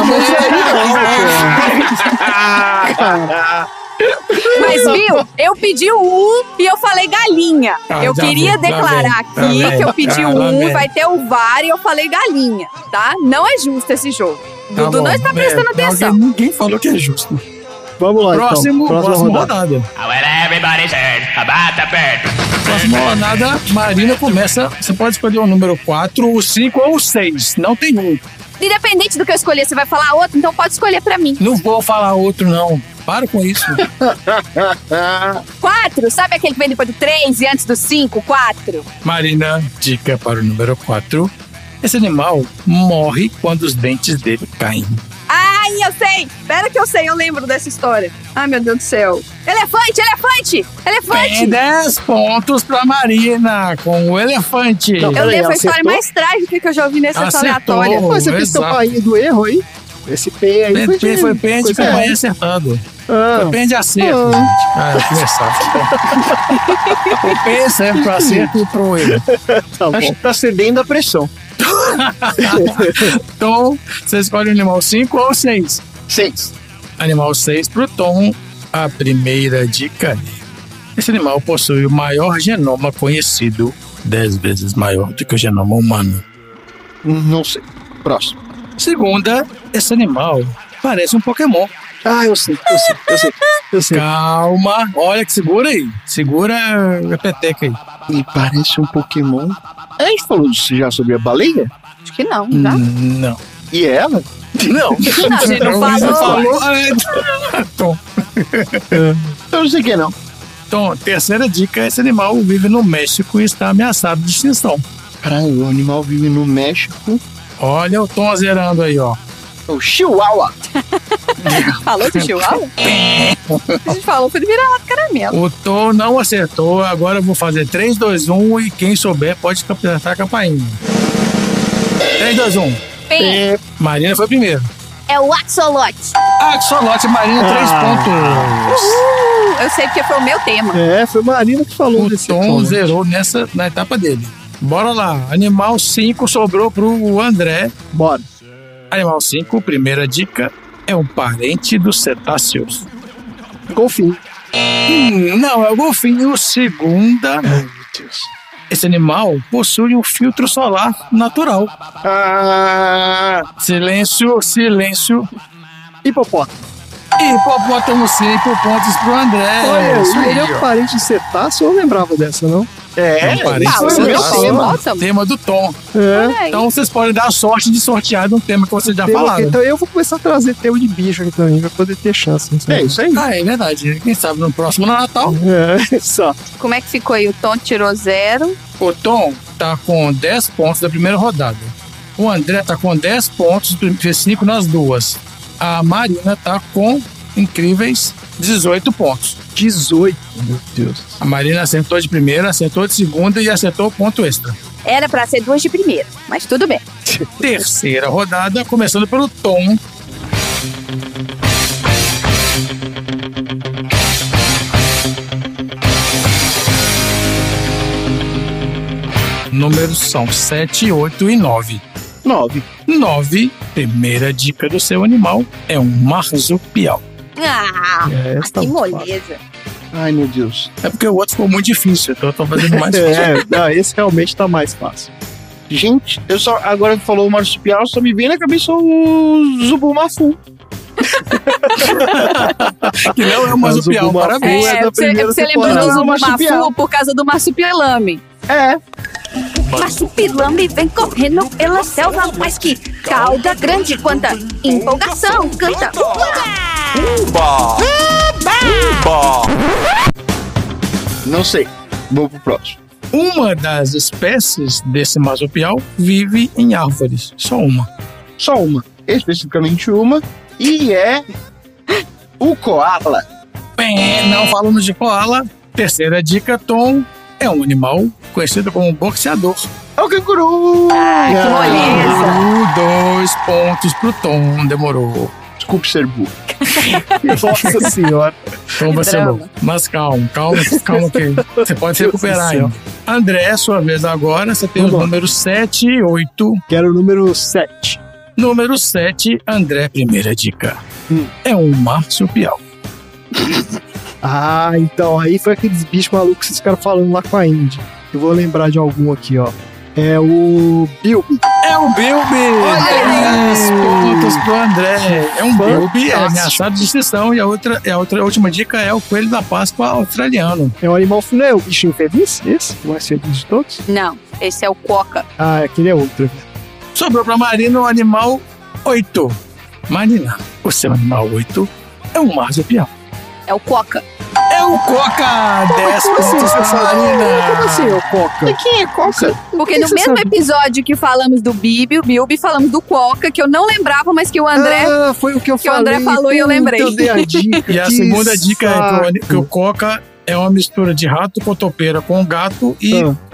primeira. Mas, viu? Eu pedi o 1 e eu falei galinha. Eu já queria vem, declarar aqui que eu pedi o lá 1, vem. vai ter o VAR e eu falei galinha, tá? Não é justo esse jogo. Dudu não está prestando atenção. Ninguém falou que é justo. Vamos lá, Próxima então. rodada. Próxima rodada, Marina começa. Você pode escolher o número 4, o 5 ou o 6. Não tem um. Independente do que eu escolher, você vai falar outro, então pode escolher pra mim. Não vou falar outro, não. Para com isso. 4, sabe aquele que vem depois do 3 e antes do 5? 4. Marina, dica para o número 4. Esse animal morre quando os dentes dele caem. Ai, eu sei! Espera que eu sei, eu lembro dessa história. Ai, meu Deus do céu. Elefante! Tem 10 pontos pra Marina com o elefante. Não, Eu lembro a história acertou? mais trágica que eu já ouvi nessa Acertou. aleatória. Mas você fez Exato. campainha do erro aí? Esse P aí Foi pênalti de coisa campanha errada. acertado. Ah, Foi pênalti de acerto, gente. Começar. O P serve pro acerto e pro erro. tá bom. Acho que tá cedendo a pressão. Tom, você escolhe o animal 5 ou 6? 6. Animal 6 pro Tom. A primeira dica: esse animal possui o maior genoma conhecido, 10 vezes maior do que o genoma humano. Não sei. Próximo. Segunda, esse animal parece um Pokémon. Eu sei. Calma, olha que segura aí. Segura a peteca aí. Me parece um Pokémon. A gente falou já sobre a baleia? Acho que não, já? Não. E ela? Não. A gente não falou. Tom. Eu não sei quem não. Tom, terceira dica: esse animal vive no México e está ameaçado de extinção. Caralho, o animal vive no México. Olha o Tom zerando aí, ó. O Chihuahua. Falou de Chihuahua? A gente falou foi de vira-lata caramelo. O Tom não acertou. Agora eu vou fazer 3, 2, 1 e quem souber pode apertar a campainha. 3, 2, 1. Bem, Marina foi primeiro. é o Axolote. Axolote, Marina, 3 pontos. Eu sei porque foi o meu tema. Foi Marina que falou O desse Tom Axolote. zerou na etapa dele. Bora lá. Animal 5 sobrou pro André. Bora. Animal 5, primeira dica, é um parente dos cetáceos. Golfinho. Não, é o golfinho. Segunda. Ai, meu Deus. Esse animal possui um filtro solar natural. Silêncio. Hipopótamo. Hipopótamo 5 pontos pro André. Olha, Isso aí, ele é ó. um parente de cetáceo, eu não lembrava dessa, não? É um parente Ah, dos foi meu cetáceos. tema. Tema do Tom. É. Então vocês podem dar a sorte de sortear de um tema que vocês já Tema- falaram. Então eu vou começar a trazer tema de bicho aqui também, pra poder ter chance. Não sei. É isso aí. Ah, é verdade. Quem sabe no próximo Natal. Exato. Como é que ficou aí? O Tom tirou 0. O Tom tá com 10 pontos da primeira rodada. O André tá com 10 pontos, fez 5 nas duas. A Marina tá com incríveis 18 pontos. 18, meu Deus. A Marina acertou de primeira, acertou de segunda e acertou ponto extra. Era pra ser 2 de primeira, mas tudo bem. Terceira rodada, começando pelo Tom. Números são 7, 8 e 9. 9. 9, primeira dica do seu animal, é um marsupial. Ah, Essa que tá muito moleza. Ai, meu Deus. É porque o outro ficou muito difícil, então eu tô fazendo mais fácil. Não, esse realmente tá mais fácil. Gente, eu só. Agora que falou o marsupial, só me vem na cabeça o Zubumafu. Que não é um marsupial, Zubumafu parabéns. é da primeira Você lembrou temporada. do Marsupial. Zubumafu por causa do marsupilame. É. Marsupilame vem correndo pela selva, mas que cauda grande, quanta empolgação, canta. Uba! Uba! Não sei. Vou pro próximo. Uma das espécies desse marsupial vive em árvores. Só uma. Só uma. Especificamente uma. E é. O koala. Bem, não falamos de koala. Terceira dica, Tom. É um animal conhecido como boxeador. É o canguru. Ai, que moleza. 2 pontos pro Tom. Demorou. Desculpe ser burro. Nossa senhora. Tom vai ser drama. bom. Mas calma que você pode se Deus do recuperar céu. ainda. André, sua vez agora. Você tem os Vamos lá. números 7 e 8. Quero o número 7. Número 7, André, primeira dica. É um marsupial. Ah, então, aí foi aqueles bichos malucos que vocês ficaram falando lá com a Indy. Eu vou lembrar de algum aqui, ó. É o Bilby. É o Bilby! 10 pontos pro André. É um Bilby, é ameaçado de extinção. E a última dica é o coelho da Páscoa australiano. É um animal, não é o bichinho feliz? Esse? O mais feliz de todos? Não, esse é o Coca. Ah, aquele é outro. Sobrou pra Marina o animal 8. Marina, o seu animal 8 é um marsupial. É o Coca. É o Coca! 10 Como assim, pontos você pra sabe? Marina. Como assim, ô Coca? Quem é Coca? Porque no você mesmo sabe? episódio que falamos do Bilby, falamos do Coca, que eu não lembrava, mas que o André... Ah, foi o que eu que o falei. André falou e eu Puta, lembrei. Eu dei a dica. E a que segunda dica é saco. que o Coca é uma mistura de rato cotopeira com gato e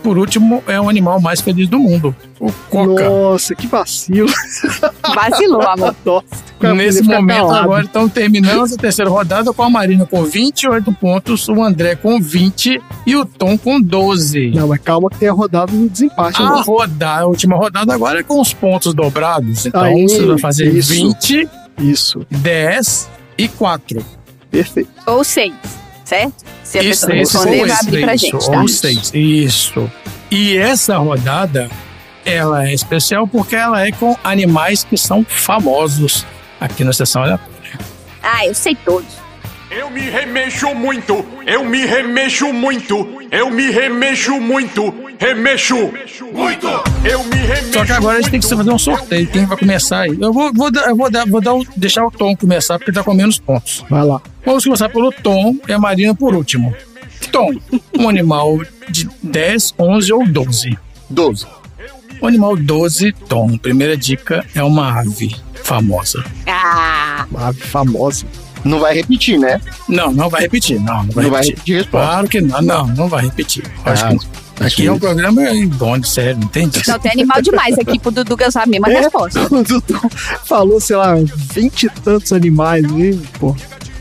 por último, é o animal mais feliz do mundo, o Coca. Nossa, que vacilo. Vacilou, amor. Nossa, Nesse momento, agora estão terminando a terceira rodada com a Marina com 28 pontos, o André com 20 e o Tom com 12. Não, mas calma que tem a rodada do desempate. A última rodada agora é com os pontos dobrados. Então Aí, você vai fazer isso. 20, Isso. 10 e 4. Perfeito. Ou 6, certo? Se a E pessoa 6, responder, vai abrir pra gente, tá? ou 6. Isso. E essa rodada, ela é especial porque ela é com animais que são famosos aqui na Sessão Aleatória. Ah, eu sei todos. Eu me remexo muito, eu me remexo muito, eu me remexo muito, remexo muito, eu me remexo. Só que agora a gente tem que fazer um sorteio. Quem vai começar aí? Eu vou deixar o Tom começar porque tá com menos pontos. Vai lá. Vamos começar pelo Tom e a Marina por último. Tom, um animal de 10, 11 ou 12? 12. O animal 12, Tom, primeira dica, é uma ave famosa. Ah! Uma ave famosa. Não vai repetir, né? Não vai repetir. Não vai repetir a resposta. Claro que não vai repetir. Acho que aqui é um programa idôneo, sério, não tem disso. Não, tem animal demais aqui pro Dudu saber a mesma resposta. O Dudu falou, sei lá, 20 e tantos animais aí, pô.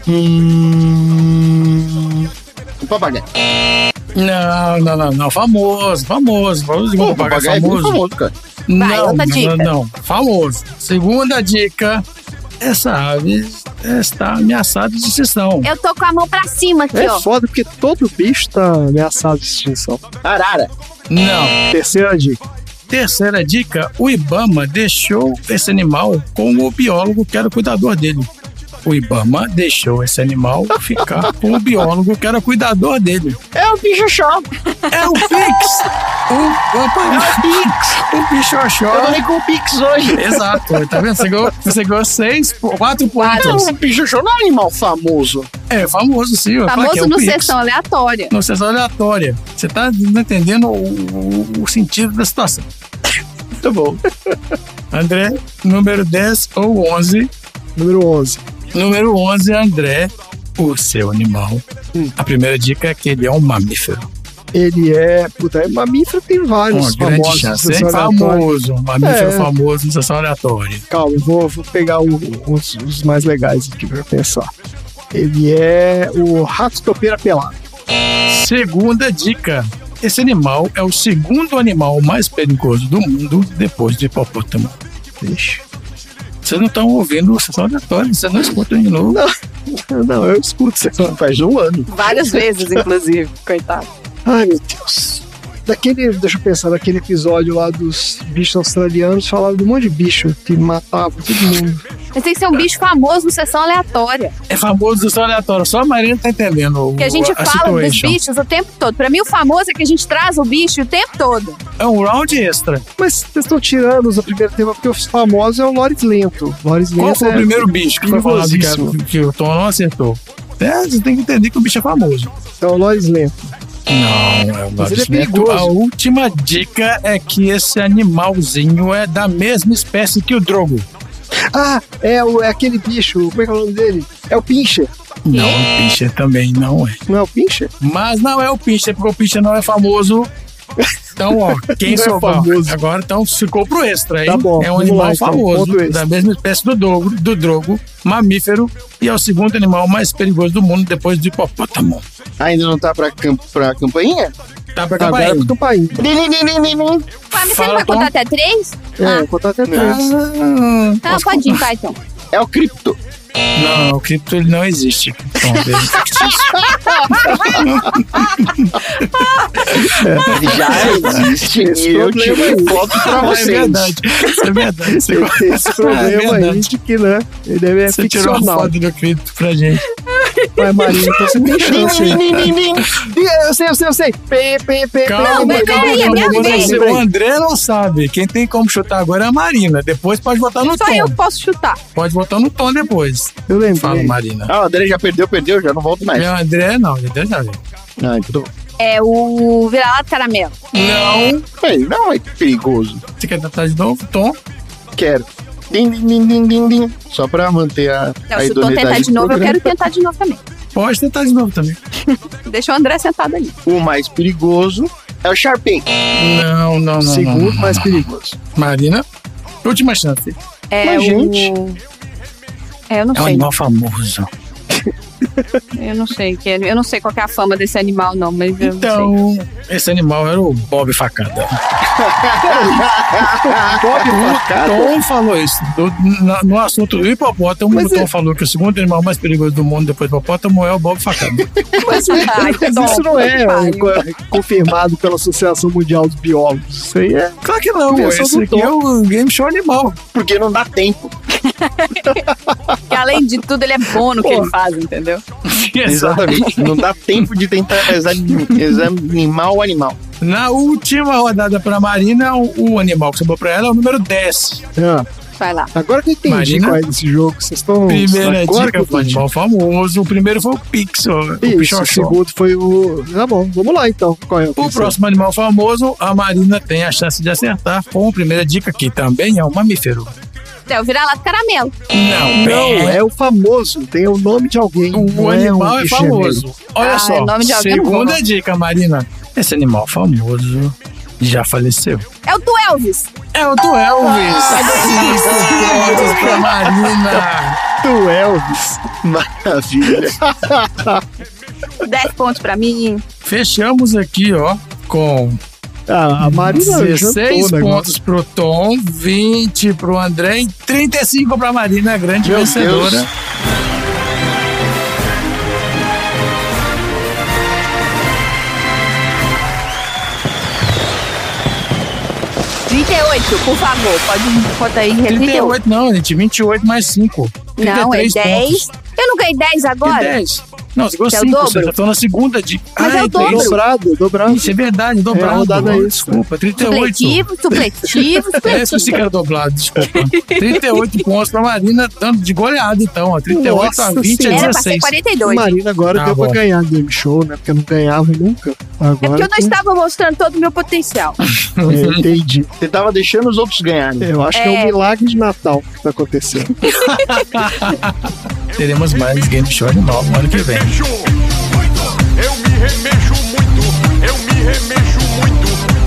O papagaio. Não. Famoso. O papagaio é muito famoso, cara. Vai, outra dica. Não. Famoso. Segunda dica. Essa ave está ameaçada de extinção. Eu tô com a mão pra cima aqui, ó. É foda porque todo bicho tá ameaçado de extinção. Arara. Não. Terceira dica. Terceira dica, o Ibama deixou esse animal com o biólogo que era o cuidador dele. O Ibama deixou esse animal ficar com o biólogo que era o cuidador dele. É o bicho-chó. É o Pix! O bicho-chó. Eu falei com o Pix hoje. Exato, tá vendo? Você ganhou 4 pontos. O bicho-chó não é um animal famoso. É famoso, sim. Famoso no Pix. Sessão Aleatória. No Sessão Aleatória. Você tá entendendo o sentido da situação. Tá bom. André, número 10 ou 11? Número 11. Número 11, André, o seu animal. A primeira dica é que ele é um mamífero. Ele é... Puta, mamífero tem vários Uma grande famosos. chance. É famoso. Um mamífero famoso na Sessão Aleatória. Calma, vou pegar os mais legais aqui pra pensar. Ele é o rato topeira pelado. Segunda dica. Esse animal é o segundo animal mais perigoso do mundo depois do hipopótamo. Ixi. Vocês não estão ouvindo Sessão Aleatória, vocês não escutam de novo. Não, eu escuto Sessão faz um ano. Várias vezes, inclusive. Coitado. Ai, meu Deus. Deixa eu pensar, daquele episódio lá dos bichos australianos, falavam de um monte de bicho que matava todo mundo. Mas tem que ser um bicho famoso no Sessão Aleatória. É famoso Sessão Aleatória, só a Marina tá entendendo. Que a gente fala dos bichos o tempo todo. Pra mim, o famoso é que a gente traz o bicho o tempo todo. É um round extra. Mas vocês estão tirando o primeiro tema, porque o famoso é o Loris Lento. Qual foi o primeiro bicho que foi falado que o Tom não acertou? Você tem que entender que o bicho é famoso. É o Loris Lento. Não, é o Loris Lento. A última dica é que esse animalzinho é da mesma espécie que o Drogo. Ah, é aquele bicho, como é que é o nome dele? É o Pinscher. Não, o Pinscher também não é. Não é o Pinscher? Mas não é o Pinscher, porque o Pinscher não é famoso. Então, ó, quem souber. Agora, então, ficou pro extra, hein? Tá bom, é um animal lá, famoso, da mesma espécie do Drogo, mamífero, e é o segundo animal mais perigoso do mundo depois do hipopótamo. Ainda não tá pra campainha? Tá pra campainha. Mas você não vai contar até 3? É, contar até 3. Tá, pode ir, pai, então. É o cripto. Não, o cripto ele não existe. Então, ele já existe e eu tirei foto pra vocês. É verdade. Esse problema aí de que, né? Ele deve ser ficcional. Você tirou a foto do cripto pra gente. Vai, Marina, então você tem chance aí. Eu sei. Calma. O André não sabe. Quem tem como chutar agora é a Marina. Depois pode votar no Tom. Só eu posso chutar. Pode votar no Tom depois. Eu lembro. Fala, Marina. Ah, o André já perdeu, já não volto mais. Não, André não, André já veio. Ah, então. É o vira-lata caramelo. Não. Não é perigoso. Você quer tentar de novo, Tom? Quero. Din. Só pra manter a se o Tom tentar de novo, eu quero tentar de novo também. Pode tentar de novo também. Deixa o André sentado ali. O mais perigoso É o Sharpei. Não. Segundo mais perigoso. Marina, última chance. Mas, gente... eu não sei. É um animal famoso. Eu não sei. Eu não sei qual que é a fama desse animal, não. Mas então, esse animal era o Bob Facada. Bob Facada? O Tom falou isso. No assunto do hipopótamo, o Tom falou que o segundo animal mais perigoso do mundo depois do hipopótamo é o Bob Facada. Mas isso não é confirmado pela Associação Mundial dos Biólogos. Isso aí é... Claro que não. Esse aqui é o Game Show Animal. Porque não dá tempo. Que além de tudo, ele é bom no que ele faz, entendeu? Exatamente. Não dá tempo de tentar examinar o animal. Na última rodada pra Marina, o animal que sobrou pra ela é o número 10. Vai lá. Agora que eu entendi Marina, qual é desse jogo. Vocês estão... Primeira dica foi o animal famoso. O primeiro foi o Pixel. O segundo foi o... Tá bom, vamos lá então. Qual é o próximo animal famoso, a Marina tem a chance de acertar com a primeira dica, que também é um mamífero. É o vira-lata caramelo. Não, é o famoso. Tem o nome de alguém. O animal é famoso. Olha só, é nome de alguém, segunda dica, Marina. Esse animal famoso já faleceu. É o do Elvis. É o do Elvis. 5 pontos pra Marina. Do Elvis. Maravilha. 10 pontos pra mim. Fechamos aqui, ó, com... a Marina 16 pontos pro Tom, 20 pro André e 35 pra Marina, a grande vencedora. Deus. Por favor, pode botar aí. 38 não, gente, 28 mais 5. Não, é 10. Pontos. Eu não ganhei 10 agora? Que 10? Não, você ganhou 5, você já tô na segunda dica. Mas é o dobro. Dobrado. Isso é verdade, dobrado. Desculpa, 38. Supletivo. É isso que era dobrado, desculpa. 38 pontos pra Marina, dando de goleada então, ó. 38 Nossa, a 20 a 16. Era pra ser 42. Marina agora deu pra ganhar Game Show, né? Porque eu não ganhava nunca. Agora é porque eu não estava mostrando todo o meu potencial. Entendi. Você tava deixando os outros ganharem. Eu acho que é um milagre de Natal que tá acontecendo. Teremos mais Game Show Animal no ano que vem. Eu me remexo muito.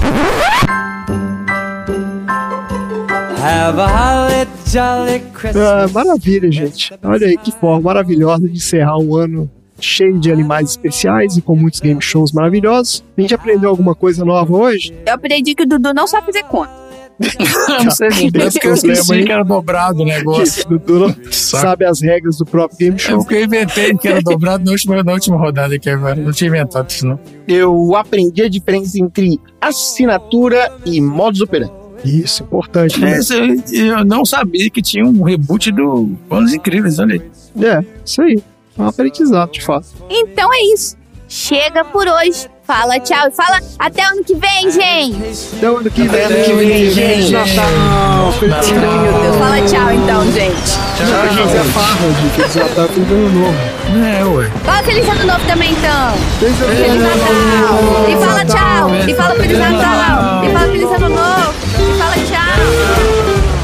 Have a holly jolly Christmas. Maravilha, gente. Olha aí que forma maravilhosa de encerrar um ano cheio de animais especiais e com muitos game shows maravilhosos. A gente aprendeu alguma coisa nova hoje? Eu aprendi que o Dudu não sabe fazer conta. Não sei se porque eu esqueci que era dobrado o negócio. O Dudu não sabe as regras do próprio game show. É porque eu inventei que era dobrado na última rodada aqui agora. Não tinha inventado isso, não. Eu aprendi a diferença entre assinatura e modus operandi. Isso, importante. Né? Eu não sabia que tinha um reboot do Anos Incríveis, olha aí. Isso aí. É um aprendizado, de fato. Então é isso. Chega por hoje. Fala tchau. Fala até ano que vem, gente. Até ano que vem, gente. Natal. Meu Deus. Fala tchau, então, gente. Tchau, gente. É farra de Feliz Natal, Feliz Ano Novo. Ué. Fala Feliz Ano Novo também, então. Feliz Natal. E fala tchau. E fala Feliz Natal. E fala Feliz Ano Novo. E fala tchau.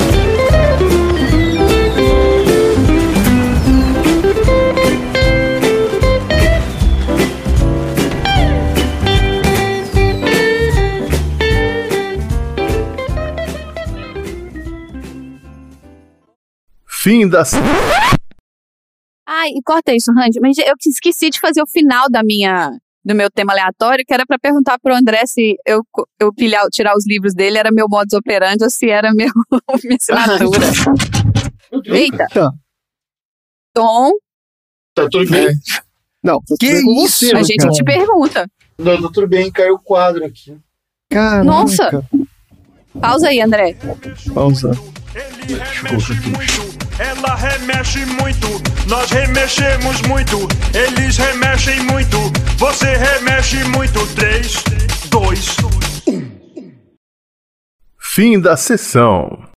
Fim das... Ai, e corta isso, Randy. Mas eu esqueci de fazer o final do meu tema aleatório, que era pra perguntar pro André se eu tirar os livros dele era meu modus operandi ou se era minha assinatura. Eita. Tom. Tá tudo bem? Não, que isso? A gente te pergunta. Não, tá tudo bem, caiu o quadro aqui. Caraca. Nossa. Pausa aí, André. Pausa. Ele remexe muito, ela remexe muito, nós remexemos muito, eles remexem muito, você remexe muito. 3, 2, 1. Fim da sessão.